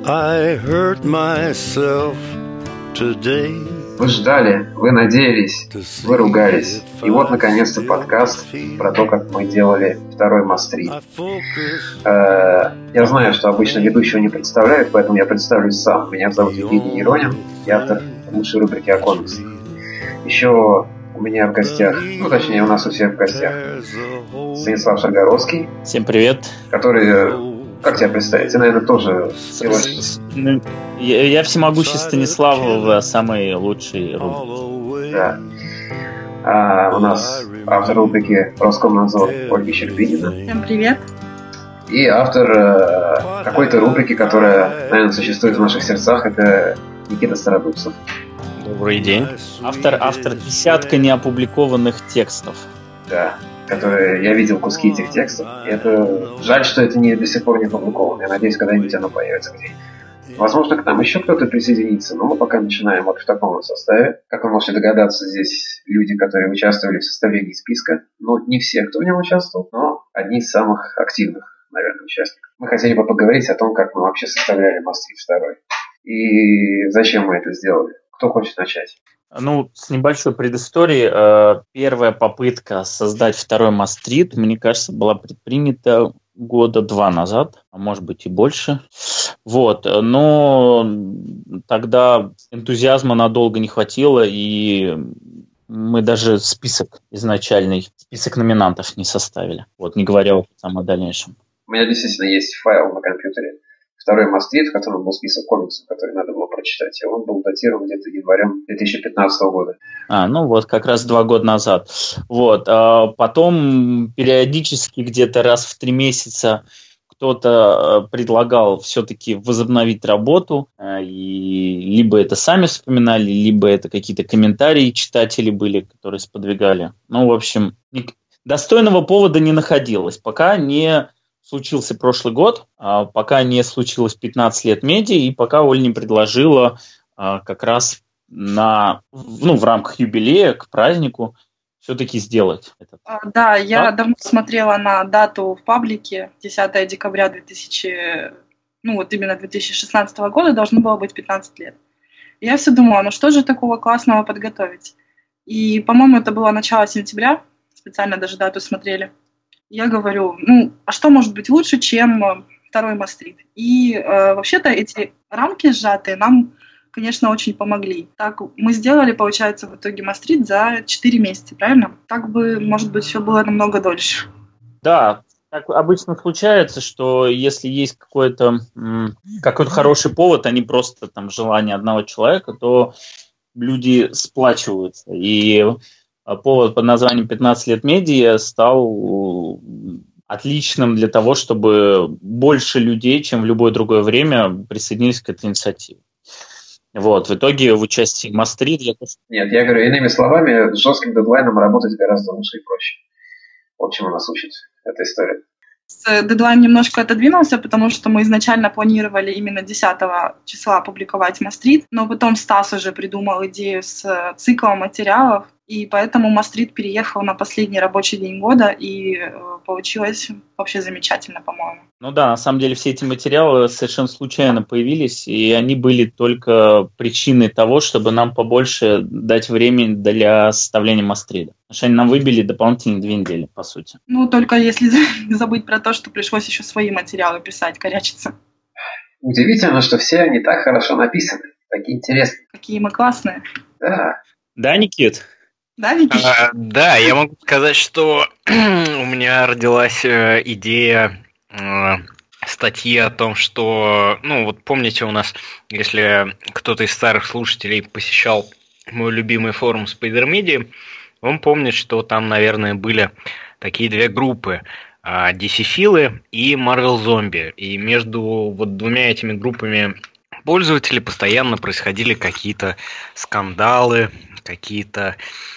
I hurt myself today. Вы ждали, вы надеялись, вы ругались. И вот, наконец-то, подкаст про то, как мы делали второй Мастрит. Я знаю, что обычно ведущего не представляют, поэтому я представлюсь сам. Меня зовут Евгений Еронин, я автор лучшей рубрики о комиксах. Еще у меня в гостях, точнее, у нас у всех в гостях Станислав Шаргоровский. Всем привет. Который... Как тебя представить? Ты, наверное, тоже... Я всемогущий Станислав в самой лучшей рубрике. Да. А у нас автор рубрики «Роскомнадзор» Ольга Щербинина. Всем привет. И автор какой-то рубрики, которая, наверное, существует в наших сердцах, это Никита Стародубцев. Добрый день. Автор десятка неопубликованных текстов. Да. Которые я видел куски этих текстов. И это жаль, что это до сих пор не опубликовано. Я надеюсь, когда-нибудь оно появится где-нибудь. Возможно, к нам еще кто-то присоединится, но мы пока начинаем вот в таком составе. Как вы можете догадаться, здесь люди, которые участвовали в составлении списка. Не все, кто в нем участвовал, но одни из самых активных, наверное, участников. Мы хотели бы поговорить о том, как мы вообще составляли Мастрит 2. И зачем мы это сделали. Кто хочет начать? С небольшой предысторией. Первая попытка создать второй Мастрит, мне кажется, была предпринята года 2 назад, а может быть и больше. Но тогда энтузиазма надолго не хватило, и мы даже список номинантов не составили. Не говоря о дальнейшем. У меня действительно есть файл на компьютере. Второй Мастрит, в котором был список комиксов, которые надо было прочитать. И он был датирован где-то январем 2015 года. Как раз 2 года назад. Потом периодически где-то раз в 3 месяца кто-то предлагал все-таки возобновить работу. И либо это сами вспоминали, либо это какие-то комментарии читателей были, которые сподвигали. Достойного повода не находилось, пока не случился прошлый год, пока не случилось 15 лет медиа, и пока Оля не предложила как раз в рамках юбилея к празднику все-таки сделать это. Да, я давно смотрела на дату в паблике, 10 декабря 2016 года должно было быть 15 лет. И я все думала, что же такого классного подготовить? И, по-моему, это было начало сентября, специально даже дату смотрели. Я говорю, а что может быть лучше, чем второй Мастрит? И вообще-то эти рамки сжатые нам, конечно, очень помогли. Так мы сделали, получается, в итоге Мастрит за 4 месяца, правильно? Так бы, может быть, все было намного дольше. Да, так обычно случается, что если есть какой-то хороший повод, а не просто желание одного человека, то люди сплачиваются. И повод под названием «15 лет медиа» стал отличным для того, чтобы больше людей, чем в любое другое время, присоединились к этой инициативе. В итоге в участии Мастрит... Нет, я говорю, иными словами, с жестким дедлайном работать гораздо лучше и проще. Вот чему нас учит эта история. Дедлайн немножко отодвинулся, потому что мы изначально планировали именно 10 числа опубликовать Мастрит, но потом Стас уже придумал идею с циклом материалов, и поэтому Мастрит переехал на последний рабочий день года, и получилось вообще замечательно, по-моему. На самом деле все эти материалы совершенно случайно появились, и они были только причиной того, чтобы нам побольше дать времени для составления Мастрита. Потому что они нам выбили дополнительные 2 недели, по сути. Только если забыть про то, что пришлось еще свои материалы писать, корячиться. Удивительно, что все они так хорошо написаны, такие интересные. Какие мы классные. Да. Да, Никит? Да, Никит? Да, я могу сказать, что у меня родилась идея статьи о том, что, помните, у нас, если кто-то из старых слушателей посещал мой любимый форум Spider-Media, он помнит, что там, наверное, были такие 2 группы, DC-филы и Marvel Zombie, и между 2 этими группами пользователей постоянно происходили какие-то скандалы, какие-то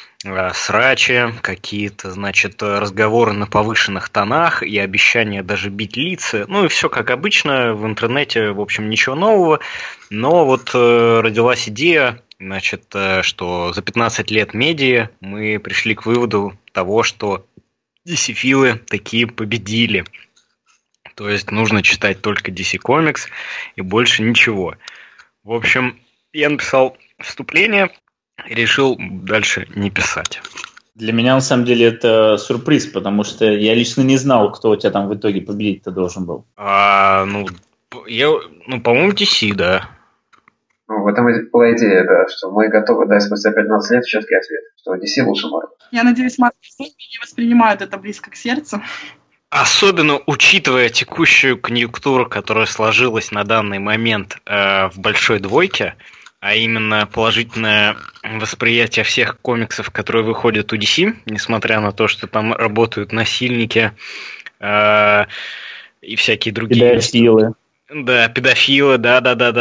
срачи, какие-то, разговоры на повышенных тонах и обещания даже бить лица. И все как обычно, в интернете, в общем, ничего нового. Но родилась идея, что за 15 лет медиа мы пришли к выводу того, что DC-филы такие победили. То есть нужно читать только DC Comics и больше ничего. В общем, я написал вступление и решил дальше не писать. Для меня, на самом деле, это сюрприз, потому что я лично не знал, кто у тебя там в итоге победить-то должен был. По-моему, DC, да. В этом и была идея, да, что мы готовы дать спустя 15 лет четкий ответ, что DC лучше Marvel. Я надеюсь, Марвел не воспринимают это близко к сердцу. Особенно учитывая текущую конъюнктуру, которая сложилась на данный момент в большой двойке, а именно положительное восприятие всех комиксов, которые выходят у DC, несмотря на то, что там работают насильники и всякие другие... Педофилы. Да, педофилы, да.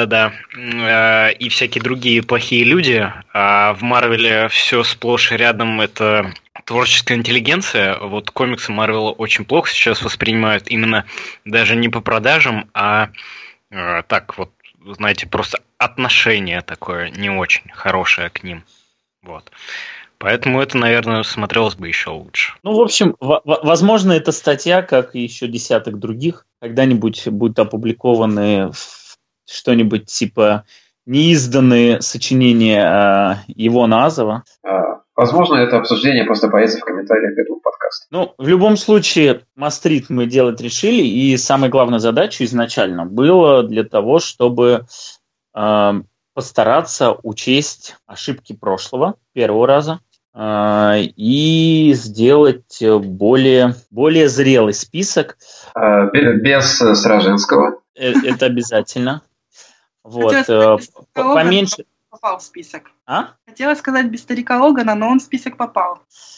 И всякие другие плохие люди. А в Марвеле все сплошь и рядом это творческая интеллигенция. Вот комиксы Марвела очень плохо сейчас воспринимают именно даже не по продажам, а так вот, знаете, просто отношение такое не очень хорошее к ним. Вот. Поэтому это, наверное, смотрелось бы еще лучше. Ну, в общем, возможно, эта статья, как и еще десяток других, когда-нибудь будет опубликованы что-нибудь типа неизданные сочинения Ивона Азова. Возможно, это обсуждение просто появится в комментариях к этому подкасту. Ну, в любом случае, Мастрит мы делать решили, и самая главная задача изначально была для того, чтобы постараться учесть ошибки прошлого первого раза и сделать более зрелый список. Без Сраженского. Это обязательно. Вот. Поменьше попал в список. Хотела сказать без старика Логана, но он в список попал.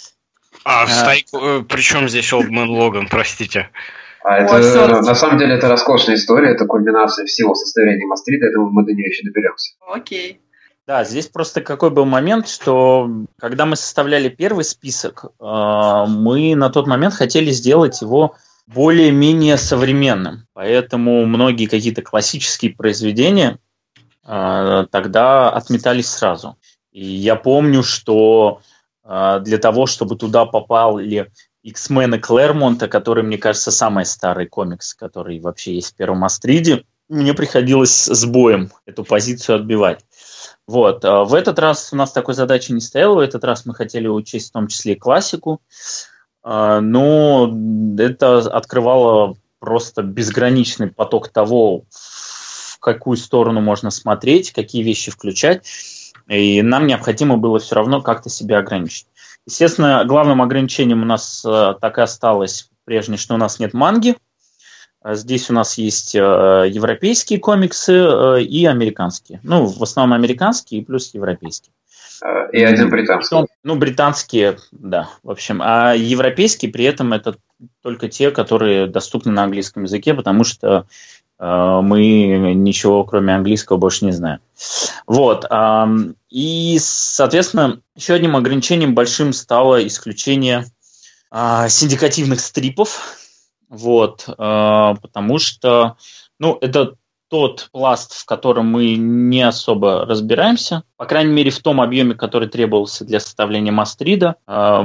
При чем здесь Олдмен Логан, простите? На самом деле это роскошная история, это кульминация всего состояния Мастрита, я думаю, мы до нее еще доберемся. Окей. Да, здесь просто какой был момент, что когда мы составляли первый список, мы на тот момент хотели сделать его более-менее современным. Поэтому многие какие-то классические произведения тогда отметались сразу. И я помню, что для того, чтобы туда попали X-мены Клэрмонта, который, мне кажется, самый старый комикс, который вообще есть в первом Астриде, мне приходилось с боем эту позицию отбивать. Вот. В этот раз у нас такой задачи не стояло, в этот раз мы хотели учесть в том числе и классику, но это открывало просто безграничный поток того, в какую сторону можно смотреть, какие вещи включать, и нам необходимо было все равно как-то себя ограничить. Естественно, главным ограничением у нас так и осталось прежнее, что у нас нет манги. Здесь у нас есть европейские комиксы и американские. Ну, в основном американские и плюс европейские. И один британский. Ну, британские, да, в общем. А европейские при этом это только те, которые доступны на английском языке, потому что мы ничего, кроме английского, больше не знаем. Вот. И, соответственно, еще одним ограничением большим стало исключение синдикативных стрипов. Вот. Потому что, ну, это тот пласт, в котором мы не особо разбираемся. По крайней мере, в том объеме, который требовался для составления Мастрида.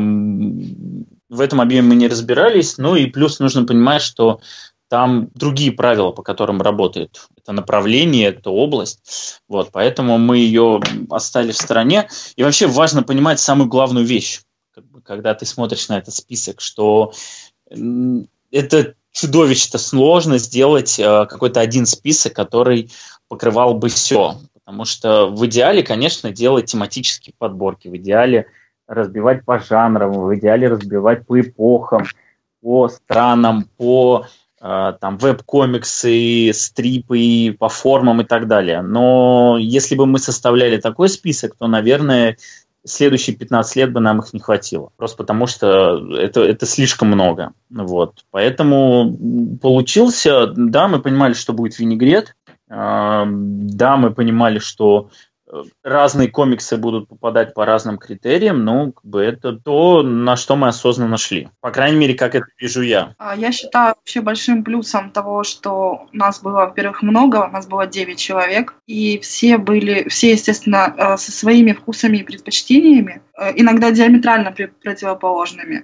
В этом объеме мы не разбирались. Ну и плюс нужно понимать, что там другие правила, по которым работает это направление, эта область. Вот, поэтому мы ее оставили в стороне. И вообще важно понимать самую главную вещь, когда ты смотришь на этот список, что это чудовищно сложно сделать какой-то один список, который покрывал бы все. Потому что в идеале, конечно, делать тематические подборки, в идеале разбивать по жанрам, в идеале разбивать по эпохам, по странам, по там веб-комиксы, стрипы, по формам и так далее. Но если бы мы составляли такой список, то, наверное, следующие 15 лет бы нам их не хватило. Просто потому что это слишком много. Вот. Поэтому получился, да, мы понимали, что будет винегрет, да, мы понимали, что разные комиксы будут попадать по разным критериям, но как бы это то, на что мы осознанно шли. По крайней мере, как это вижу я. Я считаю вообще большим плюсом того, что нас было, во-первых, много, нас было 9 человек, и все, естественно, со своими вкусами и предпочтениями, иногда диаметрально противоположными.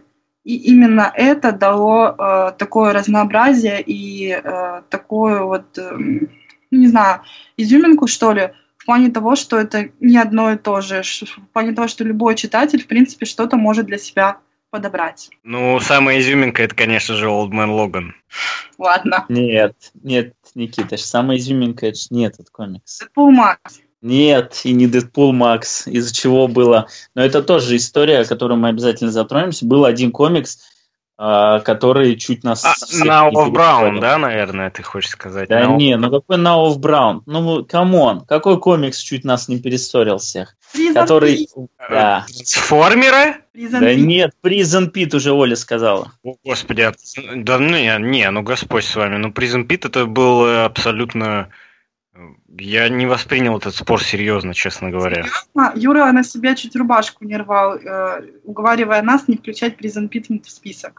И именно это дало такое разнообразие и такую вот, не знаю, изюминку, что ли, в плане того, что это не одно и то же, в плане того, что любой читатель, в принципе, что-то может для себя подобрать. Ну, самая изюминка, это, конечно же, Old Man Logan. Ладно. Нет, Никита, самая изюминка, это ж не этот комикс. Дэдпул Макс. Нет, и не Дэдпул Макс, из-за чего было... Но это тоже история, которую мы обязательно затронемся. Был один комикс, который чуть нас... Now of Brown, да, наверное, ты хочешь сказать? Да не, ну какой Now of Brown? Ну, камон, какой комикс чуть нас не перессорил всех? Который... Да. Трансформеры? Да нет, Prison Pit уже Оля сказала. О, господи, да ну Господь с вами. Ну, Prison Pit это был абсолютно... Я не воспринял этот спор серьезно, честно говоря. Серьезно? Юра на себя чуть рубашку не рвал, уговаривая нас не включать Prison Pit в список.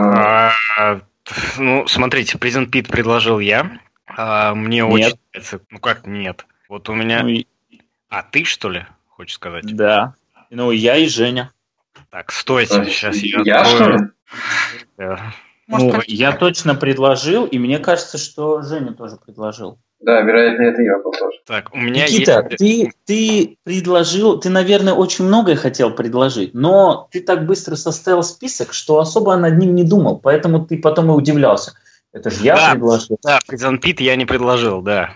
Ну, смотрите, Prison Pit предложил я. Мне очень нравится. Ну как нет? Вот у меня... А ты, что ли, хочешь сказать? Да. Ну, я и Женя. Так, стойте, сейчас я что ли? Ну, я точно предложил, и мне кажется, что Женя тоже предложил. Да, вероятно, это я был тоже. Так, у меня Никита, есть... ты предложил, ты, наверное, очень многое хотел предложить, но ты так быстро составил список, что особо над ним не думал, поэтому ты потом и удивлялся. Это же я предложил. Да, Prison Pit я не предложил, да.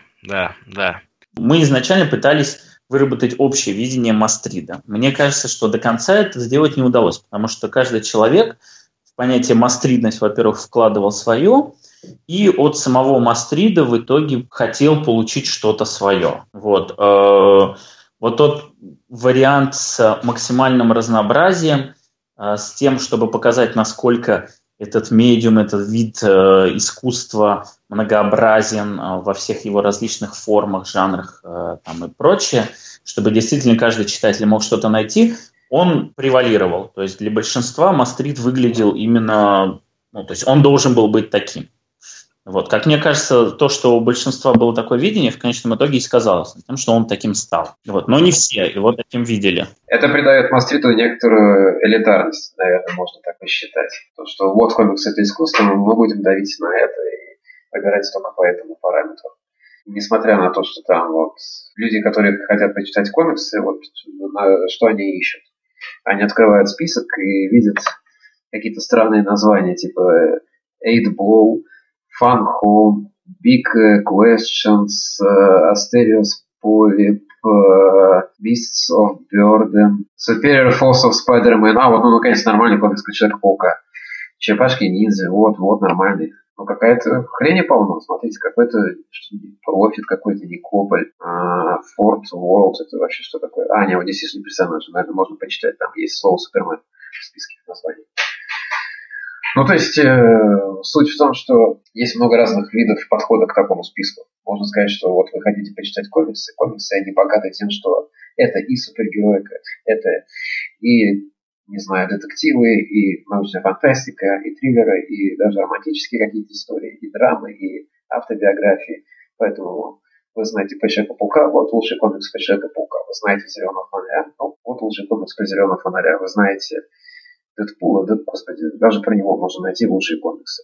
Мы изначально пытались выработать общее видение Мастрида. Мне кажется, что до конца это сделать не удалось, потому что каждый человек в понятие мастридность, во-первых, вкладывал свое, и от самого Мастрида в итоге хотел получить что-то свое. Вот тот вариант с максимальным разнообразием, с тем, чтобы показать, насколько этот медиум, этот вид искусства многообразен во всех его различных формах, жанрах там, и прочее, чтобы действительно каждый читатель мог что-то найти, он превалировал. То есть для большинства Мастрид выглядел именно... Ну, то есть он должен был быть таким. Вот. Как мне кажется, то, что у большинства было такое видение, в конечном итоге и сказалось тем, что он таким стал. Вот. Но не все его таким видели. Это придает Мастриду некоторую элитарность, наверное, можно так посчитать. То, что вот комикс — это искусство, мы будем давить на это и выбирать только по этому параметру. Несмотря на то, что там вот люди, которые хотят почитать комиксы, вот что они ищут. Они открывают список и видят какие-то странные названия, типа Eight Blow, Fun Home, Big Questions, Asterios Polyp, Beasts of Burden, Superior Force of Spider-Man. Вот, наконец, нормальный комикс про Человека-паука. Черепашки-ниндзя, вот, нормальный. Ну, какая-то хрень полно. Смотрите, какой-то Профит, какой-то Никополь, Форт Уорлд, это вообще что такое? Нет, вот здесь есть персонажи, наверное, можно почитать, там есть слово Супермен в списке названий. Ну, то есть, суть в том, что есть много разных видов подхода к такому списку. Можно сказать, что вот вы хотите почитать комиксы, они богаты тем, что это и супергероика, это и, не знаю, детективы, и научная фантастика, и триллеры, и даже романтические какие-то истории, и драмы, и автобиографии. Поэтому вы знаете про Человека-паука, вот лучший комикс про Человека-паука. Вы знаете Зеленого фонаря, вот лучший комикс про Зеленого фонаря. Вы знаете Дэдпула, господи, даже про него можно найти лучшие комиксы.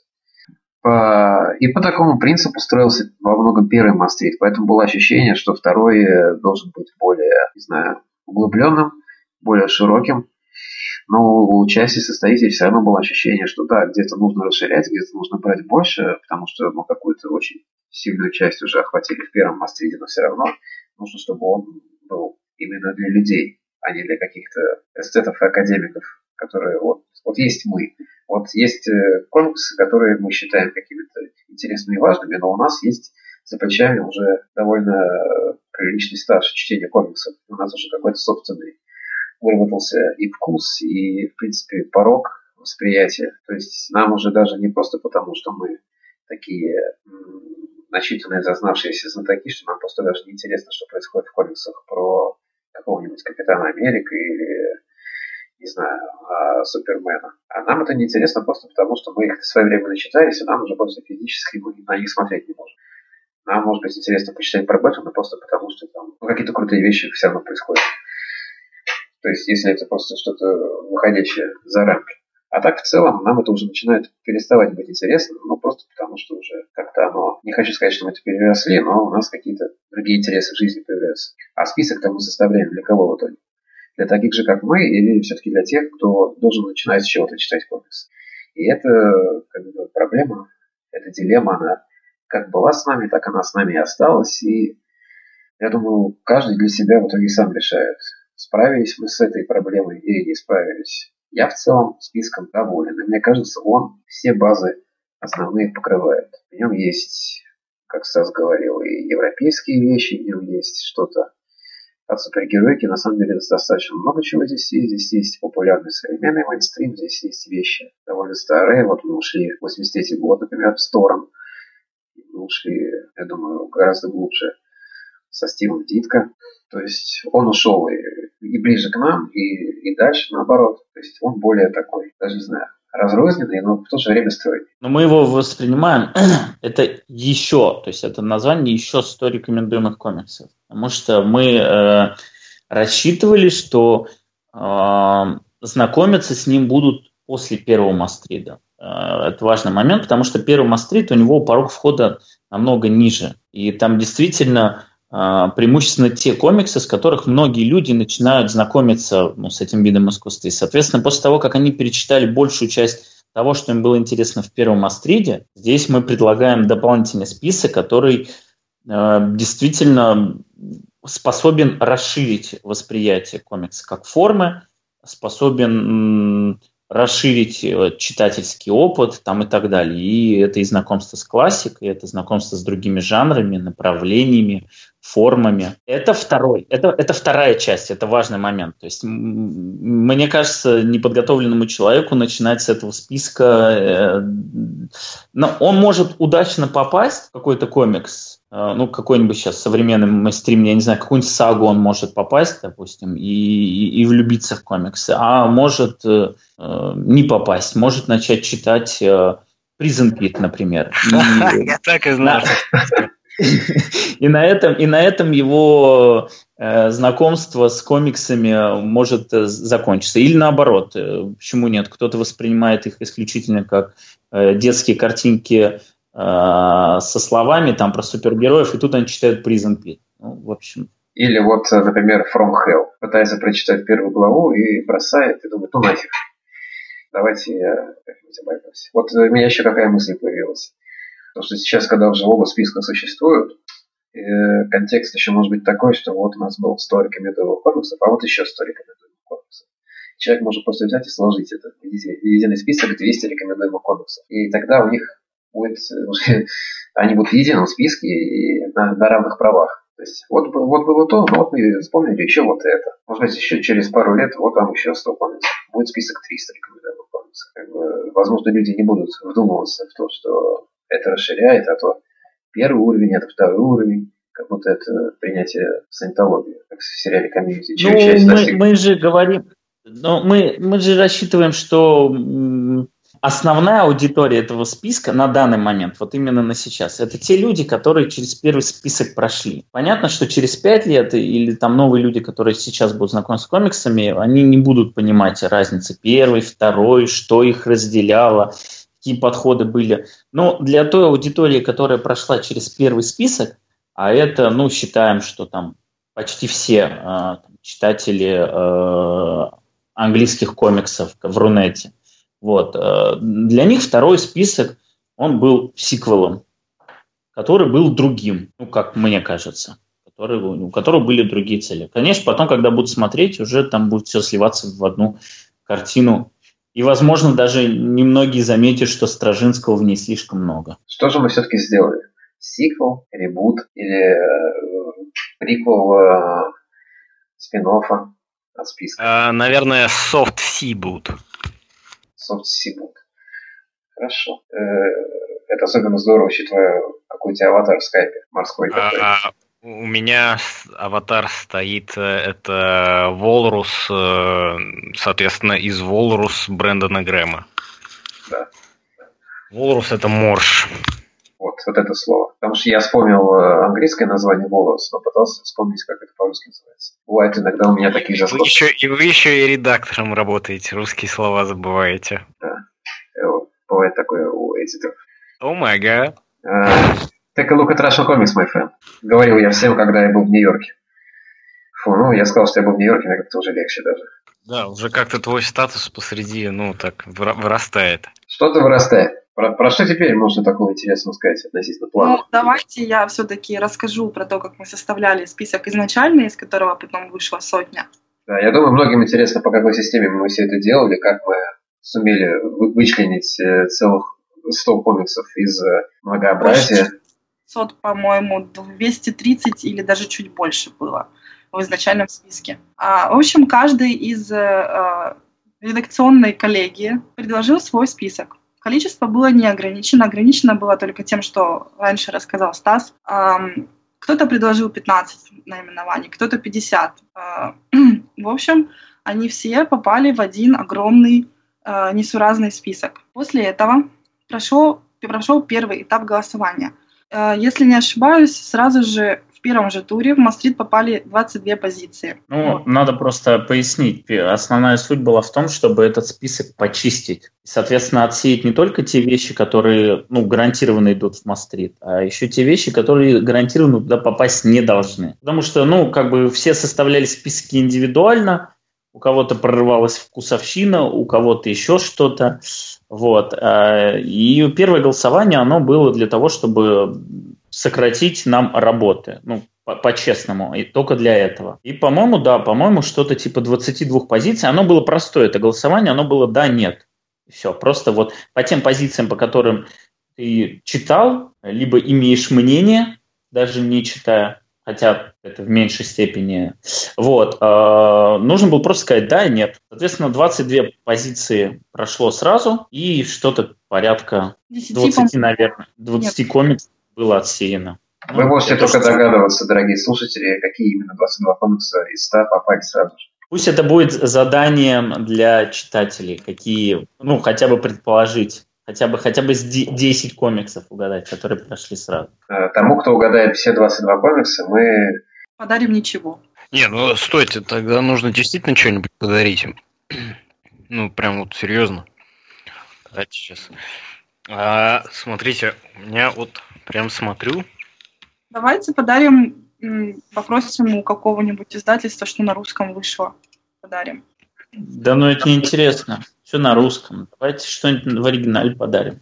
И по такому принципу строился во многом первый Мастрид, поэтому было ощущение, что второй должен быть более, не знаю, углубленным, более широким. Но у части составителей все равно было ощущение, что да, где-то нужно расширять, где-то нужно брать больше, потому что какую-то очень сильную часть уже охватили в первом Мастриде, но все равно нужно, чтобы он был именно для людей, а не для каких-то эстетов и академиков, которые вот есть мы. Вот есть комиксы, которые мы считаем какими-то интересными и важными, но у нас есть за плечами уже довольно приличный стаж чтения комиксов. У нас уже какой-то собственный выработался и вкус, и, в принципе, порог восприятия. То есть нам уже даже не просто потому, что мы такие начитанные, зазнавшиеся знатоки, что нам просто даже не интересно, что происходит в комиксах про какого-нибудь Капитана Америка или, не знаю, Супермена. А нам это неинтересно просто потому, что мы их в свое время начитались, и нам уже просто физически мы на них смотреть не можем. Нам, может быть, интересно почитать про Бэтмена просто потому, что там какие-то крутые вещи все равно происходят. То есть, если это просто что-то выходящее за рамки. А так, в целом, нам это уже начинает переставать быть интересным, ну, просто потому что уже как-то оно... Не хочу сказать, что мы это переросли, но у нас какие-то другие интересы в жизни появляются. А список-то мы составляем для кого в итоге? Для таких же, как мы, или все-таки для тех, кто должен начинать с чего-то читать комикс? И это как бы проблема, эта дилемма, она как была с нами, так она с нами и осталась. И я думаю, каждый для себя в итоге сам решает, справились мы с этой проблемой или не справились. Я в целом списком доволен. И мне кажется, он все базы основные покрывает. В нем есть, как Стас говорил, и европейские вещи, в нем есть что-то от супергероики. На самом деле достаточно много чего здесь есть. Здесь есть популярный современный мейнстрим, здесь есть вещи довольно старые. Вот мы ушли в 83-й год, например, в Сторм. Мы ушли, я думаю, гораздо глубже со Стивом Дитко. То есть он ушел и ближе к нам, и дальше наоборот. То есть он более такой, даже не знаю, разрозненный, но в то же время стройный. Но мы его воспринимаем, это еще, то есть это название еще 100 рекомендуемых комиксов. Потому что мы рассчитывали, что знакомиться с ним будут после первого Мастрида. Это важный момент, потому что первый Мастрид, у него порог входа намного ниже. И там действительно преимущественно те комиксы, с которых многие люди начинают знакомиться с этим видом искусства. И, соответственно, после того, как они перечитали большую часть того, что им было интересно в первом Мастриде, здесь мы предлагаем дополнительный список, который действительно способен расширить восприятие комикса как формы, способен расширить читательский опыт там, и так далее. И это и знакомство с классикой, это знакомство с другими жанрами, направлениями, формами. Это вторая часть, это важный момент. То есть, мне кажется, неподготовленному человеку начинать с этого списка... Но он может удачно попасть в какой-то комикс, какой-нибудь сейчас современный мейнстрим, я не знаю, какую-нибудь сагу он может попасть, допустим, и влюбиться в комиксы, а может не попасть, может начать читать Prison Pit, например. Я так и знал. И на этом его знакомство с комиксами может закончиться. Или наоборот, почему нет? Кто-то воспринимает их исключительно как детские картинки со словами там про супергероев, и тут они читают Prison Pit. В общем. Или вот, например, From Hell. Пытается прочитать первую главу и бросает, и думает, нафиг. Давайте я как-нибудь обойдусь. Вот у меня еще какая мысль появилась. Потому что сейчас, когда уже оба списка существуют, контекст еще может быть такой, что вот у нас был 100 рекомендуемых комиксов, а вот еще 100 рекомендуемых комиксов. Человек может просто взять и сложить это в единый список 200 рекомендуемых комиксов. И тогда у них будет уже... Они будут в едином списке и на равных правах. То есть вот было то, но вот мы вспомнили еще вот это. Может быть, еще через пару лет вот вам еще 100 комиксов. Будет список 300 рекомендуемых комиксов. Возможно, люди не будут вдумываться в то, что это расширяет, а то первый уровень, это второй уровень, как будто это принятие саентологии, как в сериале «Комьюнити». Мы же говорим, мы же рассчитываем, что основная аудитория этого списка на данный момент, вот именно на сейчас, это те люди, которые через первый список прошли. Понятно, что через 5 лет или там новые люди, которые сейчас будут знакомы с комиксами, они не будут понимать разницы первой, второй, что их разделяло, какие подходы были. Но для той аудитории, которая прошла через первый список, а это, считаем, что там почти все читатели английских комиксов в Рунете, для них второй список, он был сиквелом, который был другим, как мне кажется, у которого были другие цели. Конечно, потом, когда будут смотреть, уже там будет все сливаться в одну картину. И, возможно, даже немногие заметят, что Стражинского в ней слишком много. Что же мы все-таки сделали? Сиквел, ребут или приквел спин-оффа от списка? Наверное, софт-сибут. Софт-сибут. Хорошо. Это особенно здорово, учитывая, какой у тебя аватар в скайпе. Морской такой. У меня аватар стоит, это Волрус, соответственно, из Волрус Брэндона Грэма. Да. Волрус — это морж. Вот это слово. Потому что я вспомнил английское название волос, но пытался вспомнить, как это по-русски называется. Бывает иногда у меня такие заскоки. Вы еще и редактором работаете, русские слова забываете. Да. Бывает такое у эдиторов. О май гад. Take a look at Russian comics, my friend. Говорил я всем, когда я был в Нью-Йорке. Я сказал, что я был в Нью-Йорке, но как-то уже легче даже. Да, уже как-то твой статус посреди, так, вырастает. Что-то вырастает. Про что теперь можно такого интересного сказать относительно плана? Давайте я все-таки расскажу про то, как мы составляли список изначальный, из которого потом вышла сотня. Да, я думаю, многим интересно, по какой системе мы все это делали, как мы сумели вычленить целых 100 комиксов из многообразия. 500, по-моему, 230 или даже чуть больше было в изначальном списке. В общем, каждый из редакционной коллегии предложил свой список. Количество было не ограничено. Ограничено было только тем, что раньше рассказал Стас. Кто-то предложил 15 наименований, кто-то 50. В общем, они все попали в один огромный несуразный список. После этого прошел первый этап голосования. Если не ошибаюсь, сразу же в первом же туре в Мастрит попали 22 позиции. Надо просто пояснить. Основная суть была в том, чтобы этот список почистить. Соответственно, отсеять не только те вещи, которые гарантированно идут в Мастрит, а еще те вещи, которые гарантированно туда попасть не должны. Потому что, все составляли списки индивидуально, у кого-то прорывалась вкусовщина, у кого-то еще что-то. И первое голосование, оно было для того, чтобы сократить нам работы. По-честному, и только для этого. И, по-моему, что-то типа 22 позиций. Оно было простое, это голосование, оно было да-нет. Все, просто по тем позициям, по которым ты читал, либо имеешь мнение, даже не читая, хотя это в меньшей степени. Нужно было просто сказать да и нет. Соответственно, 22 позиции прошло сразу, и что-то порядка 20, наверное, 20 комиксов было отсеяно. Вы можете только догадываться, дорогие слушатели, какие именно 22 комикса из 100 попали сразу же. Пусть это будет заданием для читателей, какие, хотя бы предположить. Хотя бы 10 комиксов угадать, которые прошли сразу. Тому, кто угадает все 22 комикса, мы... подарим ничего. Стойте, тогда нужно действительно что-нибудь подарить им. Прям серьезно. Давайте сейчас. Смотрите, у меня прям смотрю. Давайте попросим у какого-нибудь издательства, что на русском вышло. Подарим. Да, это неинтересно. Все на русском. Давайте что-нибудь в оригинале подарим.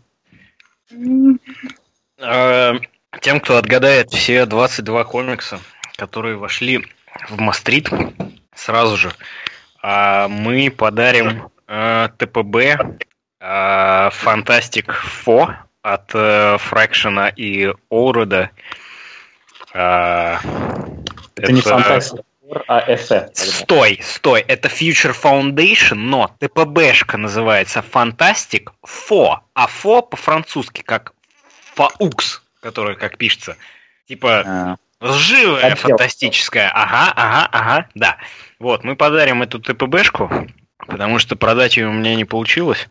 Тем, кто отгадает все 22 комикса, которые вошли в Мастрит, сразу же мы подарим ТПБ Fantastic Four от Фрэкшена и Оуреда. Это не Fantastic Four, а FF. Стой, это Future Foundation, но ТПБшка называется Fantastic Four, а Four по-французски как Фаукс, который как пишется. Типа лживая, фантастическая. Ага, да. Мы подарим эту ТПБшку, потому что продать ее у меня не получилось.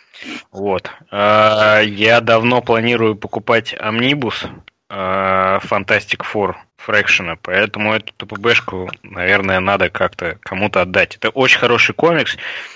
Я давно планирую покупать Omnibus Fantastic Four Фрэкшена, поэтому эту ТПБшку, наверное, надо как-то кому-то отдать. Это очень хороший комикс.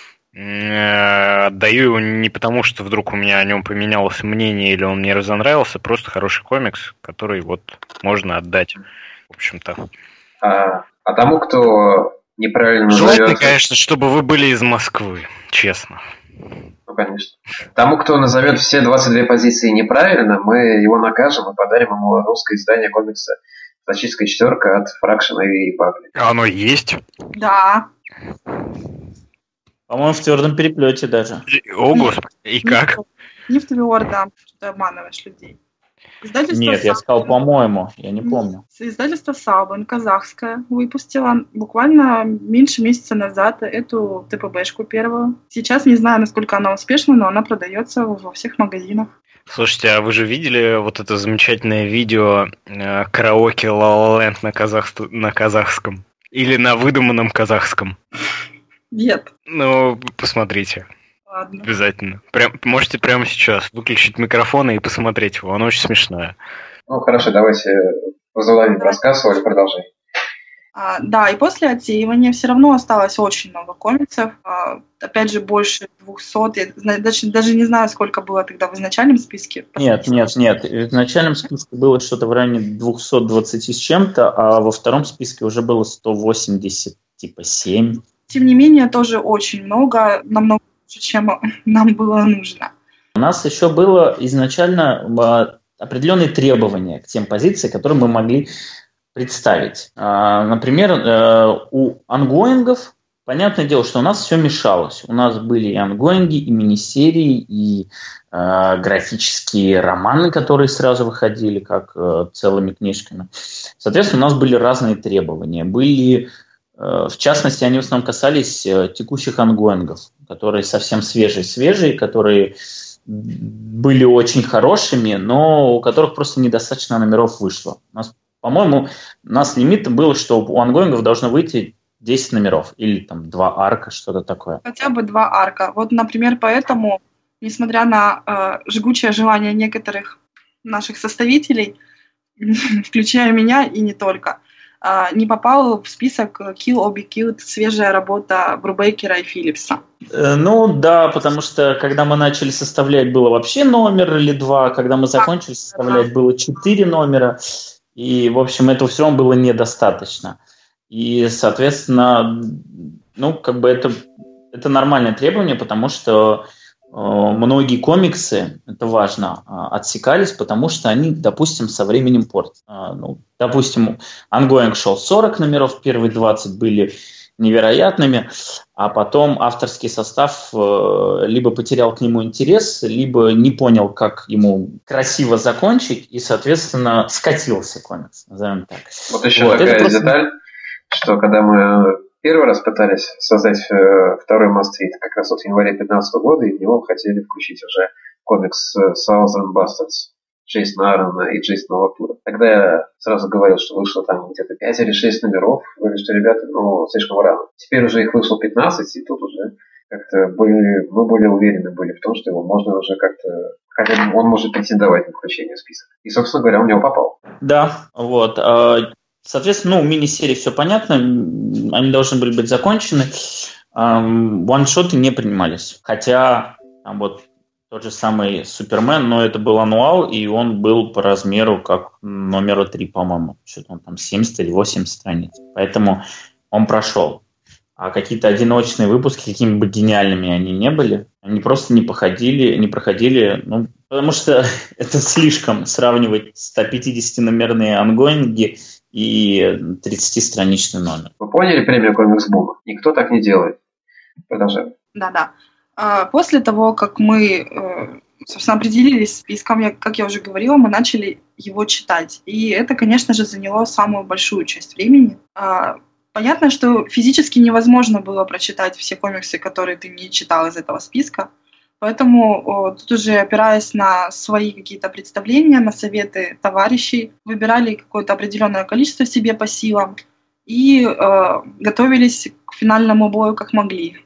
Отдаю его не потому, что вдруг у меня о нем поменялось мнение или он мне разонравился, просто хороший комикс, который можно отдать, в общем-то. А тому, кто неправильно назовет... Желательно, конечно, чтобы вы были из Москвы, честно. Конечно. Тому, кто назовет все 22 позиции неправильно, мы его накажем и подарим ему русское издание комикса «Фантастическая четверка» от Фрэкшена и Пакли. А оно есть? Да. По-моему, в твердом переплете даже. О, Господи, и как? Не в твердом, что ты обманываешь людей. Нет, я сказал, по-моему, я не помню. Издательство Сабан, казахское, выпустило буквально меньше месяца назад эту ТПБшку первую. Сейчас не знаю, насколько она успешна, но она продается во всех магазинах. Слушайте, а вы же видели это замечательное видео караоке La La Land на казахском? Или на выдуманном казахском? Нет. Посмотрите. Ладно. Обязательно. Можете прямо сейчас выключить микрофон и посмотреть его. Оно очень смешное. Ну, хорошо, давайте возобновим рассказ, Оля, продолжай. Да, и после отсеивания все равно осталось очень много комиксов. Опять же, больше 200. Я даже не знаю, сколько было тогда в изначальном списке. Нет. В изначальном списке было что-то в районе 220 с чем-то, а во втором списке уже было 187. Тем не менее, тоже очень много, намного больше, чем нам было нужно. У нас еще было изначально определенные требования к тем позициям, которые мы могли представить. Например, у ангоингов, понятное дело, что у нас все мешалось. У нас были и ангоинги, и мини-серии, и графические романы, которые сразу выходили как целыми книжками. Соответственно, у нас были разные требования. Были, в частности, они в основном касались текущих ангоингов, которые совсем свежие, которые были очень хорошими, но у которых просто недостаточно номеров вышло. По-моему, у нас лимит был, что у ангоингов должно выйти 10 номеров или там 2 арка, что-то такое. Хотя бы 2 арка. Вот, например, поэтому, несмотря на жгучее желание некоторых наших составителей, включая меня и не только, не попал в список Kill or Be Killed свежая работа Брубейкера и Филлипса. Ну да, потому что когда мы начали составлять, было вообще номер или 2, когда мы закончили составлять, было 4 номера. И, в общем, этого все равно было недостаточно. И, соответственно, это нормальное требование, потому что многие комиксы, это важно, отсекались, потому что они, допустим, со временем портят. Допустим, ангоинг шел 40 номеров, первые 20 были невероятными, а потом авторский состав либо потерял к нему интерес, либо не понял, как ему красиво закончить, и, соответственно, скатился комикс, назовем так. Вот еще такая деталь, что когда мы первый раз пытались создать второй Must Read, как раз вот в январе 2015 года, и в него хотели включить уже комикс Southern Bastards Джейсона Аарона и Джейсона Латура. Тогда я сразу говорил, что вышло там где-то 5 или 6 номеров, говорю, что, ребята, слишком рано. Теперь уже их вышло 15, и тут уже как-то мы более уверены были в том, что его можно уже как-то, хотя он может претендовать на включение в список. И, собственно говоря, он в него попал. Да, вот. Соответственно, мини-серии все понятно, они должны были быть закончены. Ваншоты не принимались. Хотя там вот тот же самый Супермен, но это был аннуал, и он был по размеру как номера 3, по-моему. Что-то он там 70 или 80 страниц. Поэтому он прошел. А какие-то одиночные выпуски, какими бы гениальными они не были, они просто не проходили, потому что это слишком сравнивать 150-номерные ангоинги и 30-страничный номер. Вы поняли премию комикс-бума? Никто так не делает. Продолжаем. Да. После того, как мы, собственно, определились с списком, как я уже говорила, мы начали его читать. И это, конечно же, заняло самую большую часть времени. Понятно, что физически невозможно было прочитать все комиксы, которые ты не читал из этого списка. Поэтому тут уже, опираясь на свои какие-то представления, на советы товарищей, выбирали какое-то определенное количество себе по силам и готовились к финальному бою как могли.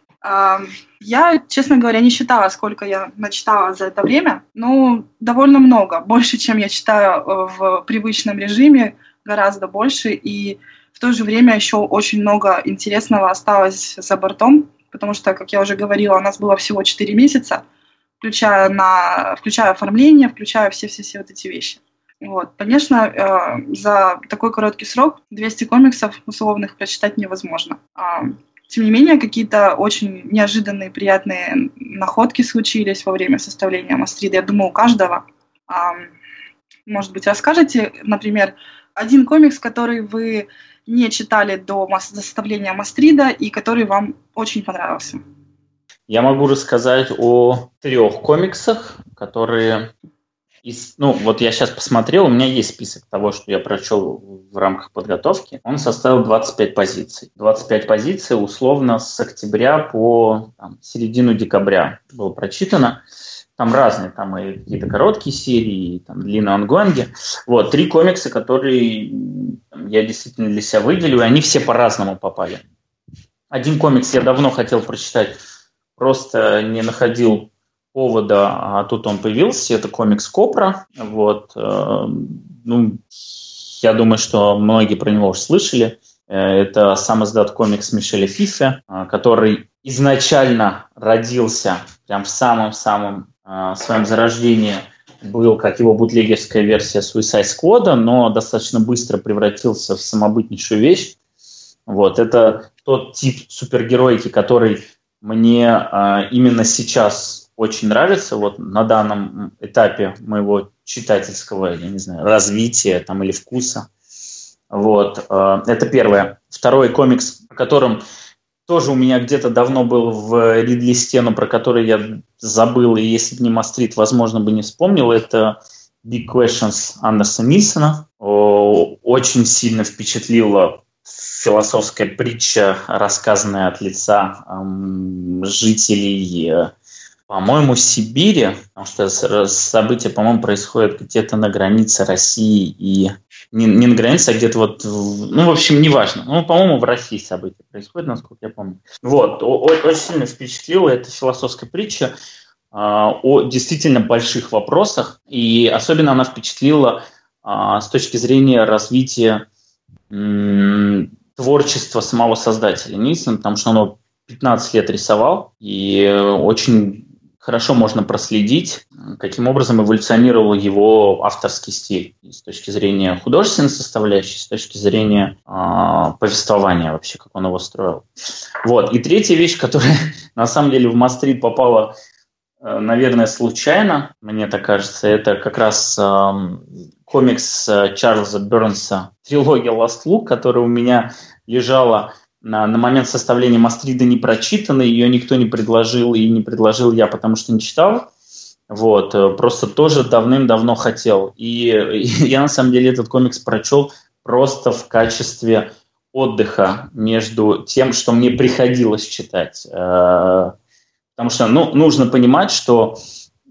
Я, честно говоря, не считала, сколько я начитала за это время, но довольно много, больше, чем я читаю в привычном режиме, гораздо больше, и в то же время еще очень много интересного осталось за бортом, потому что, как я уже говорила, у нас было всего 4 месяца, включая оформление, включая все вот эти вещи. Вот. Конечно, за такой короткий срок 200 комиксов условных прочитать невозможно. Тем не менее, какие-то очень неожиданные, приятные находки случились во время составления Must Read. Я думаю, у каждого. Может быть, расскажете, например, один комикс, который вы не читали до составления Must Read и который вам очень понравился? Я могу рассказать о 3 комиксах, которые... вот я сейчас посмотрел, у меня есть список того, что я прочел в рамках подготовки. Он составил 25 позиций. 25 позиций условно с октября по середину декабря было прочитано. Там разные, там и какие-то короткие серии, и там длинные ангоинги. Вот, 3 комикса, которые я действительно для себя выделил, и они все по-разному попали. Один комикс я давно хотел прочитать просто не находил повода, а тут он появился. Это комикс Копра. Вот. Ну, я думаю, что многие про него уже слышали. Это сам издат комикс Мишеля Фифе, который изначально родился прям в самом-самом своем зарождении, был как его бутлегерская версия Suicide Squad, но достаточно быстро превратился в самобытнейшую вещь. Вот. Это тот тип супергеройки, который мне именно сейчас очень нравится, вот на данном этапе моего читательского, я не знаю, развития там, или вкуса. Вот. Это первое. Второй комикс, о котором тоже у меня где-то давно был в рид-листе, но про который я забыл, и если бы не Мастрит, возможно, бы не вспомнил, это Big Questions Андерса Нильсона. Очень сильно впечатлила философская притча, рассказанная от лица жителей, по-моему, Сибири, потому что события, по-моему, происходят где-то на границе России и... Не на границе, а где-то вот... Ну, в общем, неважно. Ну, по-моему, в России события происходят, насколько я помню. Вот. Очень сильно впечатлила эта философская притча о действительно больших вопросах. И особенно она впечатлила с точки зрения развития творчества самого создателя Нильсона, потому что он 15 лет рисовал, и очень хорошо можно проследить, каким образом эволюционировал его авторский стиль с точки зрения художественной составляющей, с точки зрения повествования вообще, как он его строил. Вот. И третья вещь, которая на самом деле в Мастрит попала, наверное, случайно, мне так кажется, это как раз комикс Чарльза Бернса «Трилогия Last Look», которая у меня лежала на момент составления Мастрида не прочитана, ее никто не предложил, и не предложил я, потому что не читал. Вот, просто тоже давным-давно хотел. И я, на самом деле, этот комикс прочел просто в качестве отдыха между тем, что мне приходилось читать. Потому что нужно понимать, что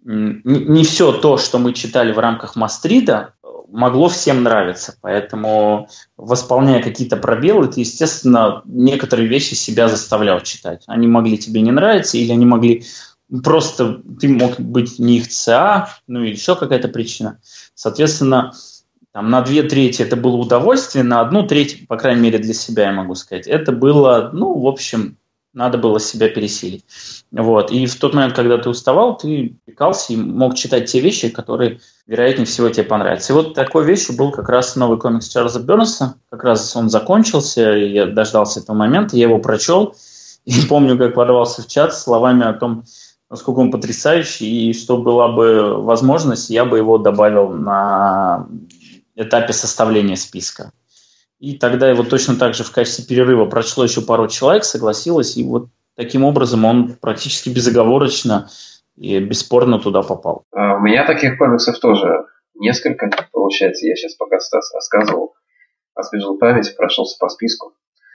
не все то, что мы читали в рамках Мастрида, могло всем нравиться. Поэтому, восполняя какие-то пробелы, ты, естественно, некоторые вещи себя заставлял читать. Они могли тебе не нравиться, или они могли просто... Ты мог быть не их ЦА, ну или еще какая-то причина. Соответственно, там, на 2/3 это было удовольствие, на 1/3, по крайней мере, для себя я могу сказать, это было, в общем, надо было себя пересилить. Вот. И в тот момент, когда ты уставал, ты пекался и мог читать те вещи, которые, вероятнее всего, тебе понравятся. И вот такой вещью был как раз новый комикс Чарльза Бернса. Как раз он закончился, и я дождался этого момента, я его прочел. И помню, как ворвался в чат с словами о том, насколько он потрясающий, и что была бы возможность, я бы его добавил на этапе составления списка. И тогда его точно так же в качестве перерыва прочло еще пару человек, согласилось, и вот таким образом он практически безоговорочно и бесспорно туда попал. У меня таких комиксов тоже несколько. Получается, я сейчас, пока Стас рассказывал, освежил память, прошелся по списку.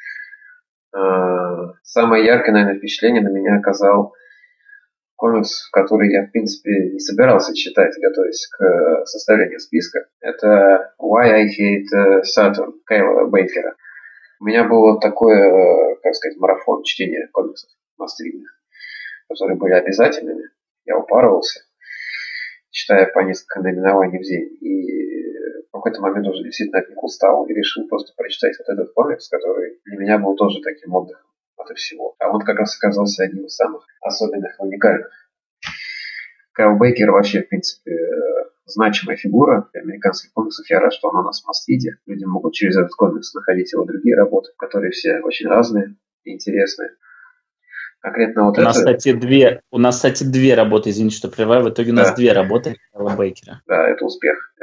Самое яркое, наверное, впечатление на меня оказал комикс, который я, в принципе, не собирался читать, готовясь к составлению списка. Это Why I Hate Saturn Кайла Бейкера. У меня был такой, как сказать, марафон чтения комиксов мастридных, которые были обязательными. Я упарывался, читая по несколько наименований в день. И в какой-то момент уже действительно от них устал и решил просто прочитать вот этот комикс, который для меня был тоже таким отдыхом от всего. А он как раз оказался одним из самых особенных и уникальных. Кайл Бейкер вообще, в принципе, значимая фигура для американских комиксов. Я рад, что он у нас в Мастриде. Люди могут через этот комикс находить его другие работы, которые все очень разные и интересные. Конкретно вот у нас, кстати, две работы, извините, что прерываю. В итоге у нас две работы Кайла Бейкера. Да, это успех.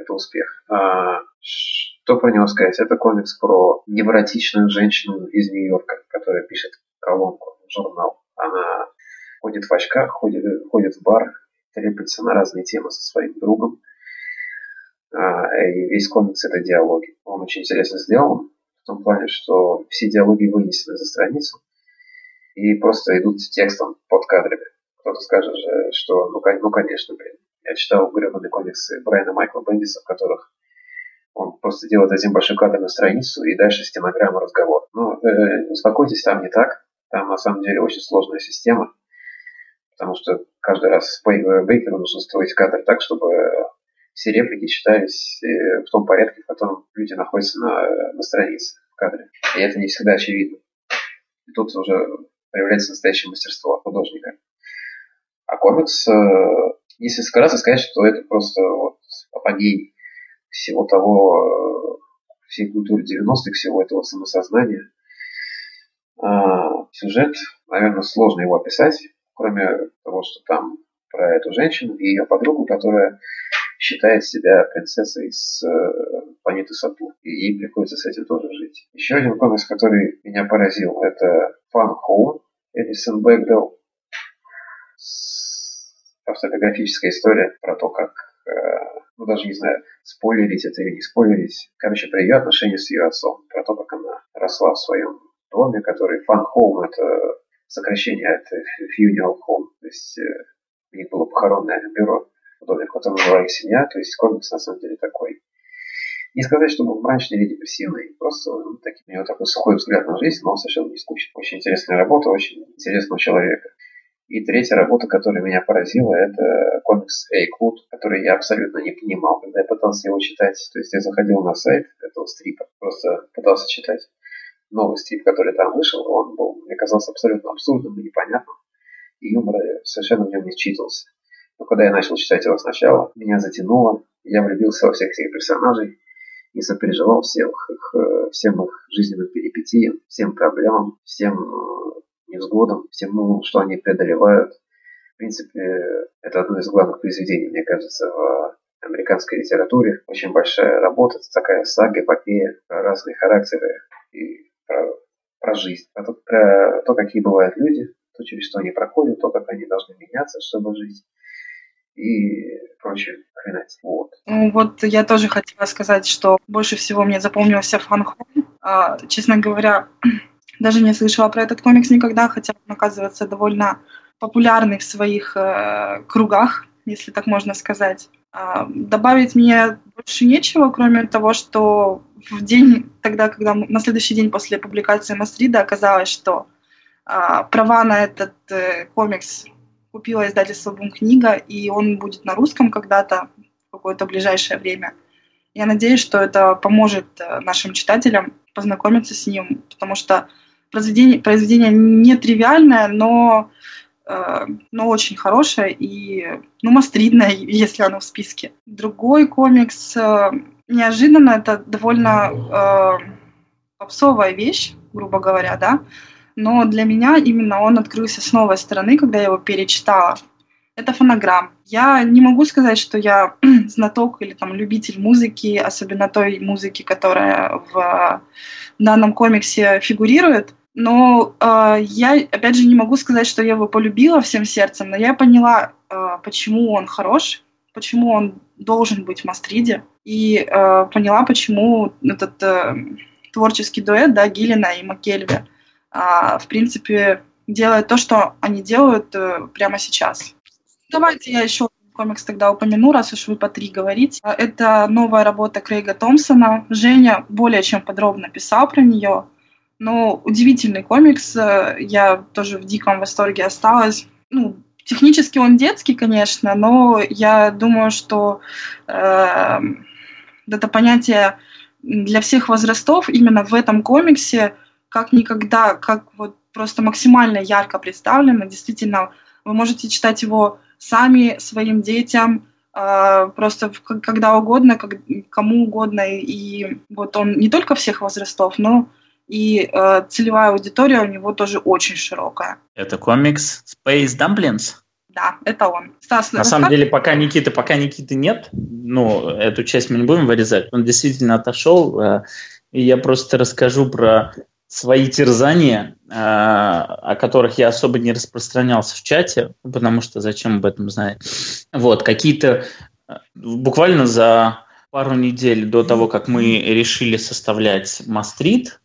Что про него сказать? Это комикс про невротичную женщину из Нью-Йорка, которая пишет колонку в журнал. Она ходит в очках, ходит в бар, треплется на разные темы со своим другом. И весь комикс — это диалоги. Он очень интересно сделан, в том плане, что все диалоги вынесены за страницу и просто идут текстом под кадрами. Кто-то скажет же, что конечно, я читал гребаные комиксы Брайана Майкла Бендиса, в которых он просто делает один большой кадр на страницу и дальше стенограмма, разговор. Успокойтесь, там не так. Там на самом деле очень сложная система. потому что каждый раз Бейкеру нужно строить кадр так, чтобы все реплики читались в том порядке, в котором люди находятся на странице в кадре. И это не всегда очевидно. И тут уже появляется настоящее мастерство художника. А комикс, если вкратце сказать, что это просто вот апогей всего того, всей культуры 90-х, всего этого самосознания. Сюжет, наверное, сложно его описать, кроме того, что там про эту женщину и ее подругу, которая считает себя принцессой с планеты Сатурн. И ей приходится с этим тоже жить. Еще один комикс, который меня поразил, это Fun Home Элисон Бэгдэлл. Автобиографическая история про то, как, ну даже не знаю, спойлерить это или не спойлерить. Короче, про ее отношения с ее отцом. Про то, как она росла в своем доме, который Fun Home, это сокращение от Funeral Home. То есть у них было похоронное бюро в доме, в котором жила их семья. То есть комикс на самом деле такой. Не сказать, что был мрачный или депрессивный, просто у него такой сухой взгляд на жизнь, но он совершенно не скучный. Очень интересная работа, очень интересного человека. И третья работа, которая меня поразила, это комикс Эйкут, который я абсолютно не понимал, когда я пытался его читать. То есть я заходил на сайт этого стрипа, просто пытался читать новый стрип, который там вышел, он был, мне казался абсолютно абсурдным и непонятным, и юмор совершенно в нем не считывался. Но когда я начал читать его сначала, меня затянуло, я влюбился во всех этих персонажей и сопереживал всем их жизненным перипетиям, всем проблемам, всем невзгодам, всему, что они преодолевают. В принципе, это одно из главных произведений, мне кажется, в американской литературе. Очень большая работа, это такая сага, эпопея про разные характеры и про жизнь, про то, какие бывают люди, то, через что они проходят, то, как они должны меняться, чтобы жить, и прочее хренать. Вот. Ну, вот я тоже хотела сказать, что больше всего мне запомнился Fun Home. Честно говоря, даже не слышала про этот комикс никогда, хотя он, оказывается, довольно популярный в своих кругах, если так можно сказать. Добавить мне больше нечего, кроме того, что в день, тогда, когда на следующий день после публикации Мастрида оказалось, что права на этот комикс купила издательство Бум-книга, и он будет на русском когда-то, в какое-то ближайшее время. Я надеюсь, что это поможет нашим читателям познакомиться с ним, потому что произведение не тривиальное, но очень хорошее и мастридное, если оно в списке. Другой комикс неожиданно, это довольно попсовая вещь, грубо говоря, да, но для меня именно он открылся с новой стороны, когда я его перечитала. Это «Фонограмм». Я не могу сказать, что я знаток или там любитель музыки, особенно той музыки, которая в данном комиксе фигурирует. Но я, опять же, не могу сказать, что я его полюбила всем сердцем, но я поняла, почему он хорош, почему он должен быть в Мастриде, и поняла, почему этот творческий дуэт, да, Гиллина и Маккельви, в принципе, делает то, что они делают прямо сейчас. Давайте я еще комикс тогда упомяну, раз уж вы по 3 говорите. Это новая работа Крейга Томпсона. Женя более чем подробно писал про нее. Но удивительный комикс, я тоже в диком восторге осталась. Технически он детский, конечно, но я думаю, что это понятие для всех возрастов именно в этом комиксе как никогда, как вот просто максимально ярко представлено. Действительно, вы можете читать его сами, своим детям, просто когда угодно, кому угодно. И вот он не только всех возрастов, но и целевая аудитория у него тоже очень широкая. Это комикс Space Dumplings? Да, это он. Стас, на самом деле, пока Никиты нет, эту часть мы не будем вырезать, он действительно отошел, и я просто расскажу про свои терзания, о которых я особо не распространялся в чате, потому что зачем об этом знать. Вот, какие-то буквально за пару недель до того, как мы решили составлять Мастрид,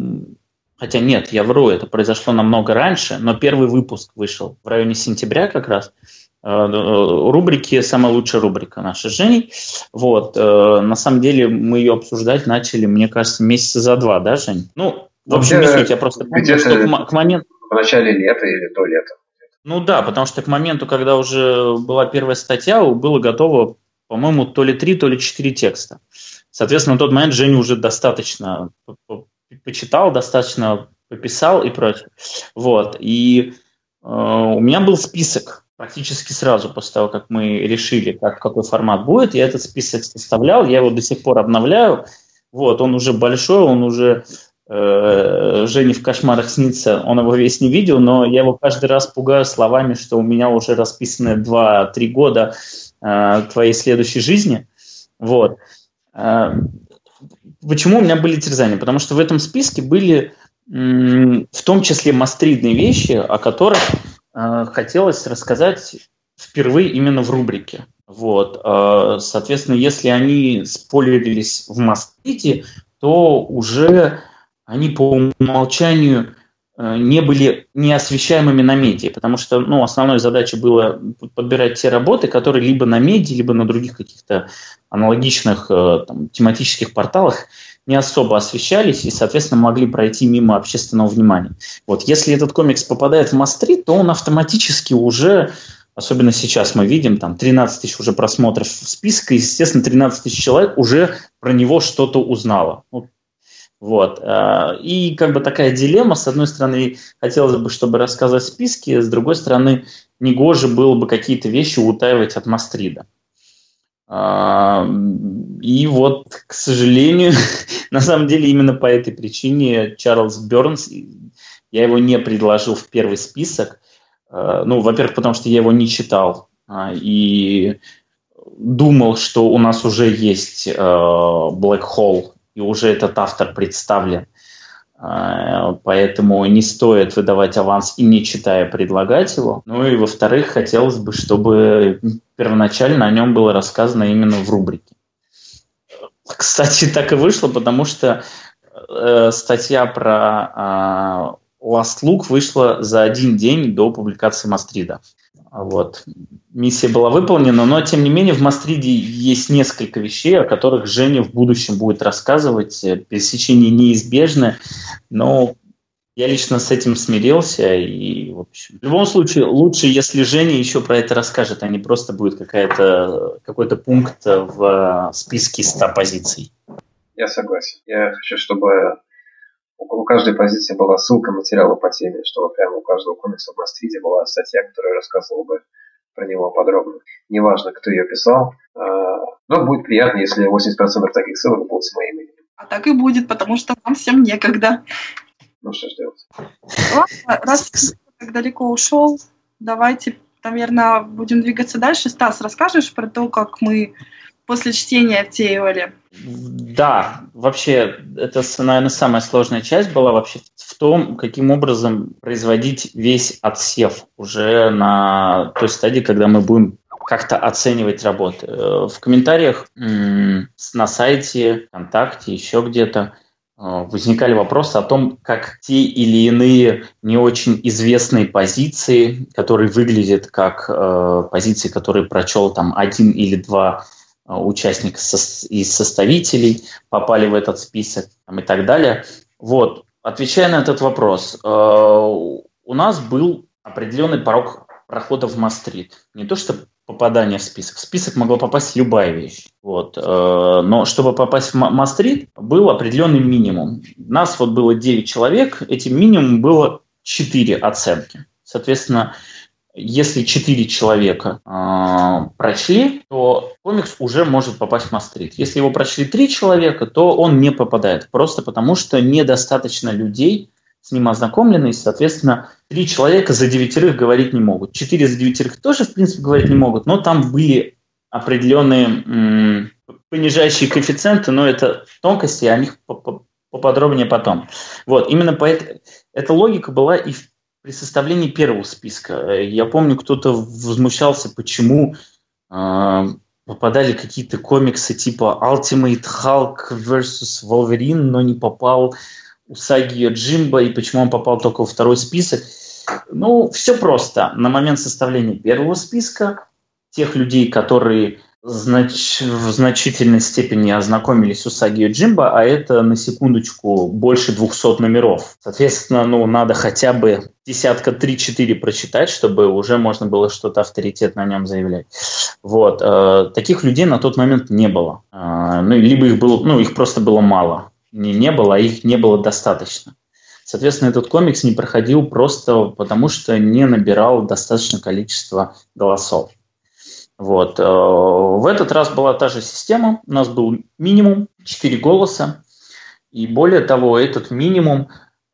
хотя нет, я вру, это произошло намного раньше, но первый выпуск вышел в районе сентября как раз, рубрики, самая лучшая рубрика наша с Женей. Вот, на самом деле мы ее обсуждать начали, мне кажется, месяца за 2, да, Жень? В общем, не суть, я просто помню, что к моменту... В начале лета или до лета. Ну да, потому что к моменту, когда уже была первая статья, было готово, по-моему, то ли 3, то ли 4 текста. Соответственно, на тот момент Женя уже достаточно почитал, достаточно пописал и прочее. Вот. И у меня был список практически сразу после того, как мы решили, какой формат будет. Я этот список составлял, я его до сих пор обновляю. Вот, он уже большой, он уже Жене в кошмарах снится, он его весь не видел, но я его каждый раз пугаю словами, что у меня уже расписаны 2-3 года твоей следующей жизни. Вот. Почему у меня были терзания? Потому что в этом списке были в том числе мастридные вещи, о которых хотелось рассказать впервые именно в рубрике. Вот. Соответственно, если они спойлерились в Мастриде, то уже они по умолчанию не были неосвещаемыми на медиа, потому что основной задачей было подбирать те работы, которые либо на медиа, либо на других каких-то аналогичных тематических порталах не особо освещались и, соответственно, могли пройти мимо общественного внимания. Вот. Если этот комикс попадает в Мастрид, то он автоматически уже, особенно сейчас мы видим, 13 тысяч уже просмотров списка, и, естественно, 13 тысяч человек уже про него что-то узнало. Вот. И такая дилемма. С одной стороны, хотелось бы, чтобы рассказать списки, с другой стороны, негоже было бы какие-то вещи утаивать от Мастрида. И вот, к сожалению, на самом деле именно по этой причине Чарльз Бернс, я его не предложил в первый список. Во-первых, потому что я его не читал и думал, что у нас уже есть Black Hole, и уже этот автор представлен. Поэтому не стоит выдавать аванс и не читая предлагать его. Ну и во-вторых, хотелось бы, чтобы первоначально о нем было рассказано именно в рубрике. Кстати, так и вышло, потому что статья про Last Look вышла за один день до публикации Мастрида. Вот. Миссия была выполнена, но, тем не менее, в Мастриде есть несколько вещей, о которых Женя в будущем будет рассказывать. Пересечение неизбежно, но я лично с этим смирился. И, в общем, в любом случае, лучше, если Женя еще про это расскажет, а не просто будет какой-то пункт в списке 100 позиций. Я согласен. Я хочу, чтобы у каждой позиции была ссылка материала по теме, чтобы прямо у каждого комикса в Мастриде была статья, которая рассказывала бы про него подробно. Неважно, кто ее писал, но будет приятно, если 80% таких ссылок будут с моим именем. А так и будет, потому что нам всем некогда. Ну что ж делать? Ладно, раз ты так далеко ушел, давайте, наверное, будем двигаться дальше. Стас, расскажешь про то, как мы после чтения отсеивали? Да, вообще, это, наверное, самая сложная часть была вообще в том, каким образом производить весь отсев уже на той стадии, когда мы будем как-то оценивать работы. В комментариях на сайте, ВКонтакте, еще где-то возникали вопросы о том, как те или иные не очень известные позиции, которые выглядят как позиции, которые прочел один или два участников из составителей попали в этот список и так далее. Вот. Отвечая на этот вопрос, у нас был определенный порог прохода в Мастрид. Не то, что попадание в список. В список могла попасть любая вещь. Вот. Но чтобы попасть в Мастрид, был определенный минимум. Нас было 9 человек, этим минимумом было 4 оценки. Соответственно, если 4 человека прочли, то комикс уже может попасть в Мастрид. Если его прочли 3 человека, то он не попадает. Просто потому, что недостаточно людей с ним ознакомлены, и, соответственно, 3 человека за 9 говорить не могут. 4 за 9 тоже, в принципе, говорить не могут, но там были определенные понижающие коэффициенты, но это тонкости, о них поподробнее потом. Вот, именно поэтому эта логика была и при составлении первого списка. Я помню, кто-то возмущался, почему попадали какие-то комиксы типа Ultimate Hulk vs. Wolverine, но не попал Усаги Йоджимба, и почему он попал только во второй список. Ну, все просто. На момент составления первого списка тех людей, которые в значительной степени ознакомились с Усаги Йоджимбо, а это, на секундочку, больше 200 номеров. Соответственно, надо хотя бы десятка 3-4 прочитать, чтобы уже можно было что-то авторитетно о нем заявлять. Вот. Таких людей на тот момент не было. Либо их было, их просто было мало. Не было, а их не было достаточно. Соответственно, этот комикс не проходил просто потому, что не набирал достаточное количество голосов. Вот. В этот раз была та же система. У нас был минимум 4 голоса. И более того, этот минимум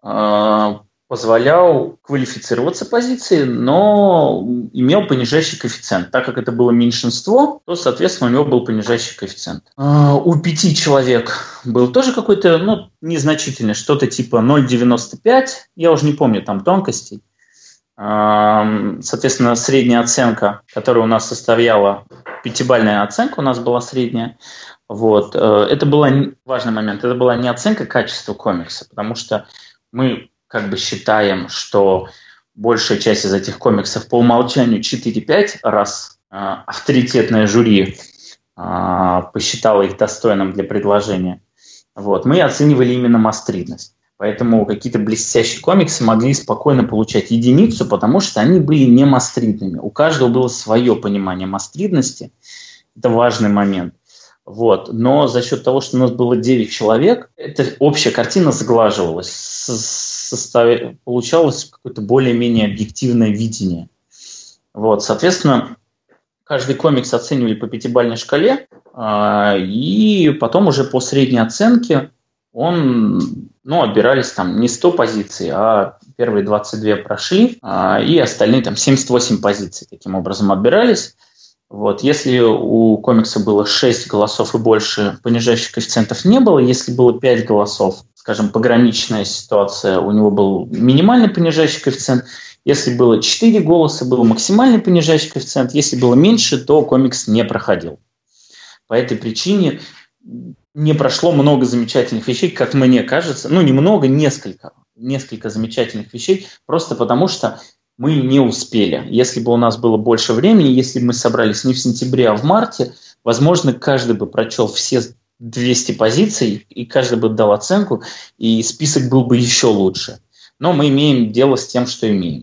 позволял квалифицироваться позиции, но имел понижающий коэффициент. Так как это было меньшинство, то, соответственно, у него был понижающий коэффициент. У 5 человек был тоже какой-то, незначительный, что-то типа 0,95. Я уже не помню там тонкостей. Соответственно, средняя оценка, которая у нас составляла, 5-бальная оценка у нас была средняя. Вот. Это был важный момент. Это была не оценка качества комикса, потому что мы считаем, что большая часть из этих комиксов по умолчанию 4-5, раз авторитетное жюри посчитало их достойным для предложения. Вот. Мы оценивали именно мастридность. Поэтому какие-то блестящие комиксы могли спокойно получать 1, потому что они были не мастридными. У каждого было свое понимание мастридности. Это важный момент. Вот. Но за счет того, что у нас было 9 человек, эта общая картина сглаживалась. Получалось какое-то более-менее объективное видение. Вот. Соответственно, каждый комикс оценивали по 5-бальной шкале, и потом уже по средней оценке отбирались не 100 позиций, а первые 22 прошли, и остальные 78 позиций таким образом отбирались. Вот. Если у комикса было 6 голосов и больше, понижающих коэффициентов не было. Если было 5 голосов, скажем, пограничная ситуация, у него был минимальный понижающий коэффициент. Если было 4 голоса, был максимальный понижающий коэффициент. Если было меньше, то комикс не проходил. По этой причине не прошло много замечательных вещей, как мне кажется. Немного, несколько замечательных вещей, просто потому что мы не успели. Если бы у нас было больше времени, если бы мы собрались не в сентябре, а в марте, возможно, каждый бы прочел все 200 позиций, и каждый бы дал оценку, и список был бы еще лучше. Но мы имеем дело с тем, что имеем.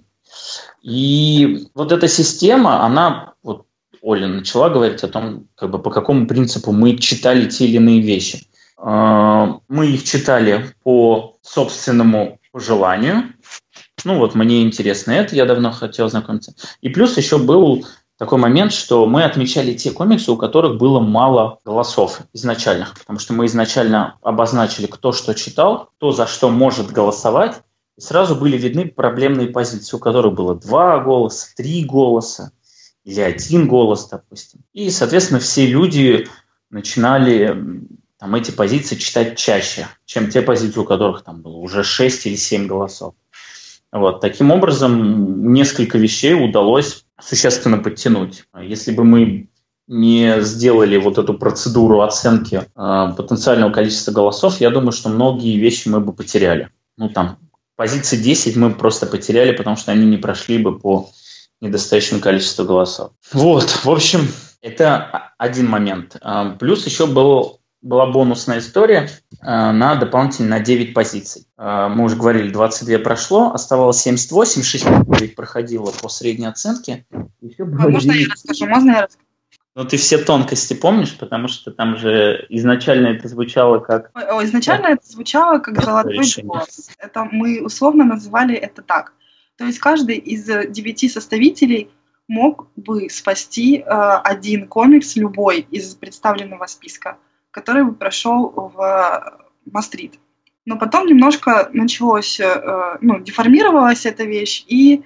И вот эта система, она... Оля начала говорить о том, по какому принципу мы читали те или иные вещи. Мы их читали по собственному пожеланию. Мне интересно это, я давно хотел ознакомиться. И плюс еще был такой момент, что мы отмечали те комиксы, у которых было мало голосов изначальных, потому что мы изначально обозначили, кто что читал, кто за что может голосовать, и сразу были видны проблемные позиции, у которых было 2 голоса, 3 голоса, или 1 голос, допустим. И, соответственно, все люди начинали эти позиции читать чаще, чем те позиции, у которых было уже 6 или 7 голосов. Вот. Таким образом, несколько вещей удалось существенно подтянуть. Если бы мы не сделали эту процедуру оценки потенциального количества голосов, я думаю, что многие вещи мы бы потеряли. Позиции 10 мы просто потеряли, потому что они не прошли бы по недостаточное количество голосов. Вот, в общем, это один момент. Плюс еще была бонусная история на 9 позиций. Мы уже говорили, 22 прошло, оставалось 78, 6 проходило по средней оценке. Можно я расскажу? Ты все тонкости помнишь, потому что там же изначально это звучало как... Изначально это звучало как золотой голос. Это мы условно называли это так. То есть каждый из 9 составителей мог бы спасти 1 комикс, любой из представленного списка, который бы прошел в Мастрид. Но потом немножко началось, деформировалась эта вещь, и...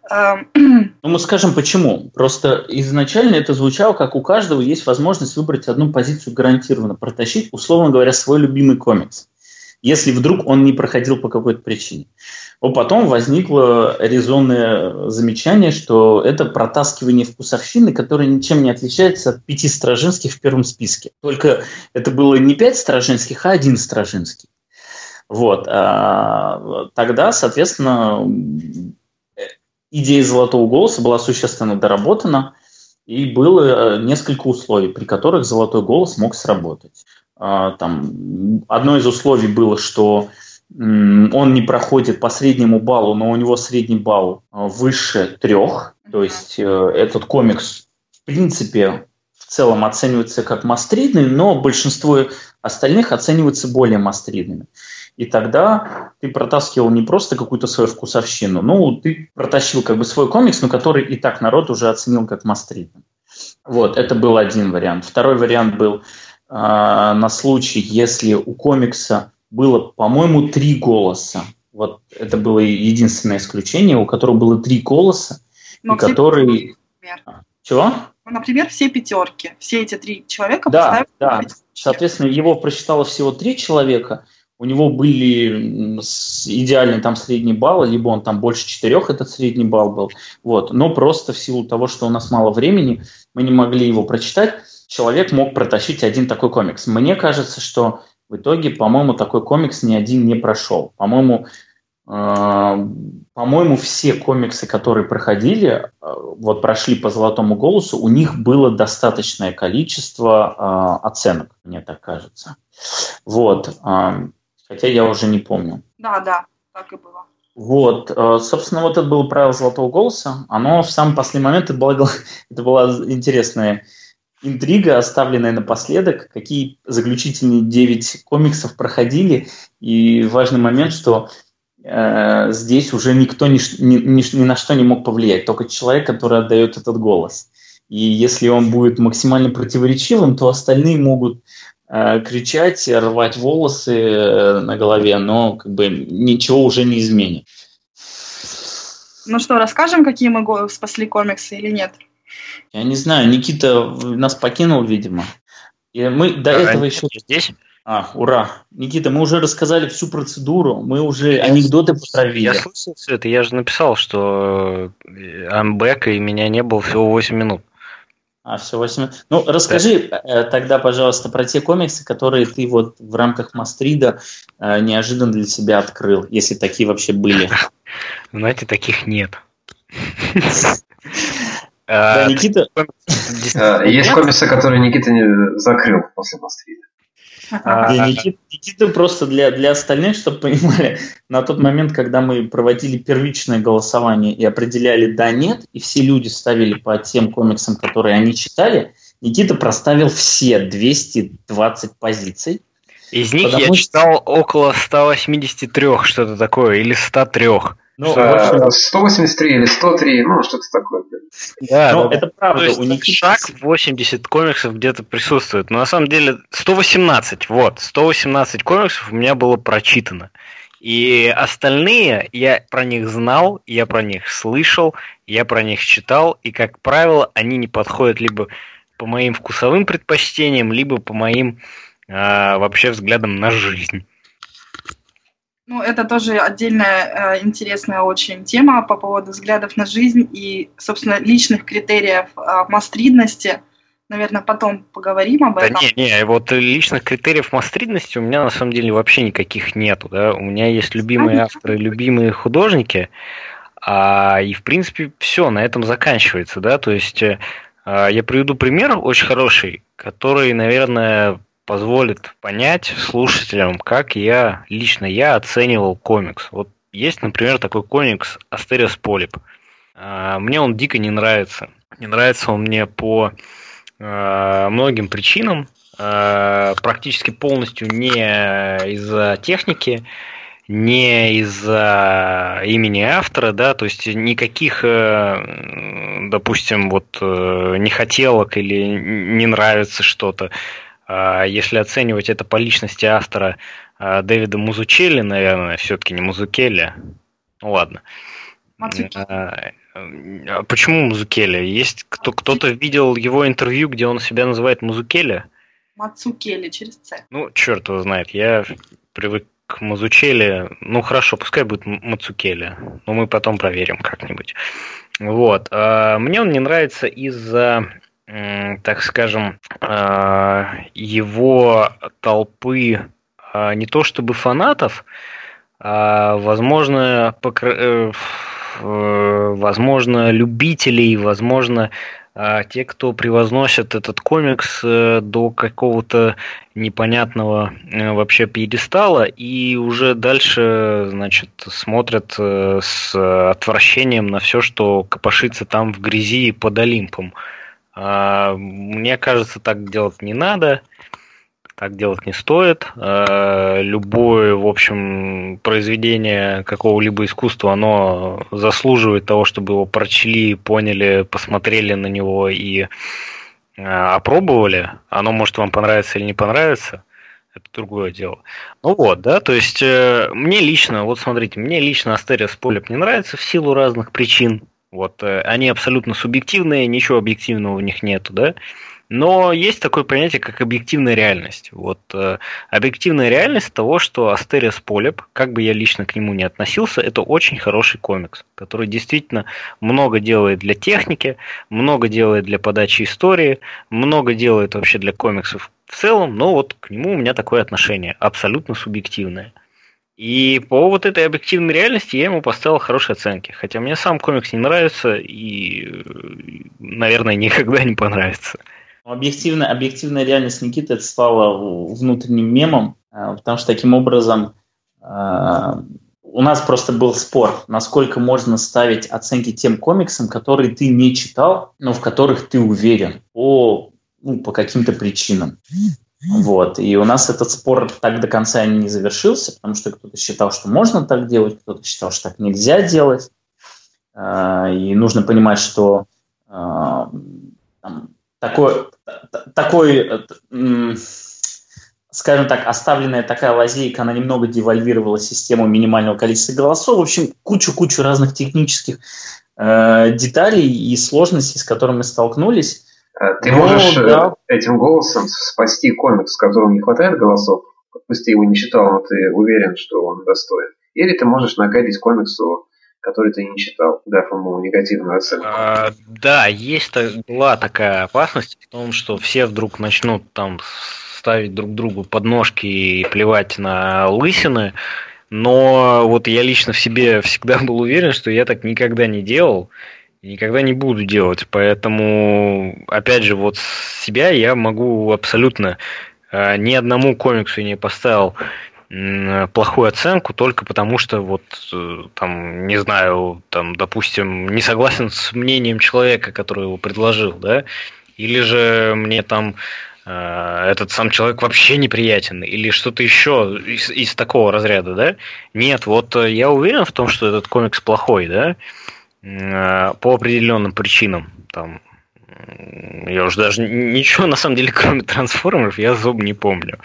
мы скажем почему. Просто изначально это звучало, как у каждого есть возможность выбрать одну позицию гарантированно, протащить, условно говоря, свой любимый комикс, если вдруг он не проходил по какой-то причине. Потом возникло резонное замечание, что это протаскивание вкусовщины, которое ничем не отличается от 5 Стражинских в первом списке. Только это было не 5 Стражинских, а 1 Стражинский. Вот. Тогда, соответственно, идея «Золотого голоса» была существенно доработана, и было несколько условий, при которых золотой голос мог сработать. Там, одно из условий было, что он не проходит по среднему баллу, но у него средний балл выше 3, то есть этот комикс в принципе в целом оценивается как мастридный, но большинство остальных оценивается более мастридными. И тогда ты протаскивал не просто какую-то свою вкусовщину, ты протащил как бы свой комикс, но который и так народ уже оценил как мастридный. Вот, это был один вариант. Второй вариант был на случай, если у комикса было, по-моему, 3 голоса. Вот это было единственное исключение, у которого было 3 голоса, но и который... Чего? Например, все 5, все эти 3 человека поставили... Да, соответственно, его просчитало всего 3 человека, у него были идеальный там средний балл, либо он там больше 4, этот средний балл был. Вот. Но просто в силу того, что у нас мало времени, мы не могли его прочитать, человек мог протащить один такой комикс. Мне кажется, что в итоге, по-моему, такой комикс ни один не прошел. По-моему, все комиксы, которые проходили, вот прошли по «Золотому голосу», у них было достаточное количество оценок, мне так кажется. Вот. Хотя я уже не помню. Да, так и было. Вот. Собственно, вот это было правило «Золотого голоса». Оно в самый последний момент, это была интересная интрига, оставленная напоследок, какие заключительные 9 комиксов проходили. И важный момент, что здесь уже никто ни на что не мог повлиять, только человек, который отдает этот голос. И если он будет максимально противоречивым, то остальные могут кричать, рвать волосы на голове, но как бы ничего уже не изменит. Ну что, расскажем, какие мы спасли комиксы или нет? Я не знаю, Никита нас покинул, видимо. И мы до этого еще... Здесь? Ура. Никита, мы уже рассказали всю процедуру, мы уже анекдоты потравили. Я слышал все это, я же написал, что I'm back, и меня не было всего 8 минут. Всего 8 минут. Ну, расскажи тогда, пожалуйста, про те комиксы, которые ты вот в рамках Мастрида неожиданно для себя открыл, если такие вообще были. Знаете, таких нет. Да, Никита... Есть комиксы, которые Никита не закрыл после Мастрида. Никита просто для остальных, чтобы понимали, на тот момент, когда мы проводили первичное голосование и определяли да-нет, и все люди ставили по тем комиксам, которые они читали, Никита проставил все 220 позиций. Из них я читал около 183, что-то такое, или 103. 183 или 103, что-то такое. Да, это правда. То есть шаг 80 комиксов где-то присутствует. Но на самом деле 118 комиксов у меня было прочитано. И остальные, я про них знал, я про них слышал, я про них читал, и, как правило, они не подходят либо по моим вкусовым предпочтениям, либо по моим вообще взглядам на жизнь. Это тоже отдельная интересная очень тема по поводу взглядов на жизнь и, собственно, личных критериев мастридности. Наверное, потом поговорим об этом. Вот личных критериев мастридности у меня на самом деле вообще никаких нету. Да? У меня есть любимые авторы, любимые художники, и, в принципе, все, на этом заканчивается. Да? То есть я приведу пример очень хороший, который, наверное, позволит понять слушателям, как я оценивал комикс. Вот есть, например, такой комикс Астериос Полип. Мне он дико не нравится. Не нравится он мне по многим причинам. Практически полностью не из-за техники, не из-за имени автора, да, то есть никаких, допустим, нехотелок или не нравится что-то. Если оценивать это по личности автора Дэвида Мазучелли, наверное, все-таки не Мазукелли. Ну ладно. Почему Мазукелли? Есть кто-то видел его интервью, где он себя называет Мазукелли? Мацукелли через Ц. Черт его знает. Я привык к Мазучелли. Хорошо, пускай будет Мацукелли. Но мы потом проверим как-нибудь. Вот. Мне он не нравится из-за, так скажем, его толпы не то чтобы фанатов, а возможно, любителей, возможно, А те, кто превозносят этот комикс до какого-то непонятного вообще пьедестала и уже дальше, значит, смотрят с отвращением на все, что копошится там в грязи под Олимпом. Мне кажется, так делать не надо. Так делать не стоит. Любое, в общем, произведение какого-либо искусства, оно заслуживает того, чтобы его прочли, поняли, посмотрели на него и опробовали. Оно может вам понравиться или не понравиться. Это другое дело. Ну вот, да, то есть мне лично, вот смотрите, мне лично Asterios Polyp не нравится в силу разных причин. Вот, они абсолютно субъективные, ничего объективного в них нету, да. Но есть такое понятие, как объективная реальность. Вот объективная реальность того, что Asterios Polyp, как бы я лично к нему не относился, это очень хороший комикс, который действительно много делает для техники, много делает для подачи истории, много делает вообще для комиксов в целом, но вот к нему у меня такое отношение, абсолютно субъективное. И по вот этой объективной реальности я ему поставил хорошие оценки. Хотя мне сам комикс не нравится и, наверное, никогда не понравится. Объективная реальность Никиты это стала внутренним мемом, потому что таким образом у нас просто был спор, насколько можно ставить оценки тем комиксам, которые ты не читал, но в которых ты уверен по каким-то причинам. Вот. И у нас этот спор так до конца не завершился, потому что кто-то считал, что можно так делать, кто-то считал, что так нельзя делать. И нужно понимать, что такой, скажем так, оставленная такая лазейка, она немного девальвировала систему минимального количества голосов. В общем, кучу разных технических деталей и сложностей, с которыми мы столкнулись. Ты можешь этим голосом спасти комикс, в котором не хватает голосов, пусть ты его не читал, но ты уверен, что он достоин. Или ты можешь нагадить комиксу, который ты не читал, дав ему негативную оценку. Да, была такая опасность в том, что все вдруг начнут там ставить друг другу подножки и плевать на лысины, но вот я лично в себе всегда был уверен, что я так никогда не делал и никогда не буду делать, поэтому, опять же, вот себя я могу абсолютно ни одному комиксу не поставил плохую оценку только потому, что вот там, не знаю, там, допустим, не согласен с мнением человека, который его предложил, да, или же мне там этот сам человек вообще неприятен, или что-то еще из такого разряда, да. Нет, вот я уверен в том, что этот комикс плохой, да, по определенным причинам, там, я уже даже ничего, на самом деле, кроме трансформеров, я особо не помню.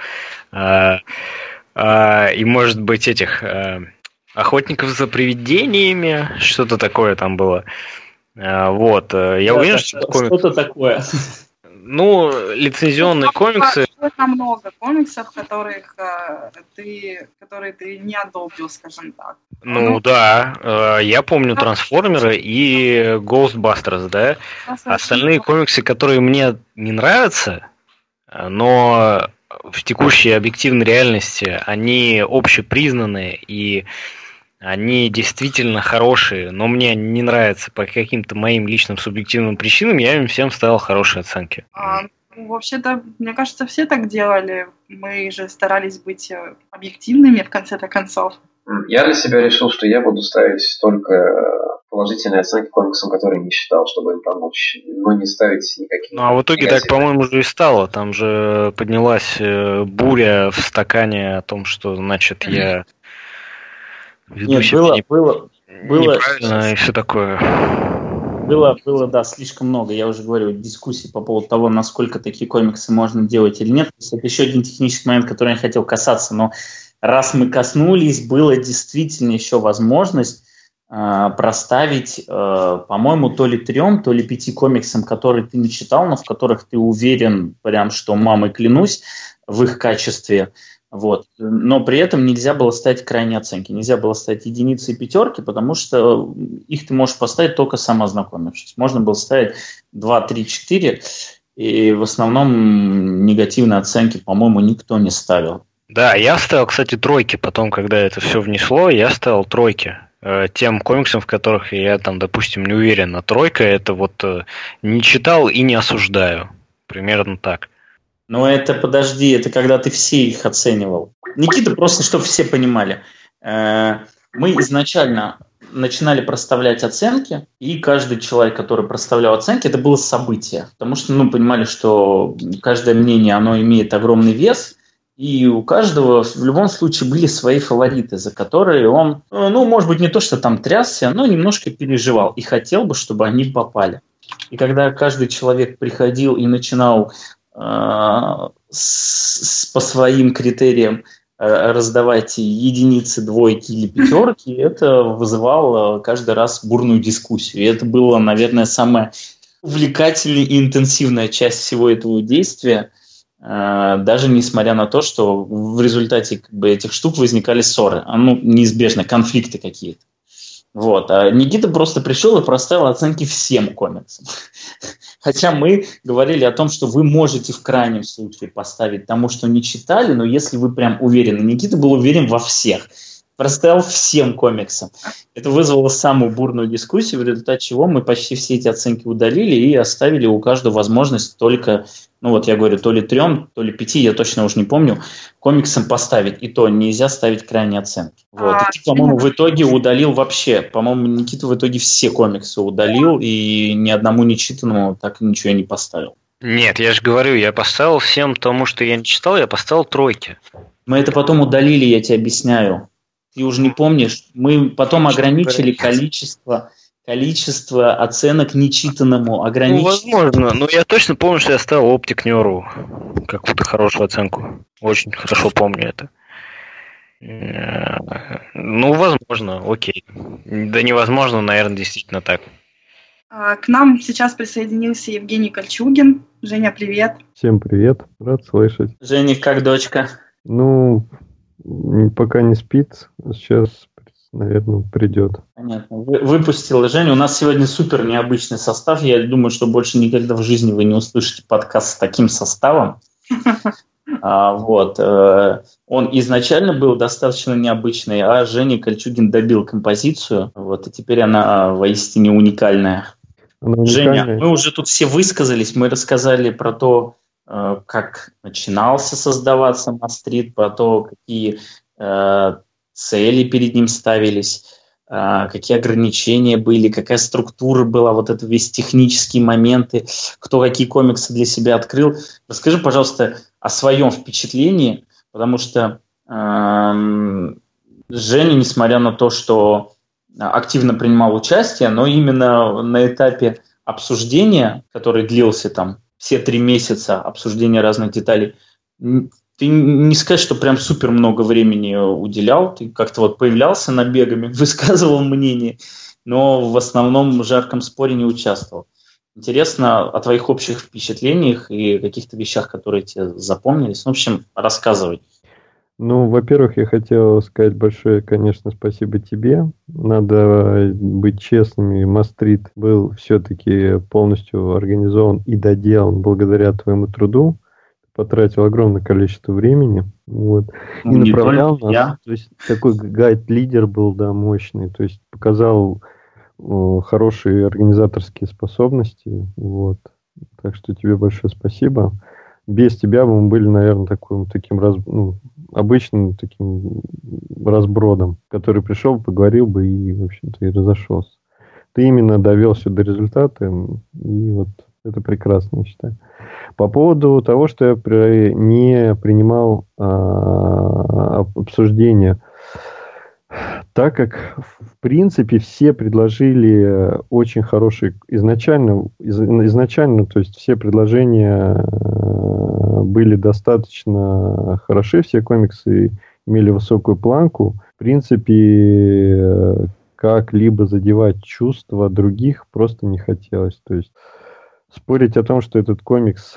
И, может быть, этих охотников за привидениями, что-то такое там было. Вот. Я уверен, что это комикс... Что-то такое. Ну, лицензионные комиксы... Много комиксов, которые ты не одобрил, скажем так. Ну да, я помню Трансформеры и Ghostbusters, да. Остальные комиксы, которые мне не нравятся, но в текущей объективной реальности они общепризнанные и они действительно хорошие, но мне не нравятся по каким-то моим личным субъективным причинам, я им всем ставил хорошие оценки. Вообще-то, мне кажется, все так делали. Мы же старались быть объективными в конце-то концов. Я для себя решил, что я буду ставить только положительные оценки комиксам, которые не читал, чтобы им помочь, но не ставить никаких. Ну а в итоге так, по-моему, же и стало. Там же поднялась буря в стакане о том, что, значит, я веду себя неправильно и все такое. Было, да, слишком много. Я уже говорю, дискуссий по поводу того, насколько такие комиксы можно делать или нет. Это еще один технический момент, который я хотел касаться, но раз мы коснулись, была действительно еще возможность проставить, по-моему, то ли 3, то ли 5 комиксам, которые ты не читал, но в которых ты уверен, прям что мамой клянусь, в их качестве. Вот. Но при этом нельзя было ставить крайние оценки. Нельзя было ставить единицы и 5, потому что их ты можешь поставить только сам ознакомившись. Можно было ставить 2, 3, 4, и в основном негативные оценки, по-моему, никто не ставил. Да, я ставил, кстати, 3. Потом, когда это все внесло, я ставил 3. тем комиксам, в которых я там, допустим, не уверен. А тройка это вот не читал и не осуждаю. Примерно так. Но это, подожди, это когда ты все их оценивал. Никита, просто чтобы все понимали. Мы изначально начинали проставлять оценки, и каждый человек, который проставлял оценки, это было событие. Потому что, понимали, что каждое мнение, оно имеет огромный вес, и у каждого в любом случае были свои фавориты, за которые он, может быть, не то, что там трясся, но немножко переживал и хотел бы, чтобы они попали. И когда каждый человек приходил и начинал по своим критериям раздавать единицы, двойки или пятерки, это вызывало каждый раз бурную дискуссию. И это было, наверное, самая увлекательная и интенсивная часть всего этого действия, даже несмотря на то, что в результате этих штук возникали ссоры, неизбежно, конфликты какие-то. Вот. А Никита просто пришел и проставил оценки всем комиксам. Хотя мы говорили о том, что вы можете в крайнем случае поставить тому, что не читали, но если вы прям уверены. Никита был уверен во всех. Проставил всем комиксам. Это вызвало самую бурную дискуссию, в результате чего мы почти все эти оценки удалили и оставили у каждого возможность только, я говорю, то ли 3, то ли 5, я точно уже не помню, комиксам поставить. И то нельзя ставить крайние оценки. Вот. И ты, по-моему, в итоге удалил вообще. По-моему, Никита в итоге все комиксы удалил, и ни одному нечитанному так ничего и не поставил. Нет, я же говорю, я поставил всем тому, что я не читал, я поставил 3. Мы это потом удалили, я тебе объясняю. Ты уже не помнишь? Мы потом ограничили количество оценок нечитанному. Возможно, но я точно помню, что я ставил Оптик Неру какую-то хорошую оценку. Очень хорошо помню это. Возможно, окей. Да невозможно, наверное, действительно так. К нам сейчас присоединился Евгений Кольчугин. Женя, привет. Всем привет, рад слышать. Женя, как дочка? Пока не спит, сейчас, наверное, придет. Понятно. Выпустил Женю. У нас сегодня супер необычный состав. Я думаю, что больше никогда в жизни вы не услышите подкаст с таким составом. Он изначально был достаточно необычный, а Женя Кольчугин добил композицию. И теперь она воистине уникальная. Женя, мы уже тут все высказались, мы рассказали про то, как начинался создаваться Мастрит, про то, какие цели перед ним ставились, какие ограничения были, какая структура была, это весь технические моменты, кто какие комиксы для себя открыл. Расскажи, пожалуйста, о своем впечатлении, потому что Женя, несмотря на то, что активно принимал участие, но именно на этапе обсуждения, который длился там все 3 месяца обсуждения разных деталей, ты не скажешь, что прям супер много времени уделял, ты как-то появлялся набегами, высказывал мнение, но в основном в жарком споре не участвовал. Интересно о твоих общих впечатлениях и каких-то вещах, которые тебе запомнились. В общем, рассказывай. Во-первых, я хотел сказать большое, конечно, спасибо тебе. Надо быть честными. Мастрит был все-таки полностью организован и доделан благодаря твоему труду. Потратил огромное количество времени. И направлял нас. То есть такой гайд-лидер был, мощный. То есть показал хорошие организаторские способности. Так что тебе большое спасибо. Без тебя мы были, наверное, таким обычным таким разбродом, который пришел, поговорил бы и, в общем-то, и разошелся. Ты именно довел все до результата, и это прекрасно, я считаю. По поводу того, что я не принимал обсуждения, так как, в принципе, все предложили очень хорошие изначально, то есть все предложения были достаточно хороши, все комиксы имели высокую планку. В принципе, как-либо задевать чувства других просто не хотелось. То есть спорить о том, что этот комикс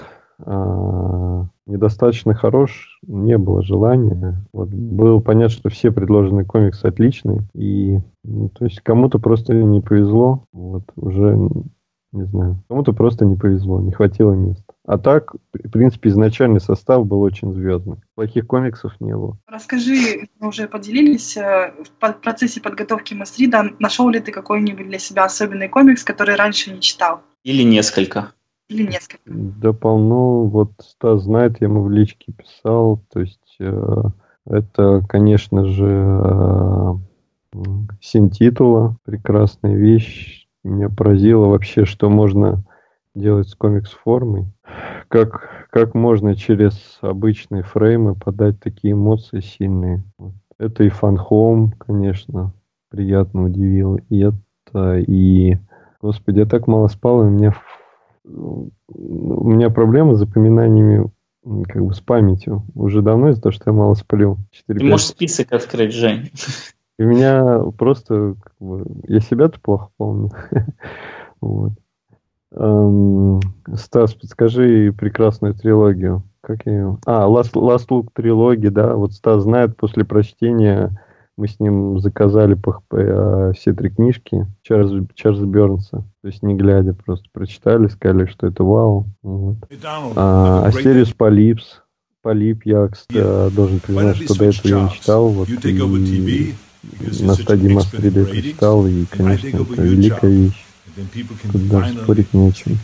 недостаточно хорош, не было желания. Было понятно, что все предложенные комиксы отличные. И то есть кому-то просто не повезло. Уже Не знаю. Кому-то просто не повезло, не хватило места. А так, в принципе, изначальный состав был очень звездный. Плохих комиксов не было. Расскажи, вы уже поделились, в процессе подготовки Мастрида нашел ли ты какой-нибудь для себя особенный комикс, который раньше не читал? Или несколько. Или несколько? Да полно. Вот Стас знает, я ему в личке писал. То есть это, конечно же, Синтитула. Прекрасная вещь. Меня поразило вообще, что можно делать с комикс-формой. Как можно через обычные фреймы подать такие эмоции сильные. Это и Fun Home, конечно, приятно удивило. И это, и... Господи, я так мало спал, и у меня проблемы с запоминаниями, как бы с памятью. Уже давно из-за того, что я мало сплю. Ты можешь список открыть, Жень. И у меня просто... я себя-то плохо помню. Вот. Стас, подскажи прекрасную трилогию. Как я ее... Last Look трилогии, да. Вот Стас знает, после прочтения мы с ним заказали все 3 книжки Чарльза Бернса. То есть не глядя, просто прочитали, сказали, что это вау. Вот. Астериус Полип я, кстати, должен признать, что до этого я не читал. Вот, и на стадии Мастрида я прочитал, и, конечно, это великая вещь. Тут даже спорить не о чем.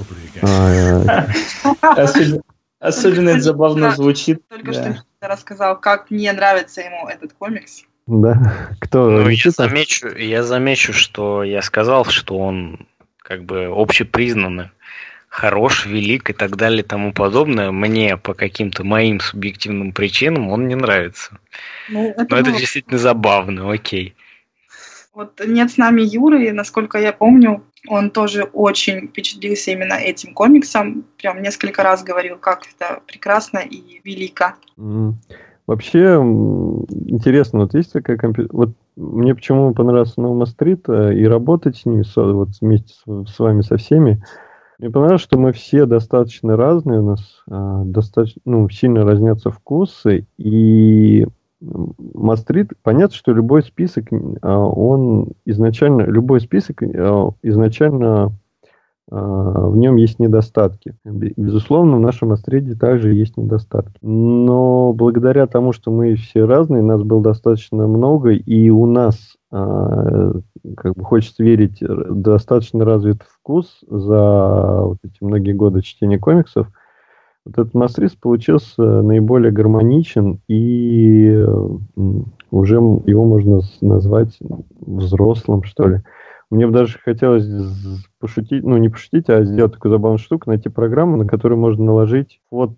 Особенно это забавно звучит. Только что Никита рассказал, как мне нравится ему этот комикс. Да. Кто? Я замечу, что я сказал, что он как бы общепризнанный, хорош, велик и так далее и тому подобное. Мне по каким-то моим субъективным причинам он не нравится. Но это действительно забавно, окей. Вот нет с нами Юры, и, насколько я помню, он тоже очень впечатлился именно этим комиксом. Прям несколько раз говорил, как это прекрасно и велико. Вообще, интересно, вот есть такая вот мне почему понравился Нова Стрит и работать с ними, вот вместе с вами, со всеми. Мне понравилось, что мы все достаточно разные, у нас достаточно, сильно разнятся вкусы, и Мастрит, понятно, что любой список, изначально в нем есть недостатки. Безусловно, в нашем Мастриде также есть недостатки. Но благодаря тому, что мы все разные, нас было достаточно много, и у нас, как бы хочется верить, достаточно развит вкус за вот эти многие годы чтения комиксов. Вот этот Мастрид получился наиболее гармоничен, и уже его можно назвать взрослым, что ли. Мне бы даже хотелось пошутить, не пошутить, а сделать такую забавную штуку, найти программу, на которую можно наложить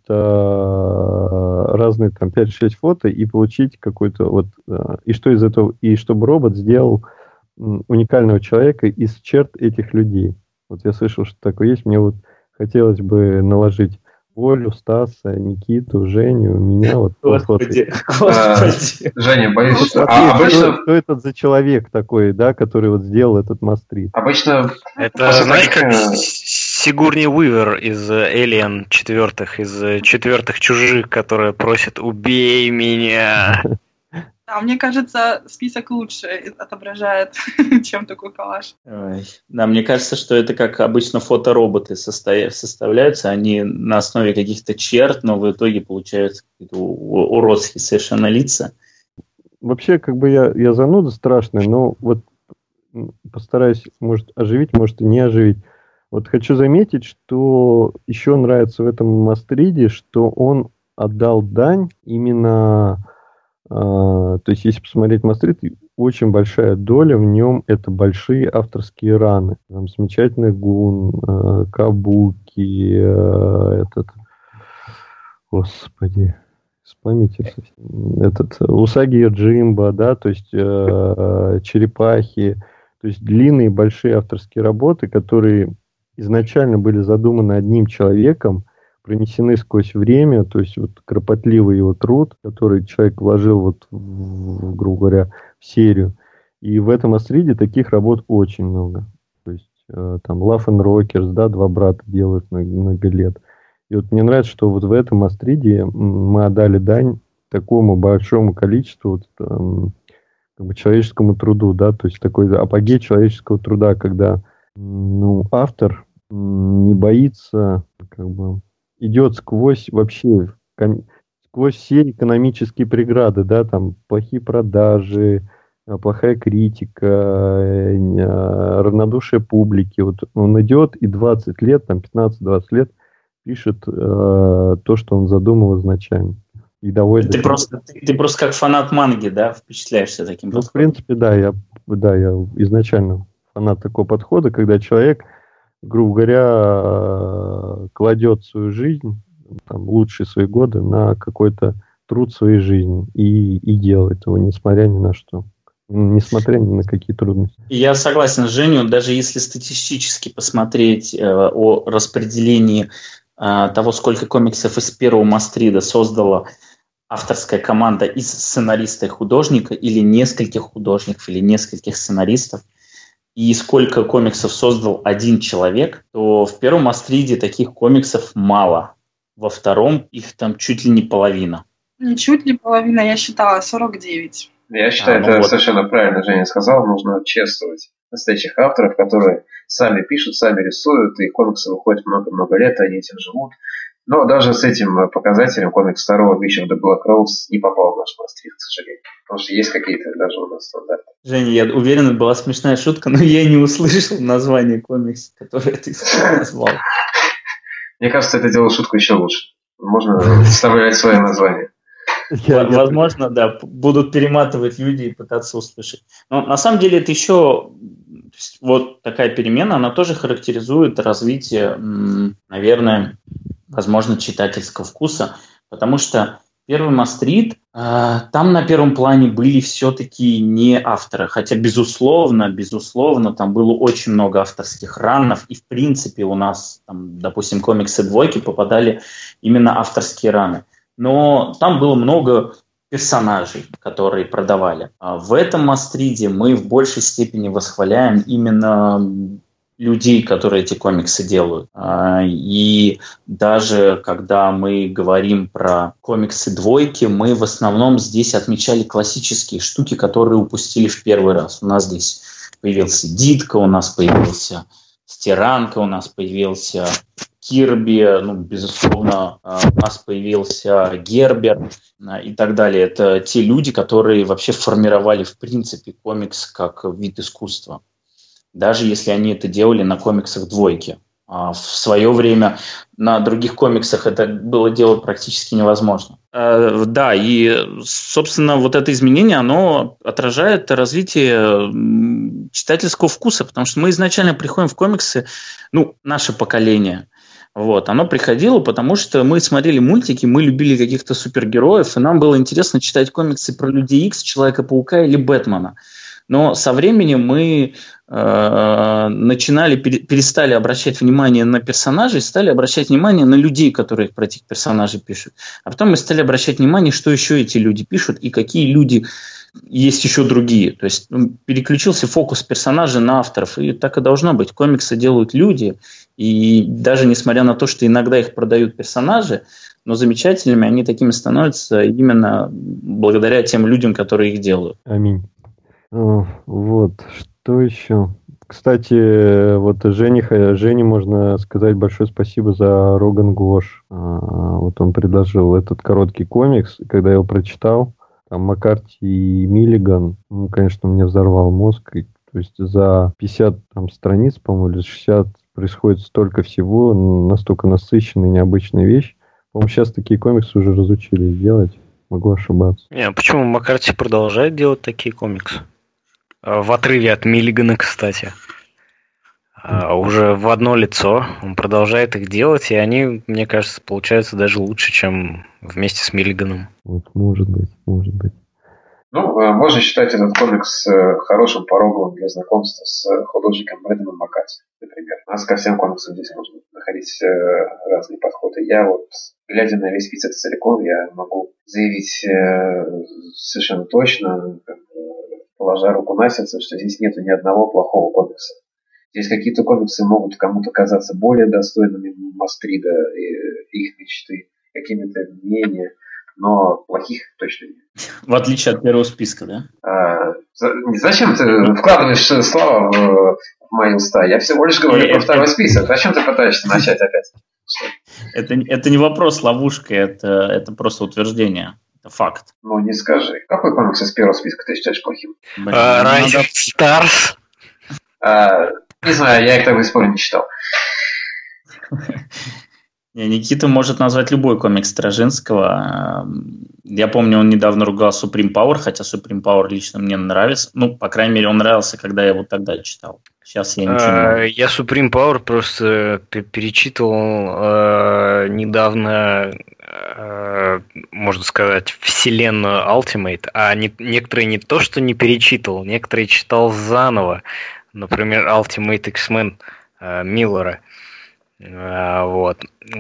фото, разные там 5-6 фото, и получить какой-то и что из этого, и чтобы робот сделал уникального человека из черт этих людей. Вот я слышал, что такое есть, мне вот хотелось бы наложить Олю, Стаса, Никиту, Женю, меня. Господи. Женя, боюсь, что... Что это за человек такой, да, который вот сделал этот Мастрид? Обычно... Это, знаешь, как Сигурни Уивер из Alien 4, из 4 чужих, которая просит «Убей меня!». Да, мне кажется, список лучше отображает, чем такой коллаж. Да, мне кажется, что это как обычно фотороботы составляются, они на основе каких-то черт, но в итоге получаются какие-то уродские совершенно лица. Вообще, как бы я зануда страшная, но вот постараюсь, может, оживить, может, и не оживить. Вот хочу заметить, что еще нравится в этом Мастриде, что он отдал дань именно... То есть, если посмотреть Мастрид, очень большая доля в нем это большие авторские раны. Там замечательный Гун, Кабуки, господи, с памяти Усаги Йоджимба, да, то есть Черепахи, то есть длинные большие авторские работы, которые изначально были задуманы одним человеком, пронесены сквозь время, то есть вот кропотливый его труд, который человек вложил грубо говоря, в серию. И в этом Мастриде таких работ очень много. То есть там Love and Rockers, да, 2 брата делают много лет. И вот мне нравится, что вот в этом Мастриде мы отдали дань такому большому количеству как бы человеческому труду, да, то есть такой апогей человеческого труда, когда Ну, автор не боится, как бы, идет сквозь вообще, сквозь все экономические преграды, да, там плохие продажи, плохая критика, равнодушие публики. Вот он идет и 20 лет, там 15-20 лет пишет то, что он задумал изначально. И доводит Ты просто как фанат манги, да, впечатляешься таким Ну, в подходом? принципе, да, я изначально фанат такого подхода, когда человек, грубо говоря, кладет свою жизнь, там, лучшие свои годы на какой-то труд своей жизни и делает его, несмотря ни на что. Несмотря ни на какие трудности. Я согласен с Женей, даже если статистически посмотреть о распределении того, сколько комиксов из первого Мастрида создала авторская команда из сценариста и художника, или нескольких художников, или нескольких сценаристов, и сколько комиксов создал один человек, то в первом Астриде таких комиксов мало. Во втором их там чуть ли не половина. Не чуть ли половина, я считала 49. Я считаю, это совершенно правильно Женя сказал. Нужно чествовать настоящих авторов, которые сами пишут, сами рисуют, и комиксы выходят много-много лет, они этим живут. Но даже с этим показателем комикс второго Witch of the Black Rose не попал в наш Мастрид, к сожалению. Потому что есть какие-то даже у нас стандарты. Женя, я уверен, это была смешная шутка, но я не услышал название комикса, которое ты назвал. Мне кажется, это делает шутку еще лучше. Можно вставлять свое название. Возможно, да, будут перематывать люди и пытаться услышать. Но на самом деле это еще вот такая перемена, она тоже характеризует развитие, наверное, возможно, читательского вкуса, потому что первый Мастрид, там на первом плане были все-таки не авторы, хотя, безусловно, там было очень много авторских ранов, и, в принципе, у нас, там, допустим, комиксы двойки попадали именно авторские раны. Но там было много персонажей, которые продавали. В этом Мастриде мы в большей степени восхваляем именно людей, которые эти комиксы делают. И даже когда мы говорим про комиксы двойки, мы в основном здесь отмечали классические штуки, которые упустили в первый раз. У нас здесь появился Дитко, у нас появился Стиранка, у нас появился Кирби, безусловно, у нас появился Гербер и так далее. Это те люди, которые вообще формировали, в принципе, комикс как вид искусства. Даже если они это делали на комиксах двойки. А в свое время на других комиксах это было делать практически невозможно. Да, и, собственно, вот это изменение, оно отражает развитие читательского вкуса, потому что мы изначально приходим в комиксы, наше поколение. Вот, оно приходило, потому что мы смотрели мультики, мы любили каких-то супергероев, и нам было интересно читать комиксы про Людей Икс, Человека-паука или Бэтмена. Но со временем мы перестали обращать внимание на персонажей, стали обращать внимание на людей, которые про этих персонажей пишут. А потом мы стали обращать внимание, что еще эти люди пишут и какие люди есть еще другие. То есть переключился фокус персонажей на авторов, и так и должно быть. Комиксы делают люди, и даже несмотря на то, что иногда их продают персонажи, но замечательными они такими становятся именно благодаря тем людям, которые их делают. Аминь. Вот, что еще? Кстати, вот Жене можно сказать большое спасибо за Роган Гош. Вот он предложил этот короткий комикс, и когда я его прочитал, там Маккарти и Миллиган, конечно, мне взорвал мозг. То есть за 50 страниц, по-моему, или 60 происходит столько всего, настолько насыщенная, необычная вещь. По-моему, сейчас такие комиксы уже разучились делать. Могу ошибаться. Почему Маккарти продолжает делать такие комиксы? В отрыве от Миллигана, кстати. Уже в одно лицо он продолжает их делать, и они, мне кажется, получаются даже лучше, чем вместе с Миллиганом. Вот, может быть. Можно считать этот комикс хорошим порогом для знакомства с художником Брэндоном Маккарти, например. У нас ко всем комиксам здесь можно находить разные подходы. Я глядя на весь список целиком, я могу заявить совершенно точно, положа руку на сердце, что здесь нету ни одного плохого комикса. Здесь какие-то комиксы могут кому-то казаться более достойными Мастрида и их мечты, какими-то менее, но плохих точно нет. В отличие от первого списка, да? Зачем ты вкладываешь слова в мои уста. Я всего лишь говорю про второй список. Зачем ты пытаешься начать опять? Это не вопрос ловушка, это просто утверждение. Это факт. Ну, не скажи. Какой комикс из первого списка ты считаешь плохим? Rising Stars. Не знаю, я их так в истории не читал. Никита может назвать любой комикс Стражинского. Я помню, он недавно ругал Supreme Power, хотя Supreme Power лично мне нравится. Ну, по крайней мере, он нравился, когда я его тогда читал. Сейчас я ничего не могу. Я Supreme Power просто перечитывал недавно, можно сказать, вселенную Ultimate, а некоторые не то, что не перечитывал, некоторые читал заново. Например, Ultimate X-Men Миллера. Вот. И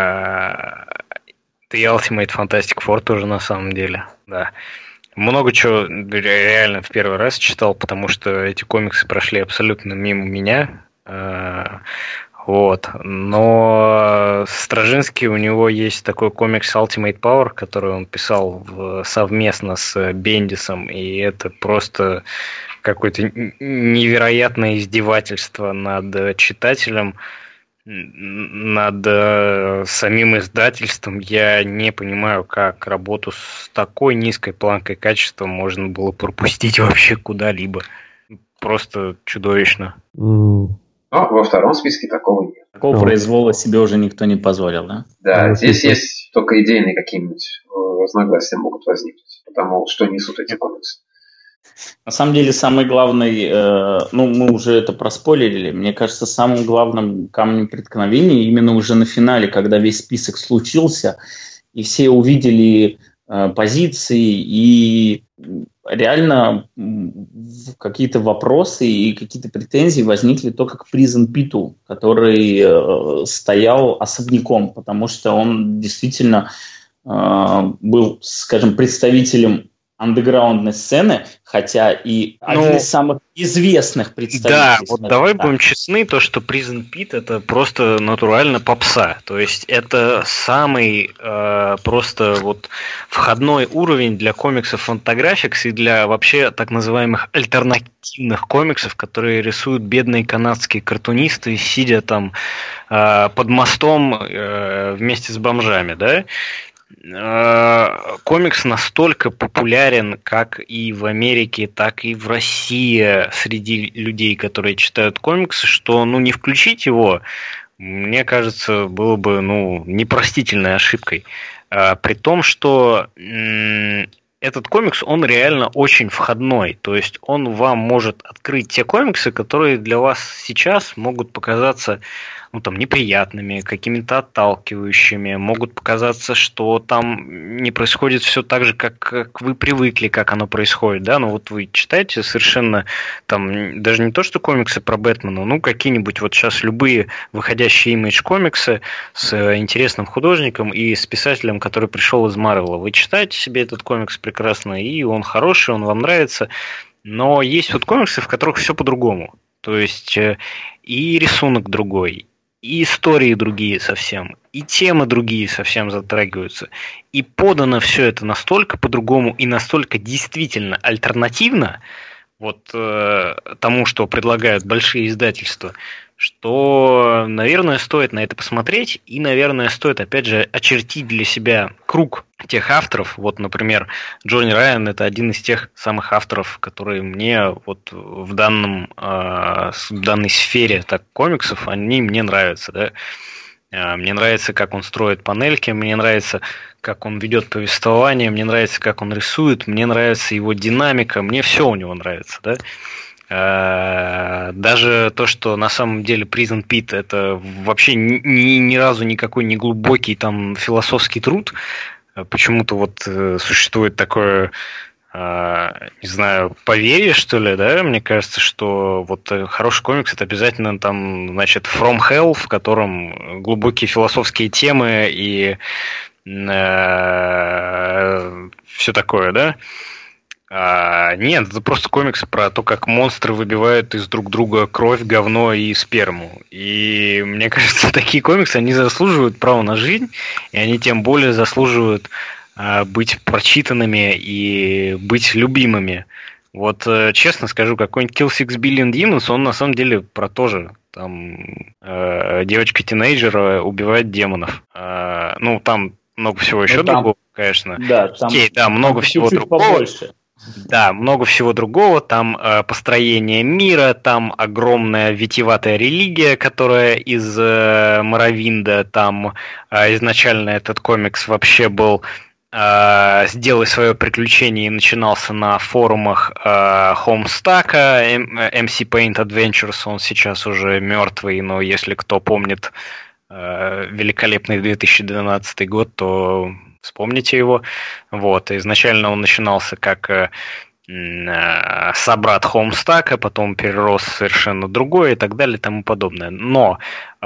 Ultimate Fantastic Four тоже на самом деле. Да. Много чего реально в первый раз читал, потому что эти комиксы прошли абсолютно мимо меня. Вот. Но Стражинский, у него есть такой комикс Ultimate Power, который он писал совместно с Бендисом, и это просто какое-то невероятное издевательство над читателем, над самим издательством. Я не понимаю, как работу с такой низкой планкой качества можно было пропустить вообще куда-либо. Просто чудовищно. Но во втором списке такого нет. Такого произвола себе уже никто не позволил, да? Да, здесь есть только идейные какие-нибудь разногласия могут возникнуть, потому что несут эти комиксы. На самом деле, самый главный, мы уже это проспойлерили, мне кажется, самым главным камнем преткновения именно уже на финале, когда весь список случился, и все увидели позиции, и реально какие-то вопросы и какие-то претензии возникли только к Prison Pit'у, который стоял особняком, потому что он действительно был, скажем, представителем андеграундной сцены, хотя и один из самых известных представителей. Да, вот давай будем честны, то, что Prison Pit это просто натурально попса. То есть это самый просто вот входной уровень для комиксов Fantagraphics и для вообще так называемых альтернативных комиксов, которые рисуют бедные канадские картунисты, сидя там под мостом вместе с бомжами, да? Комикс настолько популярен как и в Америке, так и в России среди людей, которые читают комиксы, что не включить его, мне кажется, было бы непростительной ошибкой. При том, что этот комикс, он реально очень входной, то есть он вам может открыть те комиксы, которые для вас сейчас могут показаться неприятными, какими-то отталкивающими, могут показаться, что там не происходит все так же, как вы привыкли, как оно происходит, да, вот вы читаете совершенно там, даже не то, что комиксы про Бэтмена, какие-нибудь вот сейчас любые выходящие имидж-комиксы с интересным художником и с писателем, который пришел из Марвела. Вы читаете себе этот комикс прекрасно, и он хороший, он вам нравится, но есть вот комиксы, в которых все по-другому, то есть и рисунок другой, и истории другие совсем, и темы другие совсем затрагиваются. И подано все это настолько по-другому и настолько действительно альтернативно тому, что предлагают большие издательства, что, наверное, стоит на это посмотреть, и, наверное, стоит, опять же, очертить для себя круг тех авторов. Вот, например, Джонни Райан – это один из тех самых авторов, которые мне в данной сфере комиксов, они мне нравятся, да. Мне нравится, как он строит панельки, мне нравится, как он ведет повествование, мне нравится, как он рисует, мне нравится его динамика, мне все у него нравится, да. Даже то, что на самом деле Prison Pit это вообще ни разу никакой не глубокий там философский труд. Почему-то существует такое, не знаю, поверье, что ли, да? Мне кажется, что хороший комикс это обязательно там, значит, From Hell, в котором глубокие философские темы и все такое, да? Нет, это просто комикс про то, как монстры выбивают из друг друга кровь, говно и сперму. И мне кажется, такие комиксы, они заслуживают права на жизнь, и они тем более заслуживают быть прочитанными и быть любимыми. Вот честно скажу, какой-нибудь Kill 6 Billion Demons, он на самом деле про то же. Там девочка-тинейджер убивает демонов. Ну, там много всего еще другого, конечно. Да, там, да, много там всего чуть-чуть другого. Побольше. Да, много всего другого. Там построение мира, там огромная витиеватая религия, которая из Моровинда. Там изначально этот комикс вообще был «Сделай свое приключение» и начинался на форумах Homestuck, MC Paint Adventures. Он сейчас уже мертвый, но если кто помнит великолепный 2012 год, то вспомните его. Вот. Изначально он начинался как собрат Homestuck, потом перерос в совершенно другое и так далее и тому подобное. Но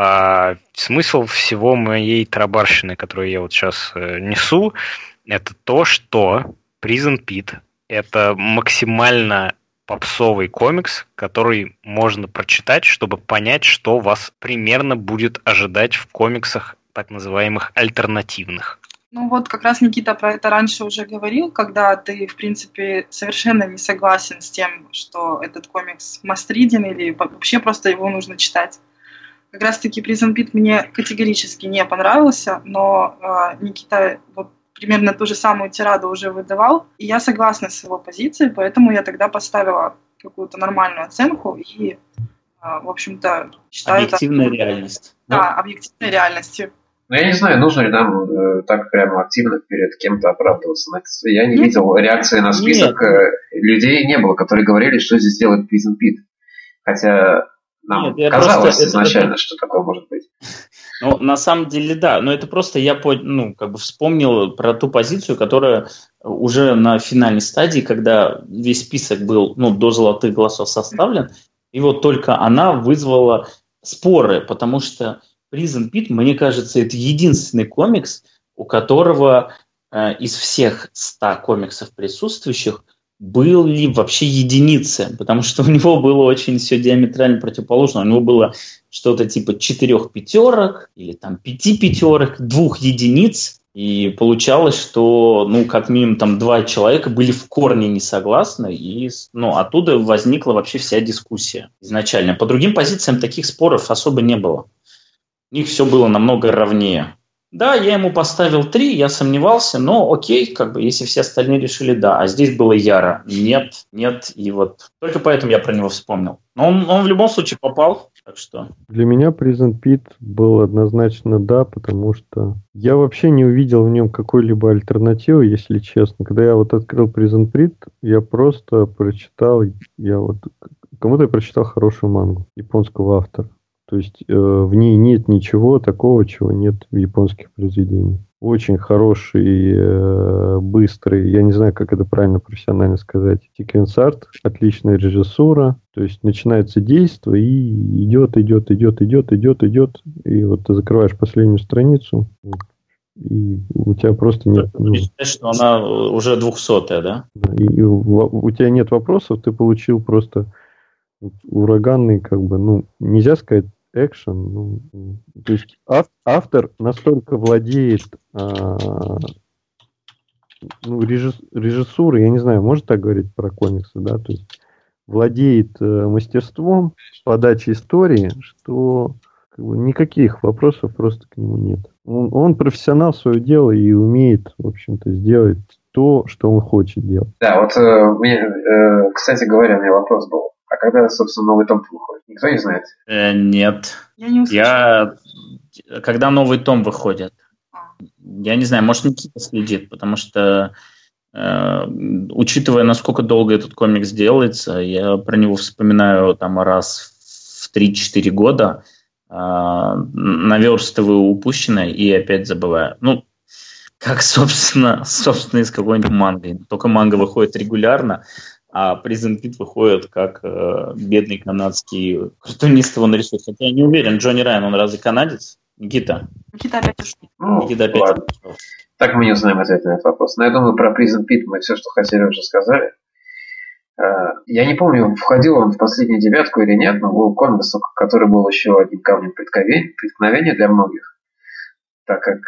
смысл всего моей тарабарщины, которую я вот сейчас несу, это то, что Prison Pit — это максимально попсовый комикс, который можно прочитать, чтобы понять, что вас примерно будет ожидать в комиксах так называемых альтернативных. Ну вот как раз Никита про это раньше уже говорил, когда ты, в принципе, совершенно не согласен с тем, что этот комикс must-reading или вообще просто его нужно читать. Как раз-таки Prison Pit мне категорически не понравился, но Никита вот примерно ту же самую тираду уже выдавал, и я согласна с его позицией, поэтому я тогда поставила какую-то нормальную оценку и, в общем-то, считаю... Объективная реальность. Да, объективной реальностью. Ну, я не знаю, нужно ли нам так прямо активно перед кем-то оправдываться. Я не видел реакции на список. Людей не было, которые говорили, что здесь делает Prison Pit. Хотя нам казалось изначально, что такое может быть. Ну, на самом деле, да. Но это просто я вспомнил про ту позицию, которая уже на финальной стадии, когда весь список был до золотых голосов составлен, и вот только она вызвала споры, потому что Prison Pit, мне кажется, это единственный комикс, у которого из всех 100 комиксов присутствующих были вообще единицы, потому что у него было очень все диаметрально противоположно. У него было что-то типа 4 пятерок или там 5 пятерок, 2 единиц. И получалось, что как минимум там 2 человека были в корне не согласны, и оттуда возникла вообще вся дискуссия изначально. По другим позициям таких споров особо не было. У них все было намного ровнее. Да, я ему поставил 3, я сомневался, но окей, если все остальные решили да. А здесь было яро. Нет, и вот только поэтому я про него вспомнил. Но он в любом случае попал, так что... Для меня Prison Pit был однозначно да, потому что я вообще не увидел в нем какой-либо альтернативы, если честно. Когда я вот открыл Prison Pit, я просто прочитал, кому-то я прочитал хорошую мангу японского автора. То есть в ней нет ничего такого, чего нет в японских произведениях. Очень хороший, быстрый, я не знаю, как это правильно профессионально сказать, секвенс-арт, отличная режиссура. То есть начинается действие и идет. И вот ты закрываешь последнюю страницу, и у тебя просто нет... что она уже 200-я, да? И у тебя нет вопросов, ты получил просто ураганный, нельзя сказать, экшен. То есть автор настолько владеет режиссурой, я не знаю, можно так говорить про комиксы, да, то есть владеет мастерством подачи истории, что никаких вопросов просто к нему нет. Он профессионал в свое дело и умеет, в общем-то, сделать то, что он хочет делать. Да, вот, кстати говоря, у меня вопрос был. А когда, собственно, новый том выходит? Никто не знает? Нет. Я не услышала. Когда новый том выходит? Я не знаю, может, Никита следит, потому что, учитывая, насколько долго этот комикс делается, я про него вспоминаю там раз в 3-4 года, наверстываю упущенное и опять забываю. Как, собственно, из какой-нибудь манги. Только манга выходит регулярно, а Prison Pit выходит как бедный канадский картунист его нарисует. Хотя я не уверен, Джонни Райан, он разве канадец? Никита опять ушел. Никита опять ушел. Так мы не узнаем ответ на этот вопрос. Но я думаю, про Prison Pit мы все, что хотели, уже сказали. Я не помню, входил он в последнюю 9 или нет, но был комикс, который был еще одним камнем преткновения для многих, так как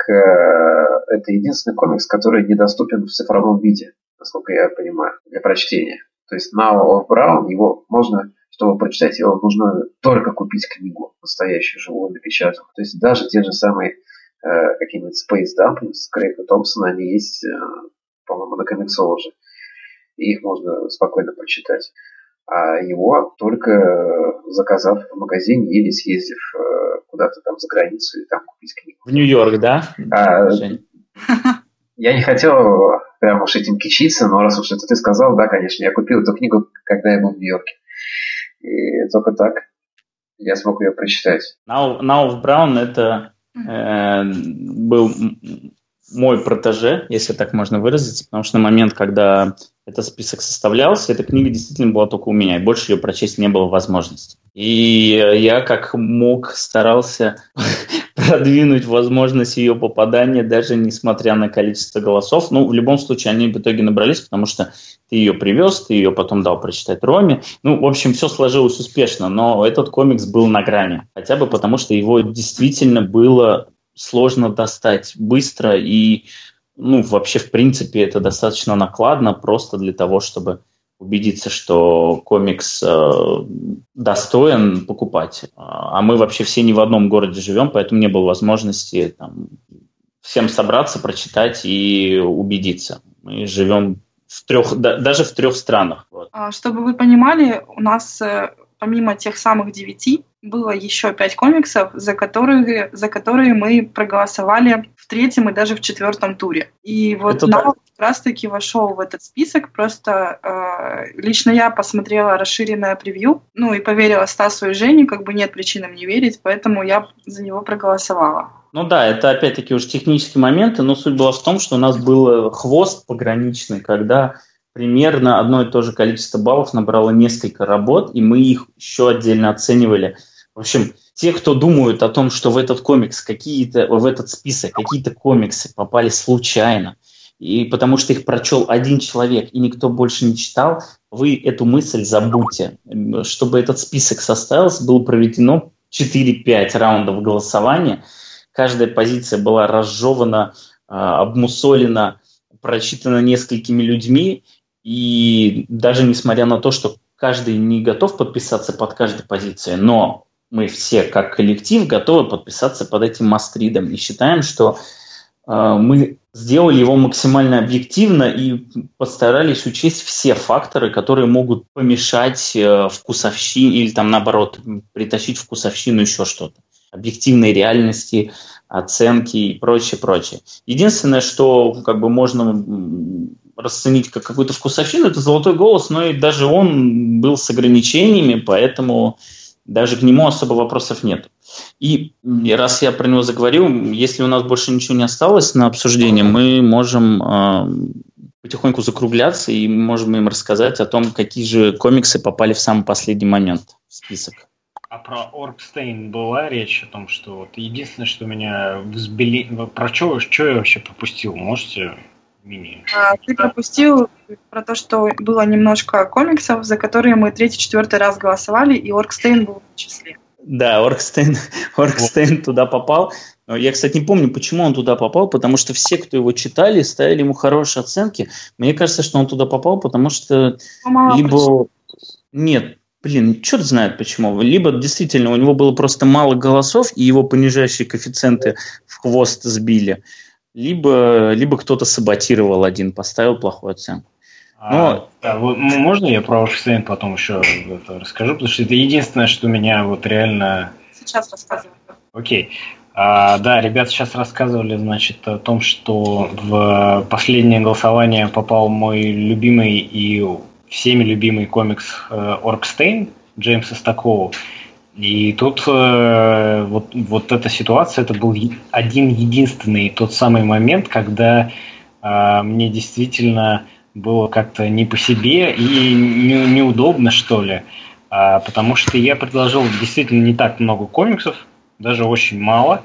это единственный комикс, который недоступен в цифровом виде, насколько я понимаю, для прочтения. То есть Now of Brown, его можно, чтобы прочитать его, нужно только купить книгу, настоящую, живую, напечатанную. То есть даже те же самые какие-нибудь Space Dumplings Крейга Томпсона, они есть, по-моему, на Comixology. И их можно спокойно прочитать. А его только заказав в магазине или съездив куда-то там за границу и там купить книгу. В Нью-Йорк, да? Я не хотел прям уж этим кичиться, но раз уж это ты сказал, да, конечно, я купил эту книгу, когда я был в Нью-Йорке. И только так я смог ее прочитать. Now of Brown это был мой протеже, если так можно выразиться, потому что на момент, когда этот список составлялся, эта книга действительно была только у меня, и больше ее прочесть не было возможности. И я как мог старался продвинуть возможность ее попадания, даже несмотря на количество голосов. Ну, в любом случае, они в итоге набрались, потому что ты ее привез, ты ее потом дал прочитать Роме. Ну, в общем, все сложилось успешно, но этот комикс был на грани. Хотя бы потому, что его действительно было сложно достать быстро, и, ну, вообще, в принципе, это достаточно накладно просто для того, чтобы убедиться, что комикс достоин покупать. А мы вообще все не в одном городе живем, поэтому не было возможности там всем собраться, прочитать и убедиться. Мы живем даже в 3 странах. Вот. Чтобы вы понимали, у нас помимо тех самых 9 было еще 5 комиксов, за которые мы проголосовали в 3-м и даже в 4-м туре. И вот Now как раз-таки вошел в этот список. Просто лично я посмотрела расширенное превью, ну и поверила Стасу и Жене, как бы нет причин им не верить, поэтому я за него проголосовала. Ну да, это опять-таки уже технические моменты, но суть была в том, что у нас был хвост пограничный, когда примерно одно и то же количество баллов набрало несколько работ, и мы их еще отдельно оценивали. В общем, те, кто думают о том, что в этот список какие-то комиксы попали случайно, и потому что их прочел один человек, и никто больше не читал, вы эту мысль забудьте. Чтобы этот список составился, было проведено 4-5 раундов голосования. Каждая позиция была разжевана, обмусолена, прочитана несколькими людьми. И даже несмотря на то, что каждый не готов подписаться под каждой позицией, но мы все как коллектив готовы подписаться под этим мастридом и считаем, что мы сделали его максимально объективно и постарались учесть все факторы, которые могут помешать вкусовщине или там наоборот притащить вкусовщину еще что-то. Объективной реальности, оценки и прочее. Единственное, что как бы можно расценить как какую-то вкусовщину, это «Золотой голос», но и даже он был с ограничениями, поэтому даже к нему особо вопросов нет. И раз я про него заговорил, если у нас больше ничего не осталось на обсуждение, мы можем потихоньку закругляться и можем им рассказать о том, какие же комиксы попали в самый последний момент в список. А про Оркстейн была речь о том, что вот единственное, что меня взбили... Про что я вообще пропустил? Можете мини? Ты пропустил про то, что было немножко комиксов, за которые мы 3-4 раз голосовали, и Оркстейн был в числе. Да, Оркстейн туда попал. Я, кстати, не помню, почему он туда попал, потому что все, кто его читали, ставили ему хорошие оценки. Мне кажется, что он туда попал, потому что либо... Нет. Блин, черт знает почему. Либо действительно у него было просто мало голосов, и его понижающие коэффициенты в хвост сбили, либо кто-то саботировал один, поставил плохую оценку. Можно я про Оркстейн потом еще расскажу, потому что это единственное, что меня вот реально... Сейчас рассказываю. Окей. Да, ребята сейчас рассказывали, значит, о том, что в последнее голосование попал мой любимый и всеми любимый комикс Оркстейн Джеймса Стокоу. И тут вот эта ситуация, это был один-единственный тот самый момент, когда мне действительно было как-то не по себе и неудобно, что ли. Потому что я предложил действительно не так много комиксов, даже очень мало.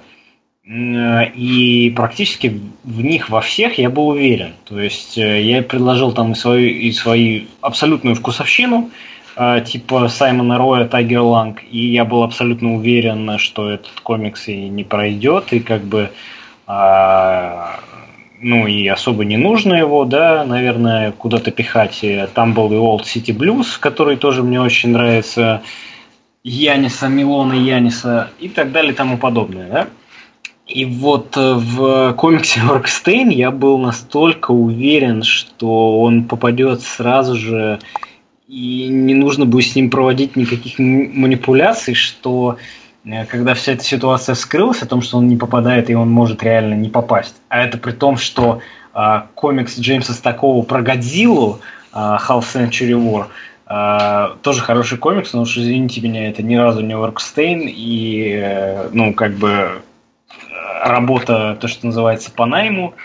И практически в них во всех я был уверен. То есть я предложил там и свою абсолютную вкусовщину, типа Саймона Роя, Тайгер Ланг, и я был абсолютно уверен, что этот комикс и не пройдет, и как бы ну и особо не нужно его, да, наверное, куда-то пихать. Там был и Old City Blues, который тоже мне очень нравится, Яниса, Милона Яниса и так далее и тому подобное, да. И вот в комиксе Оркстейн я был настолько уверен, что он попадет сразу же, и не нужно будет с ним проводить никаких манипуляций, что когда вся эта ситуация вскрылась о том, что он не попадает и он может реально не попасть, а это при том, что комикс Джеймса Стокоу про Годзиллу, Half Century War, тоже хороший комикс, но уж извините меня, это ни разу не Оркстейн, и, ну, как бы, работа, то, что называется, по найму,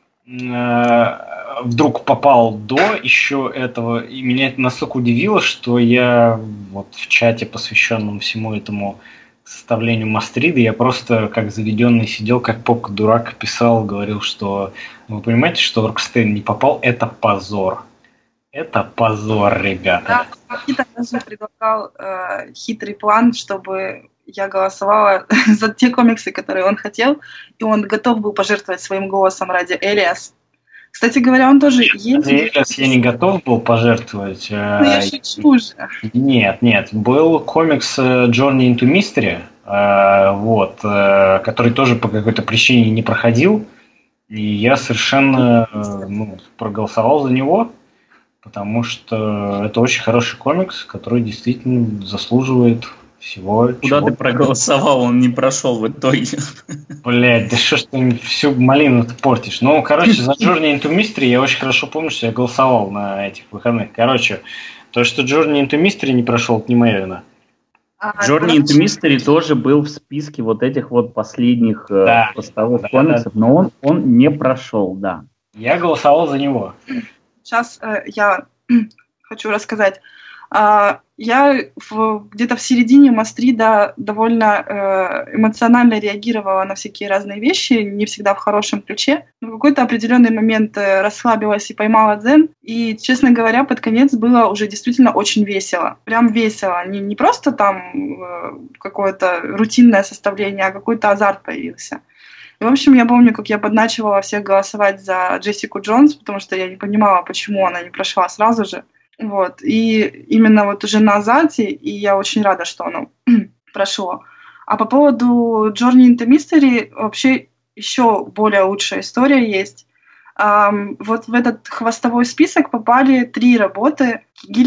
вдруг попал до еще этого, и меня это настолько удивило, что я вот в чате, посвященном всему этому составлению Мастрида, я просто как заведенный сидел, как попка-дурак писал, говорил, что вы понимаете, что Оркстейн не попал, это позор. Это позор, ребята. Да, Никита даже предлагал хитрый план, чтобы я голосовала за те комиксы, которые он хотел, и он готов был пожертвовать своим голосом ради Элиас. Кстати говоря, он тоже есть. Элиас я не готов был пожертвовать. Ну, я шучу же. Нет. Был комикс Journey into Mystery, вот, который тоже по какой-то причине не проходил, и я совершенно проголосовал за него, потому что это очень хороший комикс, который действительно заслуживает всего. Куда ты проголосовал, он не прошел в итоге. Блядь, да что ж ты всю малину ты портишь. Ну, короче, за Journey into Mystery я очень хорошо помню, что я голосовал на этих выходных. Короче, то, что Journey into Mystery не прошел, это не моя вина. Journey into Mystery тоже был в списке вот этих вот последних поставок комиксов, но он не прошел, да. Я голосовал за него. Сейчас я хочу рассказать. Я где-то в середине Мастрида довольно эмоционально реагировала на всякие разные вещи, не всегда в хорошем ключе. Но в какой-то определенный момент расслабилась и поймала дзен. И, честно говоря, под конец было уже действительно очень весело. Прям весело. Не просто там какое-то рутинное составление, а какой-то азарт появился. И, в общем, я помню, как я подначивала всех голосовать за Джессику Джонс, потому что я не понимала, почему она не прошла сразу же. Вот. И именно вот уже на Азате, и я очень рада, что оно прошло. А по поводу Journey into Mystery вообще еще более лучшая история есть. Вот в этот хвостовой список попали 3 работы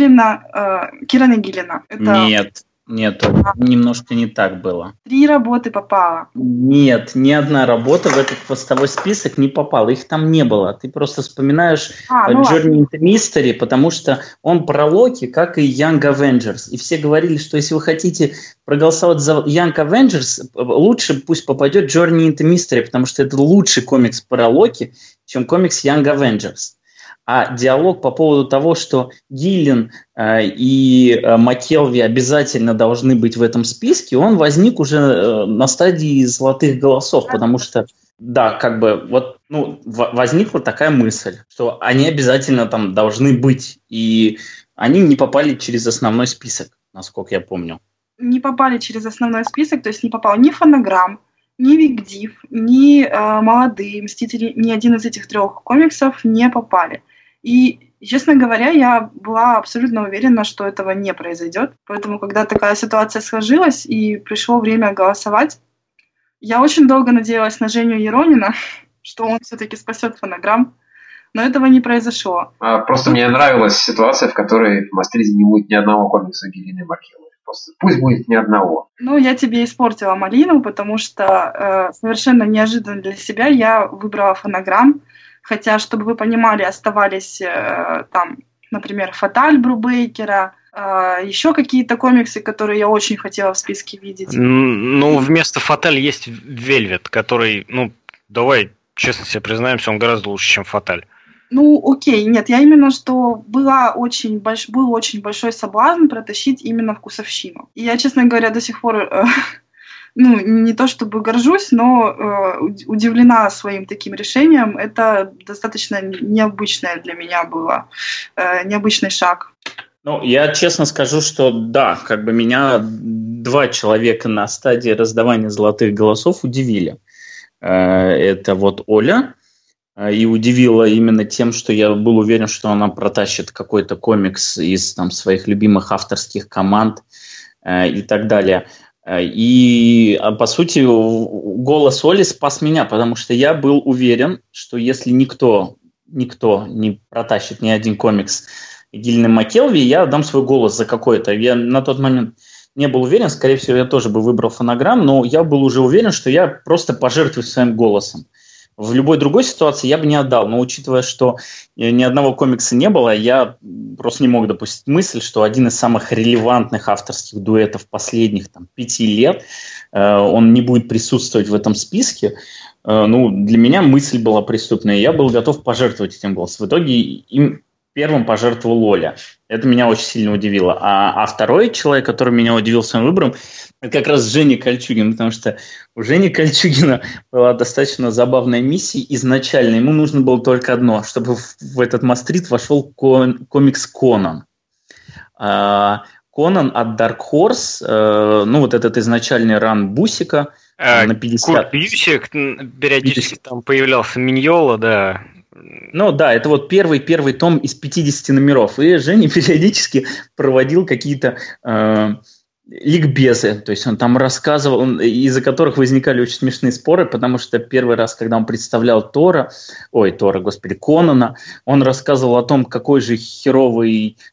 Кирана Гиллина. Нет, немножко не так было. 3 работы попало. Нет, ни одна работа в этот хвостовой список не попала. Их там не было. Ты просто вспоминаешь Journey into Mystery, потому что он про Локи, как и Young Avengers. И все говорили, что если вы хотите проголосовать за Young Avengers, лучше пусть попадет Journey into Mystery, потому что это лучший комикс про Локи, чем комикс Young Avengers. А диалог по поводу того, что Гиллин и Маккелви обязательно должны быть в этом списке, он возник уже на стадии золотых голосов, потому что, да, как бы вот, возникла такая мысль, что они обязательно там должны быть, и они не попали через основной список, насколько я помню. Не попали через основной список, то есть не попал ни Фонограмм, ни Биг Див, ни Молодые Мстители, ни один из этих 3 комиксов не попали. И, честно говоря, я была абсолютно уверена, что этого не произойдет. Поэтому, когда такая ситуация сложилась и пришло время голосовать, я очень долго надеялась на Женю Еронина, что он все-таки спасет Фонограмм, но этого не произошло. Просто мне нравилась ситуация, в которой в Мастриде не будет ни одного комикса Гиллина и Маккелви. Пусть будет ни одного. Ну, я тебе испортила малину, потому что совершенно неожиданно для себя я выбрала Фонограмм. Хотя, чтобы вы понимали, оставались там, например, Фаталь Брубейкера, еще какие-то комиксы, которые я очень хотела в списке видеть. Ну, вместо Фаталь есть Вельвет, который, давай честно себе признаемся, он гораздо лучше, чем Фаталь. Ну, окей, нет, я именно, что был очень большой соблазн протащить именно вкусовщину. И я, честно говоря, до сих пор... не то чтобы горжусь, но удивлена своим таким решением. Это достаточно необычное для меня было, необычный шаг. Я честно скажу, что да, как бы меня 2 человека на стадии раздавания золотых голосов удивили. Это вот Оля и удивила именно тем, что я был уверен, что она протащит какой-то комикс из там, своих любимых авторских команд и так далее. И, по сути, голос Оли спас меня, потому что я был уверен, что если никто не протащит ни один комикс Гиллина Маккелви, я дам свой голос за какой-то. Я на тот момент не был уверен, скорее всего, я тоже бы выбрал фонограмм, но я был уже уверен, что я просто пожертвую своим голосом. В любой другой ситуации я бы не отдал, но учитывая, что ни одного комикса не было, я просто не мог допустить мысль, что один из самых релевантных авторских дуэтов последних 5 лет, он не будет присутствовать в этом списке. Для меня мысль была преступная, я был готов пожертвовать этим голосом. В итоге им первым пожертвовал Оля. Это меня очень сильно удивило. А второй человек, который меня удивил своим выбором, это как раз Женя Кольчугин, потому что у Жени Кольчугина была достаточно забавная миссия изначально. Ему нужно было только одно, чтобы в этот мастрит вошел комикс «Конан». «Конан» от Dark Horse, вот этот изначальный ран Бусика на 50... Курт Бьюсик, периодически там появлялся Миньола, да. Это вот первый том из 50 номеров. И Женя периодически проводил какие-то ликбезы. То есть он там рассказывал, из-за которых возникали очень смешные споры, потому что первый раз, когда он представлял Конана, он рассказывал о том, как же херово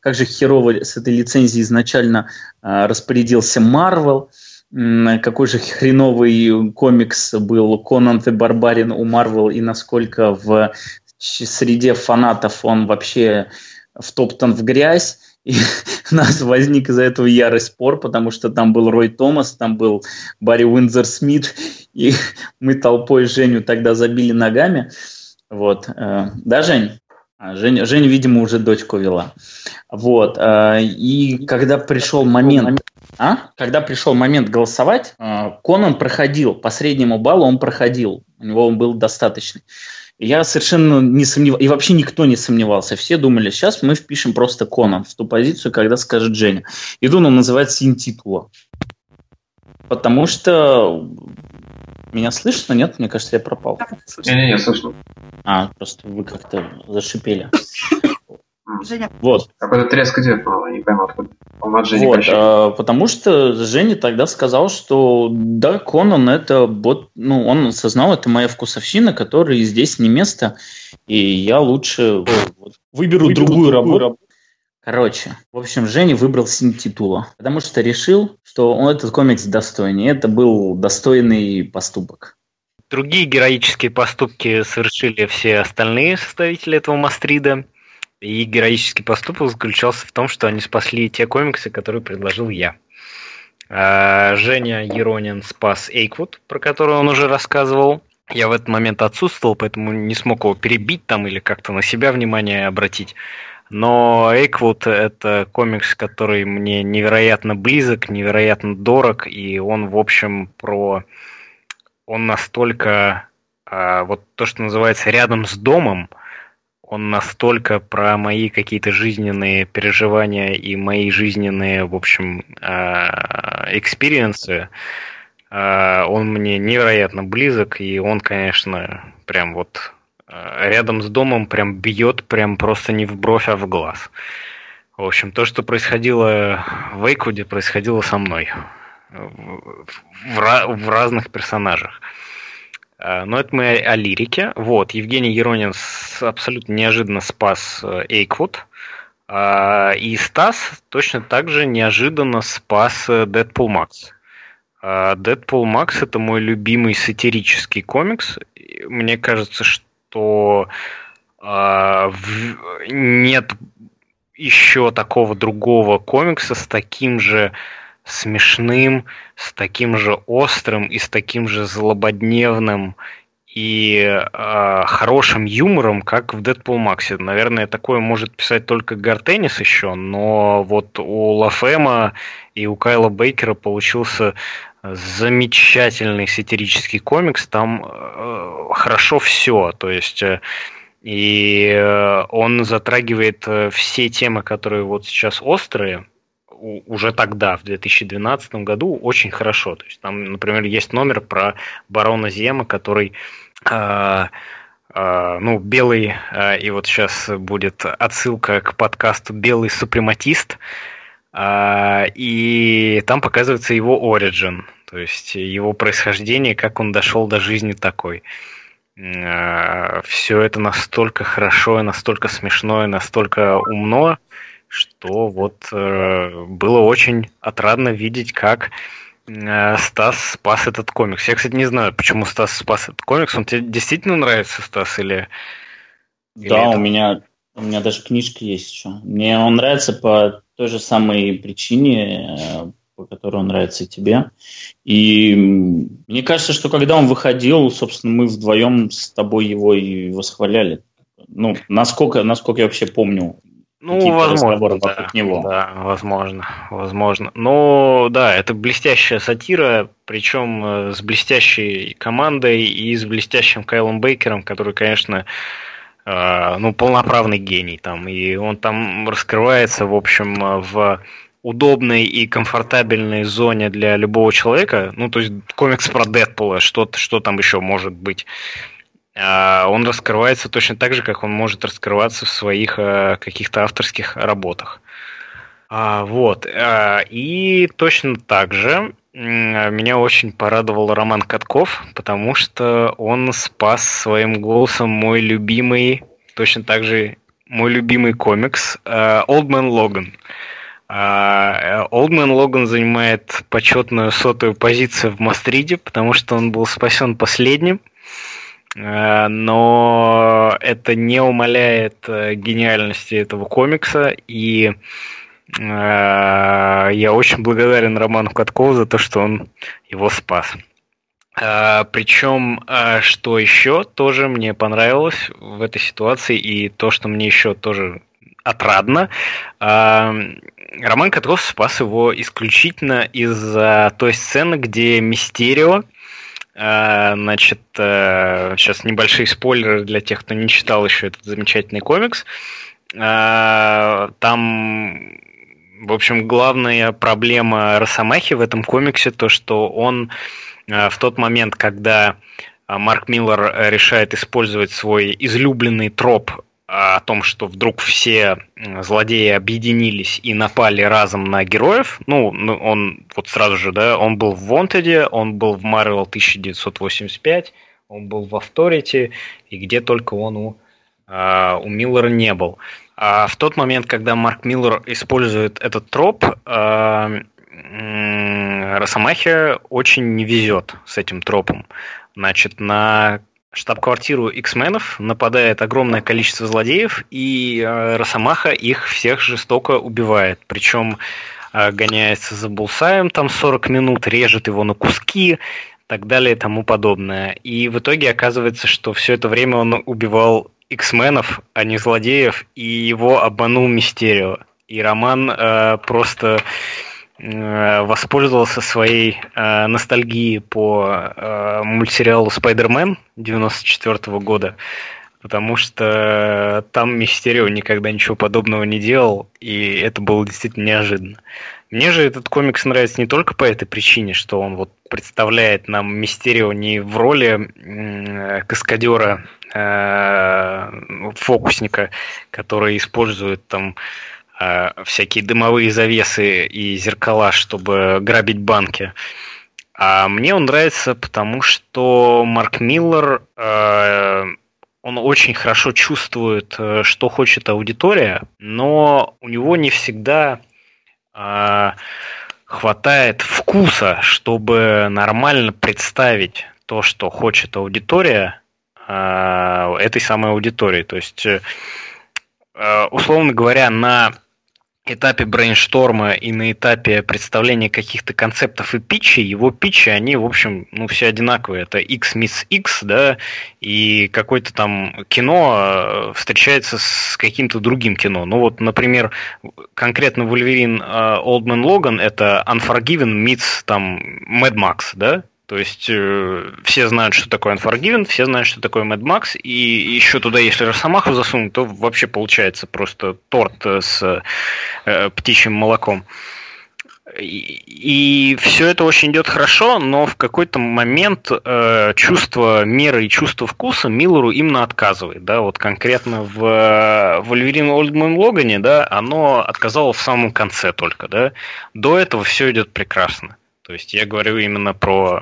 с этой лицензией изначально распорядился Марвел, какой же хреновый комикс был «Конан the Barbarian» у Марвел, и насколько в среде фанатов он вообще втоптан в грязь. И у нас возник из-за этого ярый спор, потому что там был Рой Томас, там был Барри Уиндзор Смит, и мы толпой Женю тогда забили ногами. Вот. Да, Жень? Женя, видимо, уже дочку вела. Вот. И когда пришел момент голосовать, Конан проходил, по среднему баллу он проходил, у него он был достаточный. Я совершенно не сомневался, и вообще никто не сомневался. Все думали, сейчас мы впишем просто Конан в ту позицию, когда скажет Женя. И он называет син-титула. Потому что... Меня слышно, нет? Мне кажется, я пропал. Не, слышно. Просто вы как-то зашипели. Женя. Вот. Какой-то треск идет, но не пойму откуда. Он от Жени потому что Женя тогда сказал, что да, Конан это он осознал, это моя вкусовщина, которой здесь не место, и я лучше выберу другую работу. Короче, в общем, Женя выбрал син-титула, потому что решил, что этот комикс достойнее. Это был достойный поступок. Другие героические поступки совершили все остальные составители этого мастрида. И героический поступок заключался в том, что они спасли те комиксы, которые предложил я. Женя Еронин спас Эйквуд, про который он уже рассказывал. Я в этот момент отсутствовал, поэтому не смог его перебить там или как-то на себя внимание обратить. Но Эйквуд – это комикс, который мне невероятно близок, невероятно дорог, и он, в общем, Он настолько, то, что называется, рядом с домом, он настолько про мои какие-то жизненные переживания и мои жизненные, в общем, экспириенсы. Он мне невероятно близок, и он, конечно, прям рядом с домом прям бьет, прям просто не в бровь, а в глаз. В общем, то, что происходило в Эйквуде, происходило со мной. В разных персонажах. Но это мы о лирике. Евгений Еронин абсолютно неожиданно спас Эйквуд. И Стас точно так же неожиданно спас Дэдпул Макс. Дэдпул Макс – это мой любимый сатирический комикс. Мне кажется, что нет еще такого другого комикса с таким же смешным, с таким же острым и с таким же злободневным и хорошим юмором, как в Дэдпул Максе. Наверное, такое может писать только Гартеннис еще, но у Лафема и у Кайла Бейкера получился замечательный сатирический комикс. Там хорошо все, то есть и он затрагивает все темы, которые сейчас острые, уже тогда, в 2012 году, очень хорошо. То есть там, например, есть номер про барона Зема, который белый, и вот сейчас будет отсылка к подкасту «Белый супрематист», и там показывается его origin, то есть его происхождение, как он дошел до жизни такой. Все это настолько хорошо, и настолько смешно, и настолько умно, что вот было очень отрадно видеть, как Стас спас этот комикс. Я, кстати, не знаю, почему Стас спас этот комикс. Он тебе действительно нравится, Стас, или... Да, у меня даже книжка есть еще. Мне он нравится по той же самой причине, по которой он нравится тебе. И мне кажется, что когда он выходил, собственно, мы вдвоем с тобой его и восхваляли. Ну, насколько я вообще помню. Возможно, вокруг него. Да, возможно. Но, да, это блестящая сатира, причем с блестящей командой и с блестящим Кайлом Бейкером, который, конечно, полноправный гений там. И он там раскрывается, в общем, в удобной и комфортабельной зоне для любого человека. То есть комикс про Дэдпула, что там еще может быть. Он раскрывается точно так же, как он может раскрываться в своих каких-то авторских работах. И точно так же меня очень порадовал Роман Катков, потому что он спас своим голосом мой любимый, точно так же мой любимый комикс Old Man Logan. Old Man Logan занимает почетную 100-ю позицию в Мастриде, потому что он был спасен последним. Но это не умаляет гениальности этого комикса, и я очень благодарен Роману Каткову за то, что он его спас. Причем, что еще тоже мне понравилось в этой ситуации, и то, что мне еще тоже отрадно, Роман Катков спас его исключительно из-за той сцены, где Мистерио, значит, сейчас небольшие спойлеры для тех, кто не читал еще этот замечательный комикс. Там, в общем, главная проблема Росомахи в этом комиксе то, что он в тот момент, когда Марк Миллер решает использовать свой излюбленный троп о том, что вдруг все злодеи объединились и напали разом на героев. Он вот сразу же, да, он был в Wanted, он был в Marvel 1985, он был в Authority, и где только он у Миллера не был. А в тот момент, когда Марк Миллер использует этот троп, Росомахе очень не везет с этим тропом. Значит, на штаб-квартиру X-менов нападает огромное количество злодеев, и Росомаха их всех жестоко убивает. Причем гоняется за Булсаем там 40 минут, режет его на куски, и так далее и тому подобное. И в итоге оказывается, что все это время он убивал X-менов, а не злодеев, и его обманул Мистерио. И Роман просто воспользовался своей ностальгией по мультсериалу «Спайдермен» 1994 года, потому что там Мистерио никогда ничего подобного не делал, и это было действительно неожиданно. Мне же этот комикс нравится не только по этой причине, что он вот представляет нам Мистерио не в роли каскадера, фокусника, который использует там всякие дымовые завесы и зеркала, чтобы грабить банки. А мне он нравится, потому что Марк Миллер, он очень хорошо чувствует, что хочет аудитория, но у него не всегда хватает вкуса, чтобы нормально представить то, что хочет аудитория, этой самой аудитории. То есть, условно говоря, на этапе брейншторма и на этапе представления каких-то концептов и питчей, его питчи, они, в общем, все одинаковые. Это X meets X, да, и какое-то там кино встречается с каким-то другим кино. Например, конкретно Wolverine Old Man Logan это Unforgiven meets там Mad Max, да. То есть все знают, что такое Unforgiven, все знают, что такое Mad Max, и еще туда, если Росомаху засунуть, то вообще получается просто торт с птичьим молоком. И все это очень идет хорошо, но в какой-то момент чувство меры и чувство вкуса Миллеру именно отказывает. Да? Вот конкретно в Вольверин Олдман Логане, да, оно отказало в самом конце только. Да? До этого все идет прекрасно. То есть я говорю именно про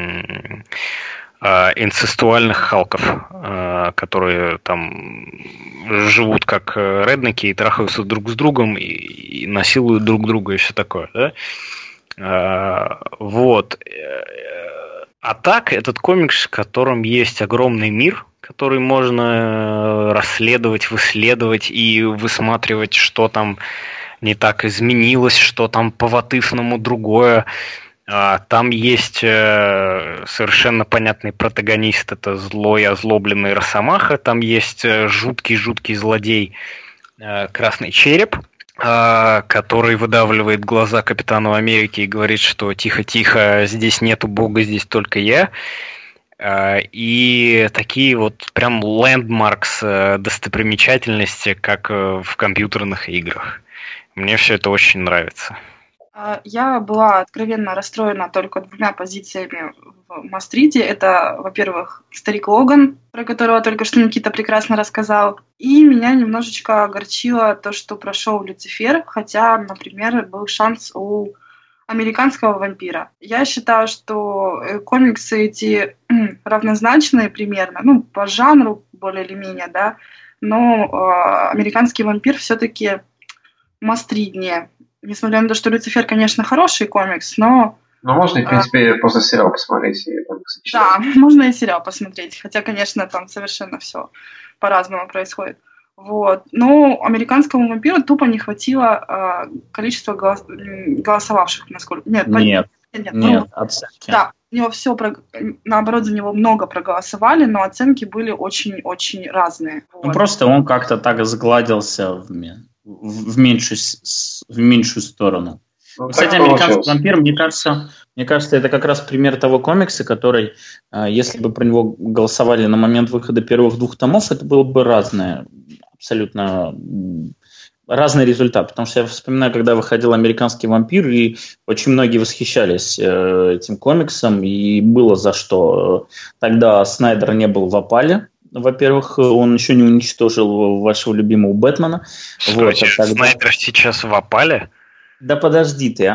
инцестуальных халков, которые там живут как реднеки и трахаются друг с другом и насилуют друг друга и все такое, да? Вот. А так, этот комикс, в котором есть огромный мир, который можно расследовать, выследовать и высматривать, что там не так изменилось, что там по Ватыфному другое. Там есть совершенно понятный протагонист, это злой, озлобленный Росомаха, там есть жуткий злодей Красный Череп, который выдавливает глаза Капитану Америки и говорит, что тихо-тихо, здесь нету бога, здесь только я. И такие вот прям лендмаркс, достопримечательности, как в компьютерных играх. Мне все это очень нравится. Я была откровенно расстроена только двумя позициями в Мастрите. Это, во-первых, старик Логан, про которого только что Никита прекрасно рассказал. И меня немножечко огорчило то, что прошел Люцифер, хотя, например, был шанс у американского вампира. Я считаю, что комиксы эти равнозначные примерно, ну, по жанру более или менее, да, но американский вампир все-таки мастриднее. Несмотря на то, что Люцифер, конечно, хороший комикс, но... Ну, можно, в принципе, просто сериал посмотреть. И комиксы читать. Да, можно и сериал посмотреть. Хотя, конечно, там совершенно все по-разному происходит. Вот. Но американскому вампиру тупо не хватило количества голосовавших, насколько... Нет, оценки. Да, у него все, наоборот, за него много проголосовали, но оценки были очень-очень разные. Вот. Ну, просто он как-то так сгладился в меньшую сторону. Ну, кстати, американский вампир, мне кажется, это как раз пример того комикса, который, если бы про него голосовали на момент выхода первых 2 томов, это было бы абсолютно разный результат. Потому что я вспоминаю, когда выходил американский вампир, и очень многие восхищались этим комиксом, и было за что. Тогда Снайдер не был в опале. Во-первых, он еще не уничтожил вашего любимого Бэтмена. Слушайте, вот, тогда... Снайдер сейчас в опале? Да подожди ты.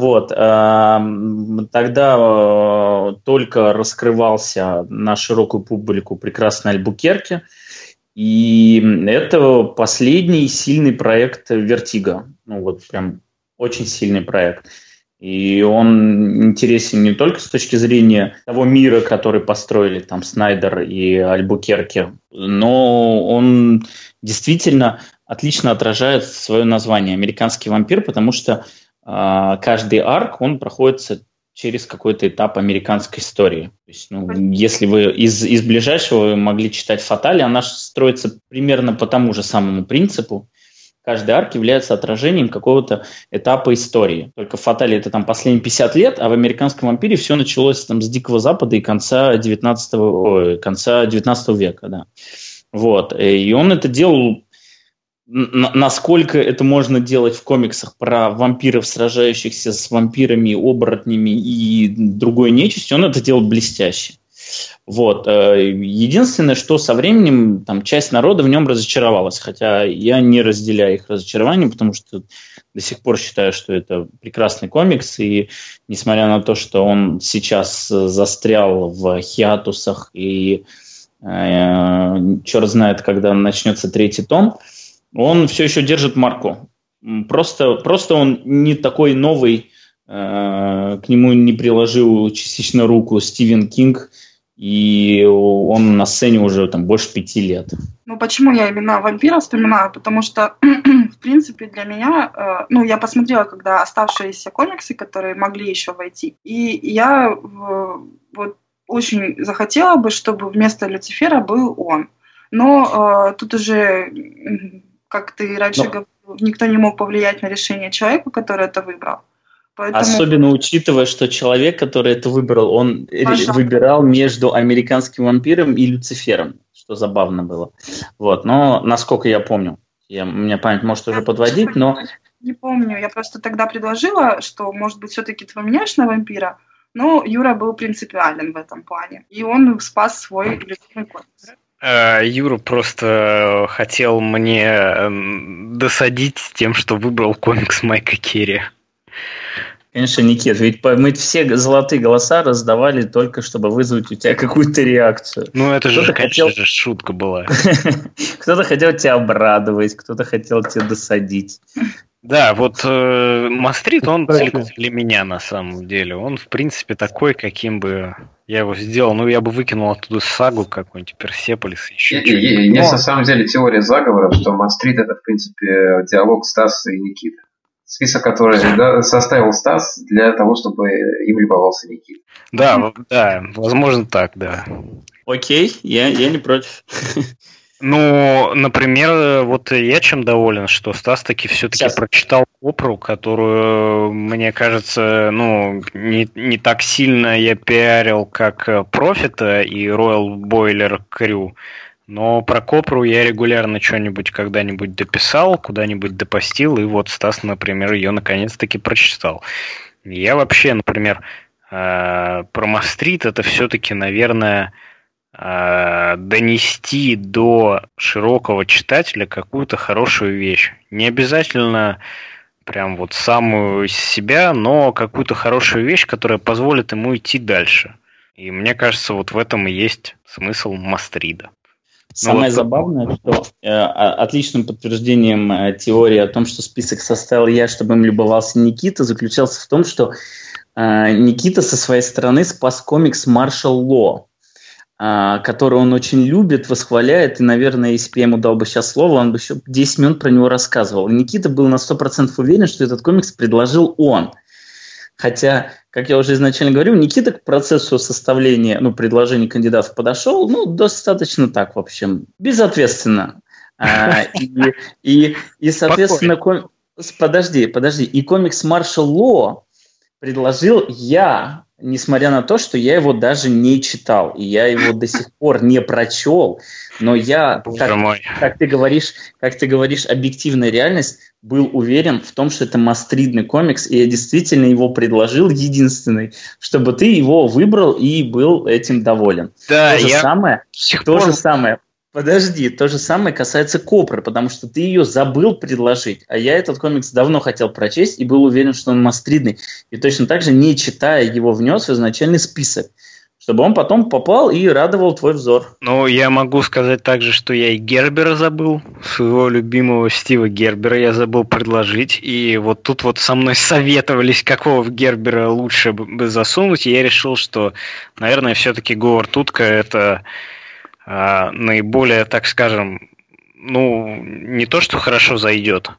Тогда только раскрывался на широкую публику прекрасный Альбукерке. И это последний сильный проект Вертиго. Ну вот прям очень сильный проект. И он интересен не только с точки зрения того мира, который построили там Снайдер и Альбукерке, но он действительно отлично отражает свое название «Американский вампир», потому что каждый арк, он проходится через какой-то этап американской истории. То есть, если вы из ближайшего могли читать «Фатали», она строится примерно по тому же самому принципу. Каждый арк является отражением какого-то этапа истории. Только в «Фатале» это там последние 50 лет, а в «Американском вампире» все началось там с Дикого Запада и конца 19 века. Да. Вот. И он это делал, насколько это можно делать в комиксах про вампиров, сражающихся с вампирами, оборотнями и другой нечистью, он это делал блестяще. Вот. Единственное, что со временем там, часть народа в нем разочаровалась, хотя я не разделяю их разочарование, потому что до сих пор считаю, что это прекрасный комикс, и несмотря на то, что он сейчас застрял в хиатусах и черт знает, когда начнется 3-й том, он все еще держит марку. Просто он не такой новый, к нему не приложил частично руку Стивен Кинг, и он на сцене уже там больше 5 лет. Ну, почему я именно вампира вспоминаю? Потому что, в принципе, для меня... я посмотрела, когда оставшиеся комиксы, которые могли еще войти. И я вот очень захотела бы, чтобы вместо Люцифера был он. Но тут уже, как ты раньше говорил, никто не мог повлиять на решение человека, который это выбрал. Поэтому... Особенно учитывая, что человек, который это выбрал, он выбирал между «Американским вампиром» и «Люцифером», что забавно было. Вот. Но, насколько я помню, у меня память может уже подводить, но Не помню, я просто тогда предложила, что, может быть, все-таки ты поменяешь на вампира, но Юра был принципиален в этом плане, и он спас свой любимый комикс. Юра просто хотел мне досадить тем, что выбрал комикс Майка Керри. Конечно, Никит, ведь мы все золотые голоса раздавали только, чтобы вызвать у тебя какую-то реакцию. Ну, это же, конечно же, шутка была. Кто-то хотел тебя обрадовать, кто-то хотел тебя досадить. Да, вот Мастрид, он целиком для меня на самом деле. Он, в принципе, такой, каким бы я его сделал. Ну, я бы выкинул оттуда сагу какую-нибудь, Персеполис, еще что-то. Есть на самом деле теория заговора, что Мастрид это, в принципе, диалог Стаса и Никиты. Список, который составил Стас для того, чтобы им любовался Никита. Да, возможно так, да. Окей, я не против. Ну, например, вот я чем доволен, что Стас таки все-таки прочитал Копру, которую, мне кажется, ну, не так сильно я пиарил, как Профита и Royal Boiler Crew. Но про Копру я регулярно что-нибудь когда-нибудь дописал, куда-нибудь допостил, и вот Стас, например, ее наконец-таки прочитал. Я вообще, например, про Мастрид это все-таки, наверное, донести до широкого читателя какую-то хорошую вещь. Не обязательно прям вот самую из себя, но какую-то хорошую вещь, которая позволит ему идти дальше. И мне кажется, вот в этом и есть смысл Мастрида. Самое забавное, что отличным подтверждением теории о том, что список составил я, чтобы им любовался Никита, заключался в том, что Никита со своей стороны спас комикс Martial Law, который он очень любит, восхваляет, и, наверное, если бы я ему дал бы сейчас слово, он бы еще 10 минут про него рассказывал. И Никита был на 100% уверен, что этот комикс предложил он. Хотя, как я уже изначально говорил, Никита к процессу составления предложений кандидатов подошел, достаточно так, в общем, безответственно. И соответственно, подожди, и комикс Martial Law предложил я, несмотря на то, что я его даже не читал, и я его до сих пор не прочел, но я, как ты говоришь, объективная реальность, был уверен в том, что это мастридный комикс, и я действительно его предложил, единственный, чтобы ты его выбрал и был этим доволен. Да, то же самое. Подожди, то же самое касается Копры, потому что ты ее забыл предложить, а я этот комикс давно хотел прочесть и был уверен, что он мастридный, и точно так же, не читая, его внес в изначальный список, чтобы он потом попал и радовал твой взор. Ну, я могу сказать также, что я и Гербера забыл, своего любимого Стива Гербера я забыл предложить, и вот тут вот со мной советовались, какого в Гербера лучше бы засунуть, и я решил, что, наверное, все-таки Говард Утка это наиболее, так скажем, не то, что хорошо зайдет,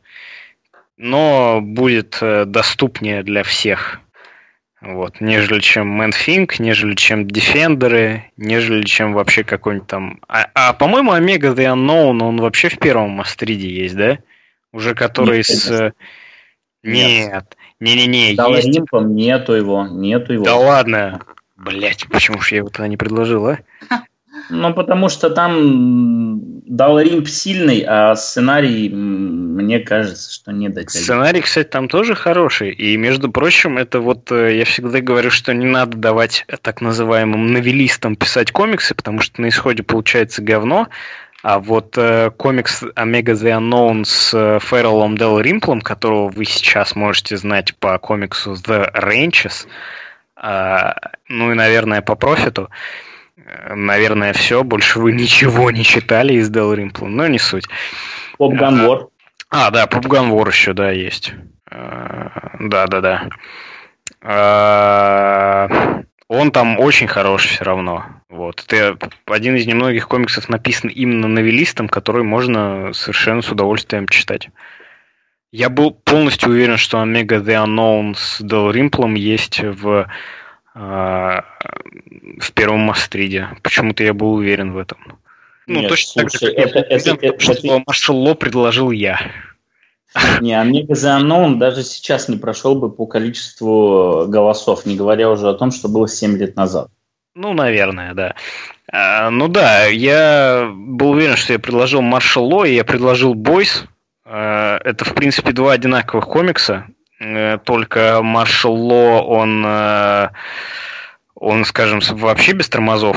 но будет доступнее для всех. Вот, нежели чем Мэнфинк, нежели чем Дефендеры, нежели чем вообще какой-нибудь там... по-моему, Омега The Unknown, он вообще в первом Мастриде есть, да? Уже который с... Нет. Не-не-не. Даларимпом нету его. Да ладно. Блять, почему же я его тогда не предложил, а? Потому что там Даларимп сильный, а сценарий, мне кажется, что не дотягивает. Сценарий, кстати, там тоже хороший. И, между прочим, это вот я всегда говорю, что не надо давать так называемым новеллистам писать комиксы, потому что на исходе получается говно. А вот комикс Omega the Unknown с Ферреллом Дел Римплом, которого вы сейчас можете знать по комиксу The Ranches, и, наверное, по Профиту, наверное, все. Больше вы ничего не читали из Дел Римпла, но не суть. Попган Вор. Да, Попган Вор еще, да, есть. Да. Он там очень хороший все равно. Вот. Это один из немногих комиксов, написан именно новеллистом, который можно совершенно с удовольствием читать. Я был полностью уверен, что Omega the Unknown с Дел Римплом есть в первом Мастриде. Почему-то я был уверен в этом. Нет, точно так же, что Martial Law предложил я. Не, Omega the Unknown даже сейчас не прошел бы по количеству голосов, не говоря уже о том, что было 7 лет назад. Наверное, да. Я был уверен, что я предложил Martial Law, и я предложил Boys, Это, в принципе, два одинаковых комикса, только Маршал Ло, он, скажем, вообще без тормозов.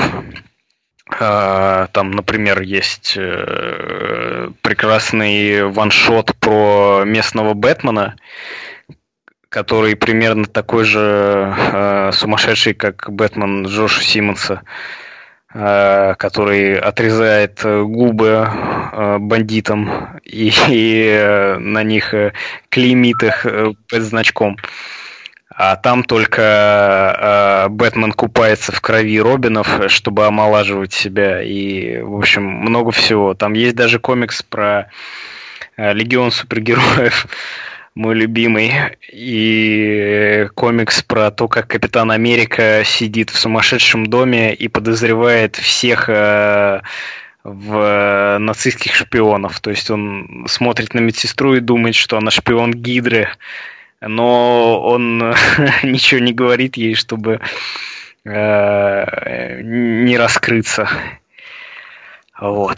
Там, например, есть прекрасный ваншот про местного Бэтмена, который примерно такой же сумасшедший, как Бэтмен Джоша Симмонса, который отрезает губы бандитам и на них клеймит их под значком. А там только Бэтмен купается в крови Робинов, чтобы омолаживать себя. И, в общем, много всего. Там есть даже комикс про Легион супергероев, мой любимый. И комикс про то, как Капитан Америка сидит в сумасшедшем доме и подозревает всех в нацистских шпионов. То есть он смотрит на медсестру и думает, что она шпион Гидры. Но он ничего не говорит ей, чтобы не раскрыться. Вот.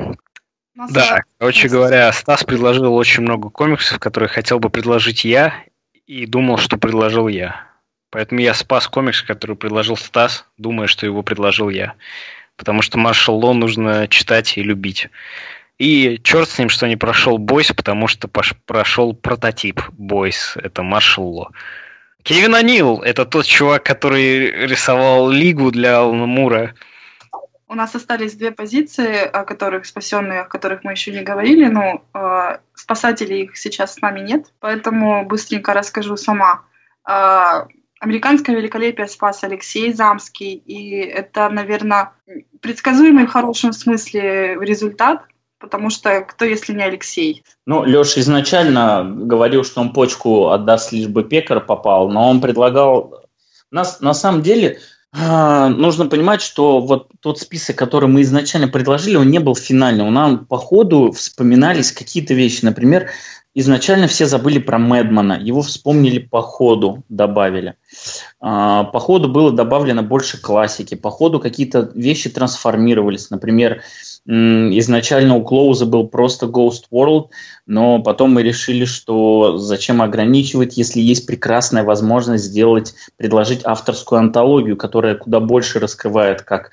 Да, короче говоря, Стас предложил очень много комиксов, которые хотел бы предложить я, и думал, что предложил я. Поэтому я спас комикс, который предложил Стас, думая, что его предложил я. Потому что Маршал Ло нужно читать и любить. И черт с ним, что не прошел Бойс, потому что прошел прототип Бойс. Это Маршал Ло. Кевин О'Нил – это тот чувак, который рисовал Лигу для Алана Мура. У нас остались две позиции, о которых спасенные, о которых мы еще не говорили, но спасателей их сейчас с нами нет, поэтому быстренько расскажу сама. Американское великолепие спас Алексей Замский, и это, наверное, предсказуемый в хорошем смысле результат, потому что кто, если не Алексей? Ну, Леша изначально говорил, что он почку отдаст, лишь бы Пекар попал, но он предлагал... На самом деле нужно понимать, что вот тот список, который мы изначально предложили, он не был финальным. Нам по ходу вспоминались какие-то вещи. Например, изначально все забыли про Мэдмана, его вспомнили по ходу, добавили. По ходу было добавлено больше классики, по ходу какие-то вещи трансформировались. Например, изначально у Клоуза был просто Ghost World, но потом мы решили, что зачем ограничивать, если есть прекрасная возможность предложить авторскую антологию, которая куда больше раскрывает как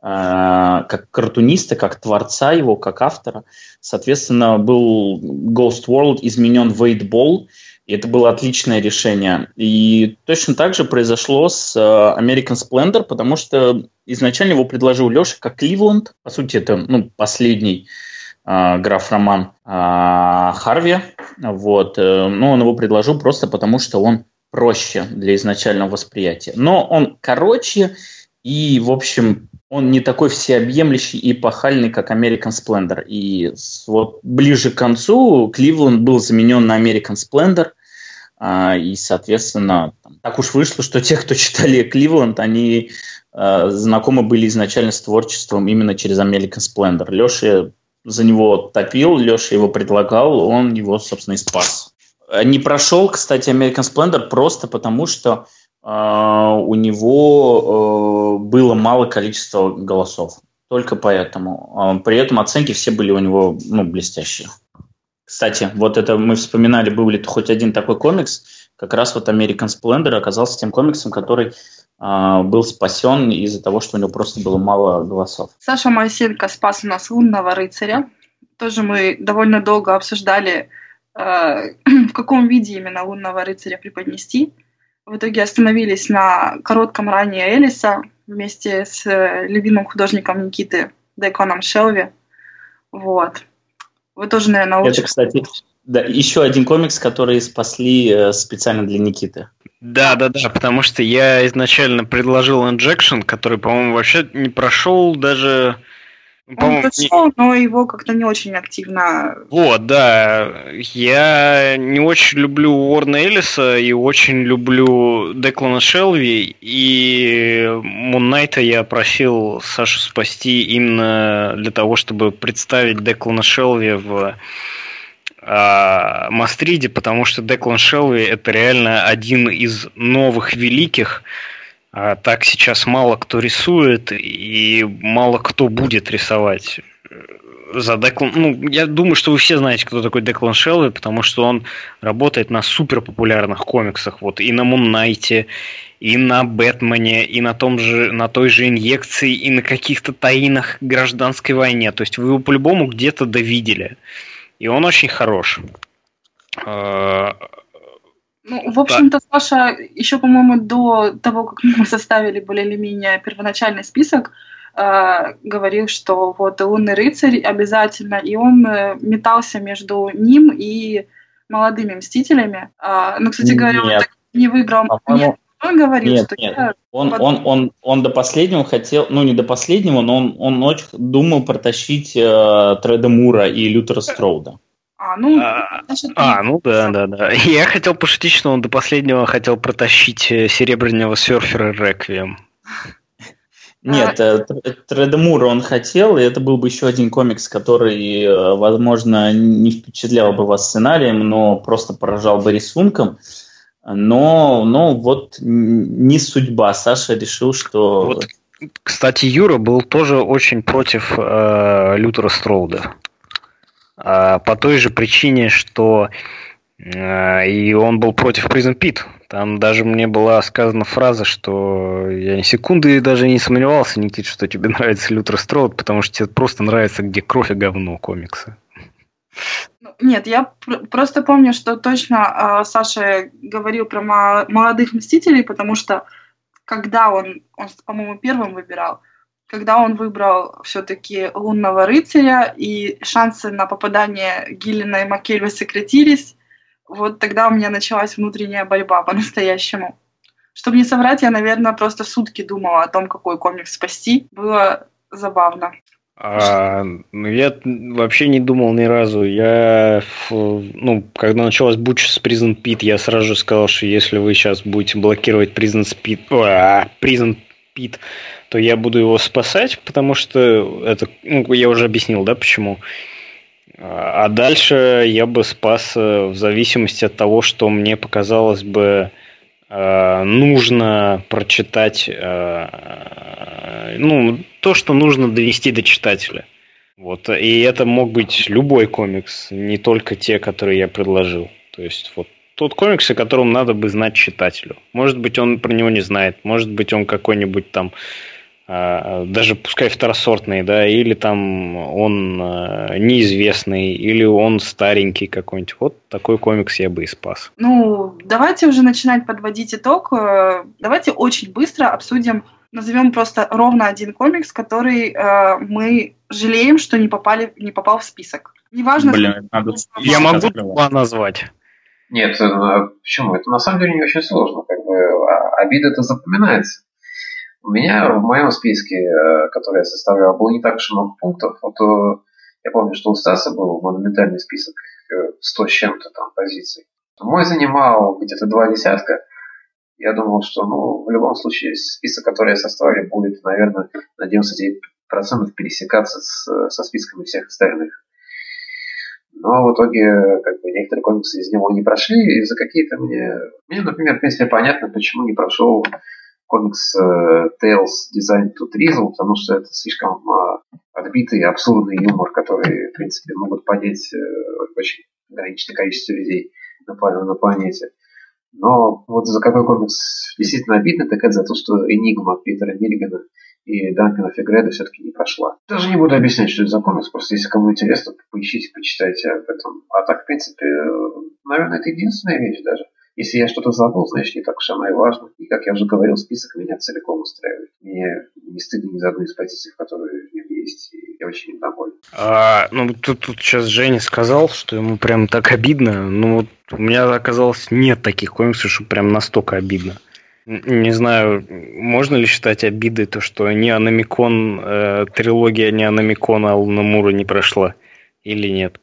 картуниста, как творца его, как автора. Соответственно, был Ghost World изменен в 8-Ball, и это было отличное решение. И точно так же произошло с American Splendor, потому что изначально его предложил Леша как Кливленд. По сути, это последний граф-роман Харви. Вот. Но он его предложил просто потому, что он проще для изначального восприятия. Но он короче и, в общем, он не такой всеобъемлющий и эпохальный, как American Splendor. И вот ближе к концу Кливленд был заменен на American Splendor. И, соответственно, так уж вышло, что те, кто читали Кливленд, они знакомы были изначально с творчеством именно через American Splendor. Леша за него топил, Леша его предлагал, он его, собственно, и спас. Не прошел, кстати, American Splendor просто потому, что у него было мало количества голосов. Только поэтому. При этом оценки все были у него блестящие. Кстати, вот это мы вспоминали, был ли хоть один такой комикс. Как раз вот American Splendor оказался тем комиксом, который был спасен из-за того, что у него просто было мало голосов. Саша Моисеенко спас у нас «Лунного рыцаря». Тоже мы довольно долго обсуждали, в каком виде именно «Лунного рыцаря» преподнести. В итоге остановились на коротком ране Элиса вместе с любимым художником Никиты Дайконом Шелви. Вот. Вы тоже, наверное, очень... Это, кстати, да, еще один комикс, который спасли специально для Никиты. Да, потому что я изначально предложил Injection, который, по-моему, вообще не прошел даже... Он прошел, но его как-то не очень активно... Вот, да. Я не очень люблю Уоррена Эллиса и очень люблю Деклана Шелви, и Moon Knight я просил Сашу спасти именно для того, чтобы представить Деклана Шелви в Мастриде, потому что Деклан Шелви это реально один из новых великих. Так сейчас мало кто рисует и мало кто будет рисовать. я думаю, что вы все знаете, кто такой Деклан Шелви, потому что он работает на суперпопулярных комиксах. Вот и на Мун Найте, и на Бэтмене, и на той же инъекции, и на каких-то таинах гражданской войне. То есть вы его по-любому где-то довидели. И он очень хорош. В общем-то, Саша еще, по-моему, до того, как мы составили более или менее первоначальный список, говорил, что вот «Лунный рыцарь» обязательно, и он метался между ним и «Молодыми мстителями». Но, кстати говоря, он так не выбрал. Нет, он говорил, нет, что нет. Он до последнего хотел, не до последнего, но он очень думал протащить Треда Мура и Лютера Строуда. Да. Я хотел пошутить, что он до последнего хотел протащить серебряного серфера Реквием. Нет, Треда Мура он хотел, и это был бы еще один комикс, который, возможно, не впечатлял бы вас сценарием, но просто поражал бы рисунком. Но вот не судьба. Саша решил, что... Вот, кстати, Юра был тоже очень против Лютера Строуда. По той же причине, что и он был против Prison Pit. Там даже мне была сказана фраза, что я ни секунды даже не сомневался, Никит, что тебе нравится Лютер Строуд, потому что тебе просто нравится, где кровь и говно комиксы. Нет, я просто помню, что точно Саша говорил про молодых мстителей, потому что когда он, по-моему, первым выбирал, когда он выбрал все-таки «Лунного рыцаря», и шансы на попадание Гиллина и Маккельва сократились, вот тогда у меня началась внутренняя борьба по-настоящему. Чтобы не соврать, я, наверное, просто сутки думала о том, какой комикс спасти. Было забавно. Я вообще не думал ни разу. Когда началась буча с Prison Pit, я сразу же сказал, что если вы сейчас будете блокировать Prison Pit, то я буду его спасать, потому что это, я уже объяснил, да, почему. А дальше я бы спас в зависимости от того, что мне показалось бы нужно прочитать, то, что нужно донести до читателя. Вот. И это мог быть любой комикс, не только те, которые я предложил. То есть вот тот комикс, о котором надо бы знать читателю. Может быть, он про него не знает, может быть, он какой-нибудь там даже пускай второсортный, да, или там он неизвестный, или он старенький какой-нибудь. Вот такой комикс я бы и спас. Давайте уже начинать подводить итог. Давайте очень быстро обсудим, назовем просто ровно один комикс, который мы жалеем, что не попал в список. Неважно, я могу два назвать. Нет, почему? Это на самом деле не очень сложно. Обида-то запоминается. У меня в моем списке, который я составлял, было не так уж много пунктов. Я помню, что у Стаса был монументальный список 100 с чем-то там позиций. Мой занимал где-то 20. Я думал, что в любом случае список, который я составил, будет, наверное, на 99% пересекаться со списками всех остальных. Но в итоге некоторые комиксы из него не прошли, и за какие-то мне, например, в принципе, понятно, почему не прошел комикс Tales Designed to Drizzle, потому что это слишком отбитый, абсурдный юмор, который, в принципе, могут понять очень ограниченное количество людей на планете. Но вот за какой комикс действительно обидно, так это за то, что Энигма Питера Миллигана и Данкана Фигреда все-таки не прошла. Даже не буду объяснять, что это за комикс, просто если кому интересно, поищите, почитайте об этом. А так, в принципе, наверное, это единственная вещь даже. Если я что-то забыл, значит, не так уж оно и важно. И, как я уже говорил, список меня целиком устраивает. Мне не стыдно ни за одну из позиций, которые в нем есть, и я очень им доволен. Тут сейчас Женя сказал, что ему прям так обидно. У меня оказалось нет таких комиксов, что прям настолько обидно. Не знаю, можно ли считать обидой то, что трилогия Неономикона Алана Мура не прошла или нет?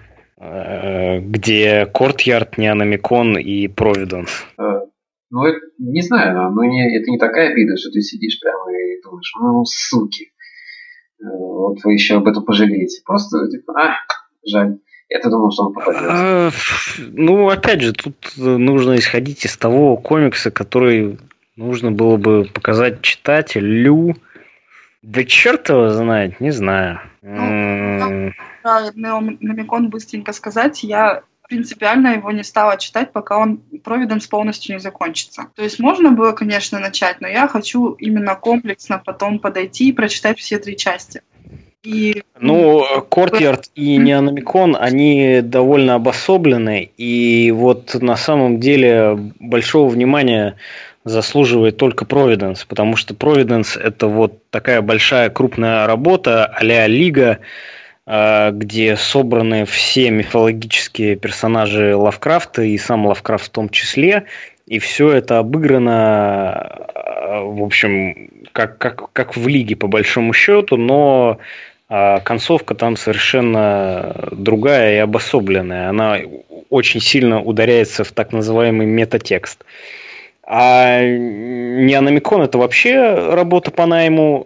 Где Кортьярд, Неономикон и Провиденс. Не знаю, это не такая обида, что ты сидишь прямо и думаешь, суки, вот вы еще об этом пожалеете. Просто, жаль. Я-то думал, что он попадет. Опять же, тут нужно исходить из того комикса, который нужно было бы показать читателю, Да черт его знает, не знаю. Про Неономикон быстренько сказать, я принципиально его не стала читать, пока он Providence полностью не закончится. То есть можно было, конечно, начать, но я хочу именно комплексно потом подойти и прочитать все 3 части. Courtyard и Неономикон, они довольно обособлены, и вот на самом деле большого внимания заслуживает только Providence, потому что Providence — это вот такая большая крупная работа а-ля Лига, где собраны все мифологические персонажи Лавкрафта и сам Лавкрафт в том числе, и все это обыграно, в общем, как в Лиге по большому счету, но концовка там совершенно другая и обособленная. Она очень сильно ударяется в так называемый метатекст. А Неономикон — это вообще работа по найму.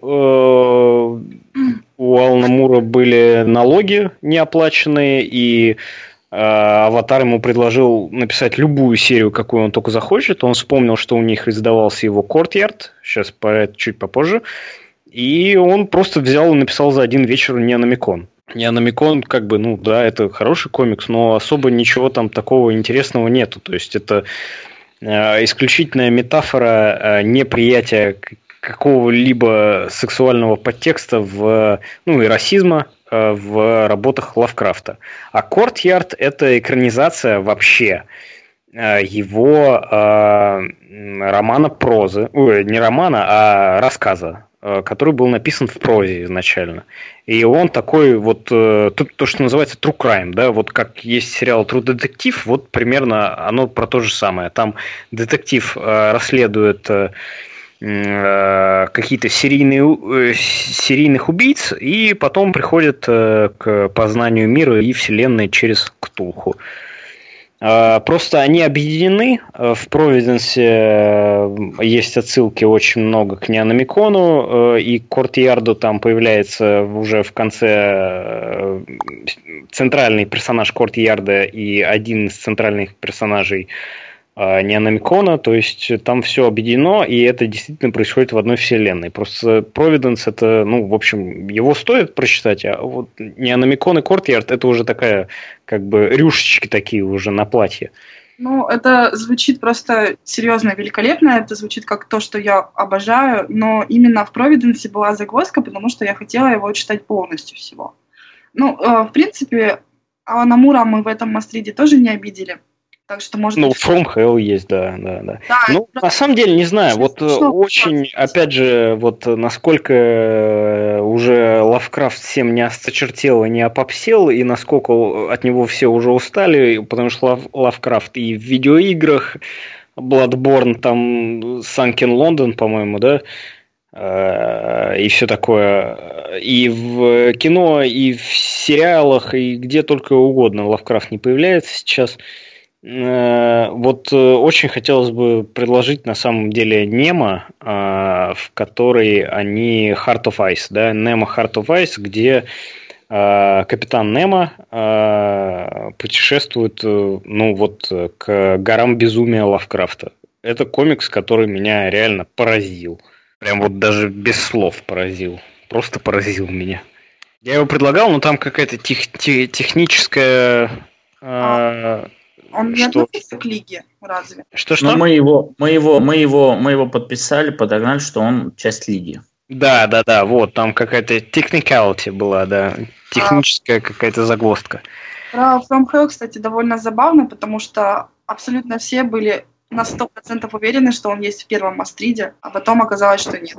У Алана Мура были налоги неоплаченные, и Аватар ему предложил написать любую серию, какую он только захочет. Он вспомнил, что у них издавался его Courtyard, сейчас про это чуть попозже, и он просто взял и написал за один вечер Неономикон. Неономикон, это хороший комикс, но особо ничего там такого интересного нету. То есть это исключительная метафора неприятия какого-либо сексуального подтекста и расизма в работах Лавкрафта. А Courtyard — это экранизация вообще его романа прозы, не романа, а рассказа, который был написан в прозе изначально. И он такой то, что называется true crime, да, вот как есть сериал True Detective, вот примерно оно про то же самое. Там детектив расследует какие-то серийных убийц, и потом приходит к познанию мира и вселенной через Ктулху. Просто они объединены. В Providence есть отсылки очень много к Неономикону, и к Courtyard там появляется уже в конце центральный персонаж Courtyard и один из центральных персонажей Неономикона, то есть там все объединено, и это действительно происходит в одной вселенной. Просто Providence — это, его стоит прочитать, а вот Неономикон и Courtyard — это уже такая, рюшечки такие уже на платье. Это звучит просто серьезно великолепно, это звучит как то, что я обожаю, но именно в Providence была загвоздка, потому что я хотела его читать полностью всего. В принципе, Алана Мура мы в этом Мастриде тоже не обидели. Так что, может быть... From Hell есть, да. На самом деле, не знаю, очень, опять же, насколько уже Лавкрафт всем не осточертел и не опопсел, и насколько от него все уже устали, потому что Лавкрафт и в видеоиграх, Bloodborne, там, Sunken London, по-моему, да, и все такое, и в кино, и в сериалах, и где только угодно Лавкрафт не появляется сейчас. Очень хотелось бы предложить на самом деле Немо, в которой они Heart of Ice, да, Nemo Heart of Ice, где капитан Немо путешествует к горам безумия Лавкрафта. Это комикс, который меня реально поразил. Прям даже без слов поразил. Просто поразил меня. Я его предлагал, но там какая-то техническая... Он не относится к Лиге, разве? Что? Мы его подписали, подогнали, что он часть Лиги. Да, там какая-то technicality была, да, техническая какая-то загвоздка. Про From Hell, кстати, довольно забавно, потому что абсолютно все были на 100% уверены, что он есть в первом Мастриде, а потом оказалось, что нет.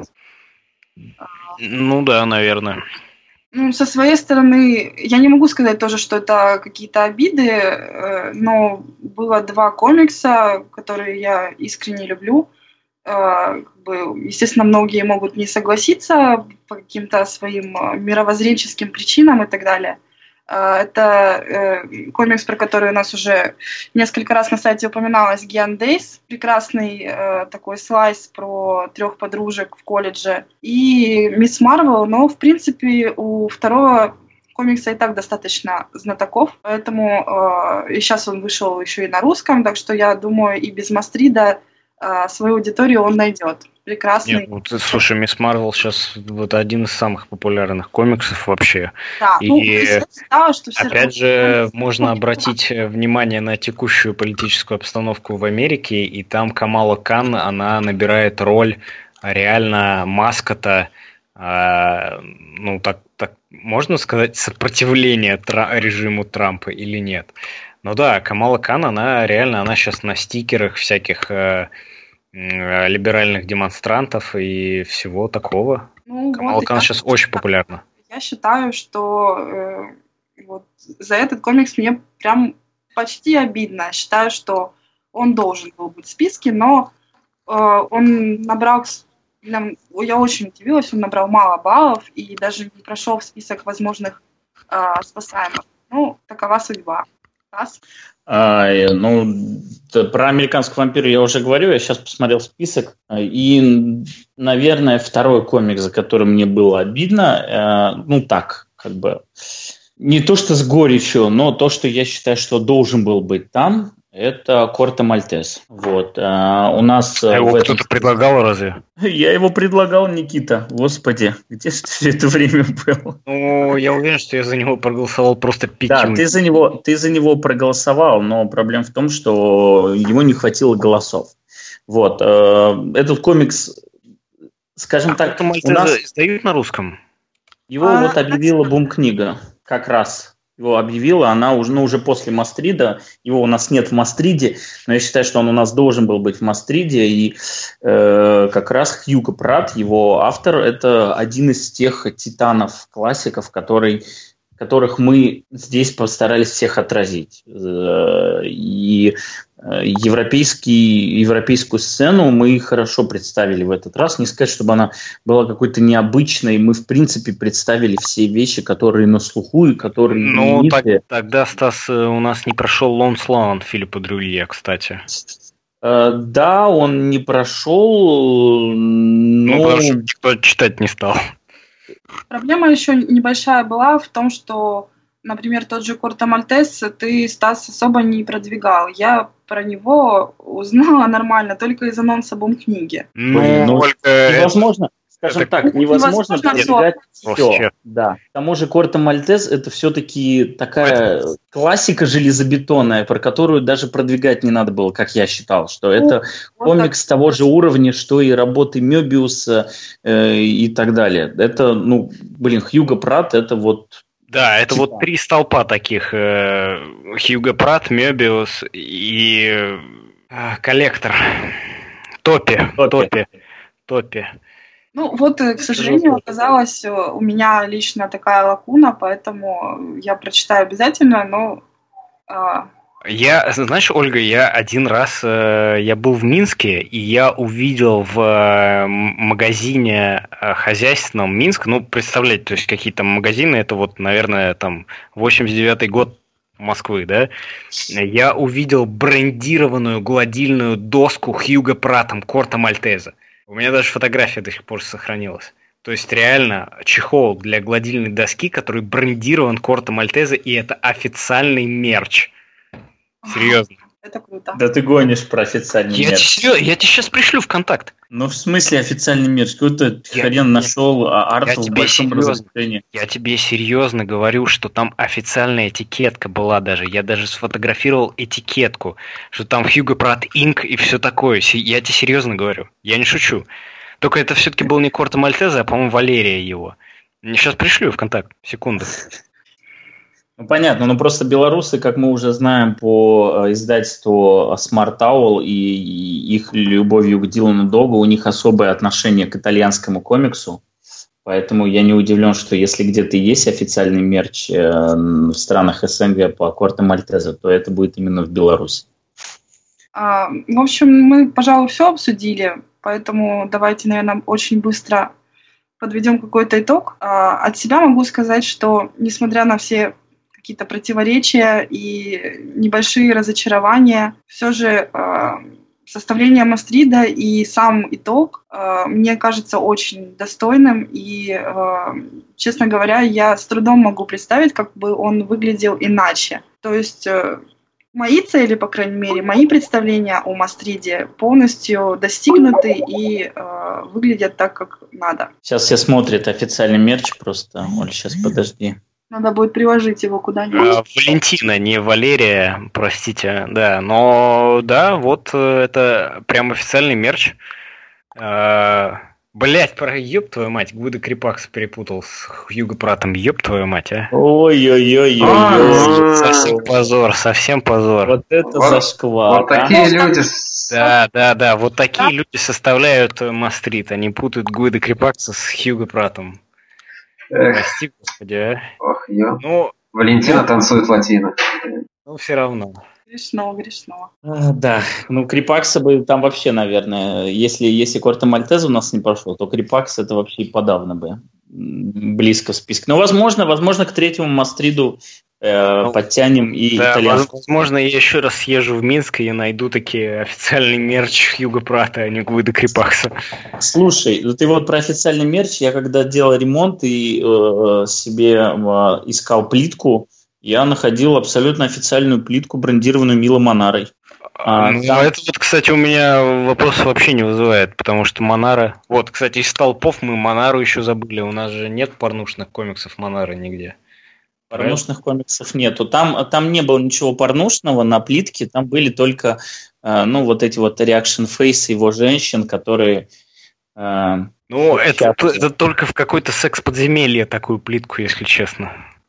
Да, наверное. Со своей стороны, я не могу сказать тоже, что это какие-то обиды, но было 2 комикса, которые я искренне люблю. Естественно, многие могут не согласиться по каким-то своим мировоззренческим причинам и так далее. Это комикс, про который у нас уже несколько раз на сайте упоминалось, Giant Days. Прекрасный такой слайс про 3 подружек в колледже. И Мисс Марвел, но, в принципе, у второго комикса и так достаточно знатоков, поэтому и сейчас он вышел еще и на русском, так что я думаю, и без Мастрида свою аудиторию он найдет. прекрасный. Нет, слушай, Мисс Марвел сейчас вот один из самых популярных комиксов вообще. Да, и что все опять же, можно обратить внимание на текущую политическую обстановку в Америке, и там Камала Кан, она набирает роль реально маскота, так можно сказать, сопротивления режиму Трампа или нет? Ну да, Камала Кан, она сейчас на стикерах всяких либеральных демонстрантов и всего такого. Камала Кан сейчас очень популярна. Я считаю, что за этот комикс мне прям почти обидно. Считаю, что он должен был быть в списке, но он набрал, я очень удивилась, он набрал мало баллов и даже не прошел в список возможных спасаемых. Такова судьба. Про «Американского вампира» я уже говорю, я сейчас посмотрел список, и, наверное, второй комикс, за который мне было обидно, не то что с горечью, но то, что я считаю, что должен был быть там, это Корто Мальтес. Вот. У нас его кто-то предлагал разве? Я его предлагал, Никита. Господи, где же ты все это время был? Я уверен, что я за него проголосовал просто 5. Да, ты за него проголосовал, но проблема в том, что ему не хватило голосов. Вот. Этот комикс, скажем так, у нас издают на русском? Его объявила Бум-книга как раз. Его объявила, она уже после Мастрида, его у нас нет в Мастриде, но я считаю, что он у нас должен был быть в Мастриде, и как раз Хьюго Пратт, его автор, это один из тех титанов-классиков, которых мы здесь постарались всех отразить. И европейскую сцену мы хорошо представили в этот раз. Не сказать, чтобы она была какой-то необычной. Мы, в принципе, представили все вещи, которые на слуху и которые именитые. Тогда, Стас, у нас не прошел Лон Слан Филиппа Дрюлье, кстати. Да, он не прошел, но... потому что никто читать не стал. Проблема еще небольшая была в том, что, например, тот же Корто Мальтес ты, Стас, особо не продвигал. Я про него узнала нормально только из анонса Бум-книги. Невозможно, скажем так, невозможно продвигать все. Да. К тому же Корто Мальтес это все-таки такая классика железобетонная, про которую даже продвигать не надо было, как я считал, что это комикс того же уровня, что и работы Мёбиуса и так далее. Это, Хьюго Пратт, это вот... Да, это вот 3 столпа таких. Хьюго Пратт, Мёбиус и коллектор. Топи. К сожалению, оказалось у меня лично такая лакуна, поэтому я прочитаю обязательно, но... Знаешь, Ольга, я один раз я был в Минске, и я увидел в магазине хозяйственном Минск, представляете, то есть какие-то магазины, это вот, наверное, там 89-й год Москвы, да, я увидел брендированную гладильную доску Хьюго Праттом Корто Мальтеза. У меня даже фотография до сих пор сохранилась. То есть реально чехол для гладильной доски, который брендирован Корто Мальтеза, и это официальный мерч. Серьезно. Это круто. Да ты гонишь про официальный мерч. Я тебе сейчас пришлю в контакт. В смысле официальный мерч? Какой-то хрен нашел арт в большом разрешении. Я тебе серьезно говорю, что там официальная этикетка была даже. Я даже сфотографировал этикетку, что там Хьюго Пратт Инк и все такое. Я тебе серьезно говорю. Я не шучу. Только это все-таки был не Корто Мальтеза, а, по-моему, Валерия его. Сейчас пришлю в контакт. Секунду. Понятно, но просто белорусы, как мы уже знаем по издательству Smart Owl и их любовью к Дилану Догу, у них особое отношение к итальянскому комиксу, поэтому я не удивлен, что если где-то есть официальный мерч в странах СНГ по Корто Мальтеза, то это будет именно в Беларуси. В общем, мы, пожалуй, все обсудили, поэтому давайте, наверное, очень быстро подведем какой-то итог. От себя могу сказать, что, несмотря на все какие-то противоречия и небольшие разочарования, все же составление Мастрида и сам итог мне кажется очень достойным, и, честно говоря, я с трудом могу представить, как бы он выглядел иначе. То есть Мои цели, по крайней мере, мои представления о Мастриде полностью достигнуты и выглядят так, как надо. Сейчас все смотрят официальный мерч просто. Оль, сейчас подожди. Надо будет приложить его куда-нибудь. Валентина, не Валерия, простите, да. Но да, вот это прям официальный мерч. Блять, ёб твою мать, Гвидо Крипакс перепутал с Хьюго Пратом, ёб твою мать, а. Ой-ой-ой-ой-ой. Совсем позор. Вот это зашквар. Вот такие люди... Да, вот такие люди составляют Мастрид, они путают Гвидо Крипакса с Хьюго Пратом. Прости, господи, а. Ох, ё. Ну, Валентина танцует латино. ну, все равно. Грешно. Да, ну Крипакса бы там вообще, наверное, если Корте Мальтеза у нас не пошел, то Крипакс это вообще и подавно бы близко в списке. Но возможно к третьему Мастриду подтянем и да, итальянского. Возможно, я еще раз съезжу в Минск и найду такие официальный мерч Хьюго Прата, а не Гвидо Крипакса. Слушай, ты вот про официальный мерч, я когда делал ремонт и себе искал плитку, я находил абсолютно официальную плитку, брендированную Мило Монарой. Это вот, кстати, у меня вопрос вообще не вызывает, потому что Монара... Вот, кстати, из столпов мы Монару еще забыли, у нас же нет порнушных комиксов Монары нигде. Порнушных комиксов нету. Там не было ничего порнушного на плитке, там были только вот эти вот реакшн-фейсы его женщин, которые... это только в какой-то секс-подземелье такую плитку, если честно.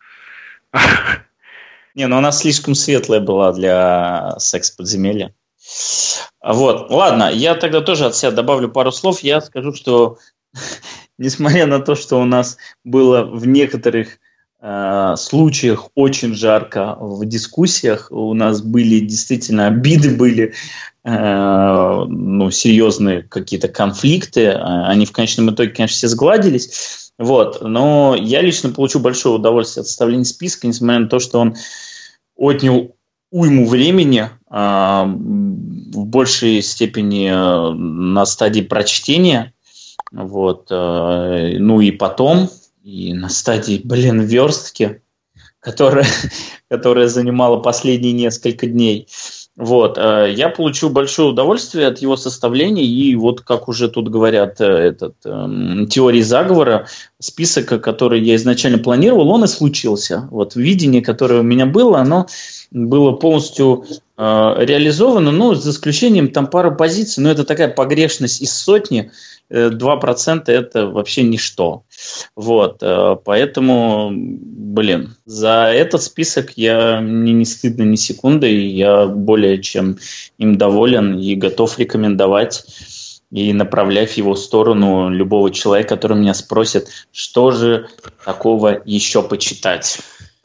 Не, ну она слишком светлая была для секс-подземелья. Вот, ладно, я тогда тоже от себя добавлю пару слов. Я скажу, что несмотря на то, что у нас было в некоторых случаях очень жарко в дискуссиях, у нас были действительно обиды, были серьезные какие-то конфликты, они в конечном итоге, конечно, все сгладились. Вот, но я лично получу большое удовольствие от составления списка, несмотря на то, что он отнял уйму времени, в большей степени на стадии прочтения, вот, ну и потом, и на стадии, верстки, которая занимала последние несколько дней. Вот, я получу большое удовольствие от его составления, и вот, как уже тут говорят, теории заговора, список, который я изначально планировал, он и случился. Вот видение, которое у меня было, оно было полностью реализовано, но за исключением там пары позиций, но это такая погрешность из сотни, 2% это вообще ничто. Вот, поэтому, за этот список мне не стыдно ни секунды, и я более чем им доволен и готов рекомендовать и направлять в его сторону любого человека, который меня спросит, что же такого еще почитать.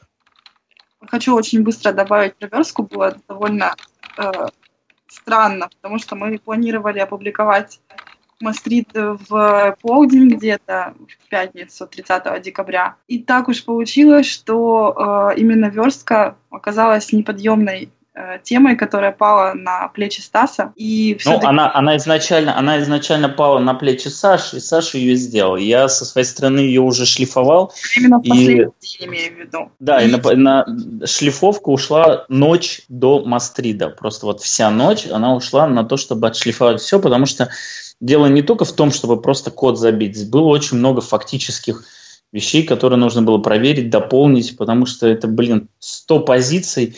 Хочу очень быстро добавить про верстку, было довольно странно, потому что мы планировали опубликовать Мастрид в полдень где-то, в пятницу, 30 декабря. И так уж получилось, что именно верстка оказалась неподъемной темой, которая пала на плечи Стаса. И она изначально пала на плечи Саши, и Саша ее сделал. Я со своей стороны ее уже шлифовал. Именно в последний день, имею в виду. Да, и на шлифовку ушла ночь до Мастрида. Просто вот вся ночь она ушла на то, чтобы отшлифовать все, потому что дело не только в том, чтобы просто код забить. Здесь было очень много фактических вещей, которые нужно было проверить, дополнить, потому что это, 100 позиций,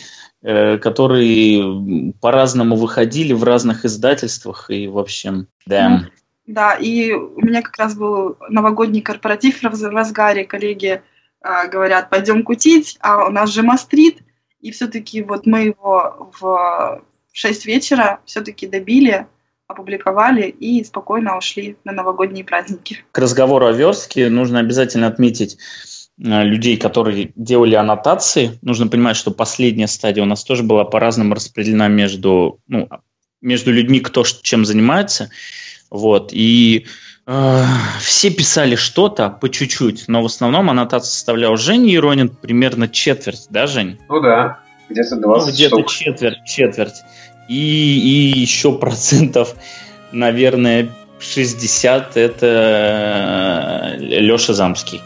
которые по-разному выходили в разных издательствах. И, в общем, да. Да, и у меня как раз был новогодний корпоратив в разгаре. Коллеги говорят, пойдем кутить, а у нас же Мастрид. И все-таки вот мы его в 6 вечера все-таки добили, опубликовали и спокойно ушли на новогодние праздники. К разговору о верстке нужно обязательно отметить людей, которые делали аннотации. Нужно понимать, что последняя стадия у нас тоже была по-разному распределена между людьми, кто чем занимается. Вот. И все писали что-то по чуть-чуть, но в основном аннотацию составлял Женя Еронин, примерно четверть, да, Жень? Ну да, где-то 20 где-то штук. четверть. И еще процентов, наверное, 60 это Леша Замский,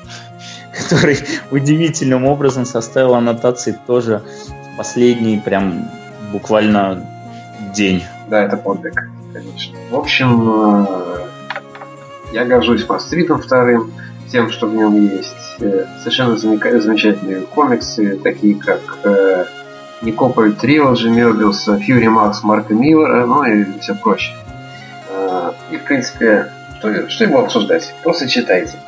который удивительным образом составил аннотации тоже в последние прям буквально день. Да, это подвиг, конечно. В общем, я горжусь Мастритом вторым, тем, что в нем есть совершенно замечательные комиксы, такие как Никополь Трилоджи, Мёбиуса, Фьюри Макс Марка Миллера, ну и все прочее. И, в принципе, что его обсуждать? Просто читайте.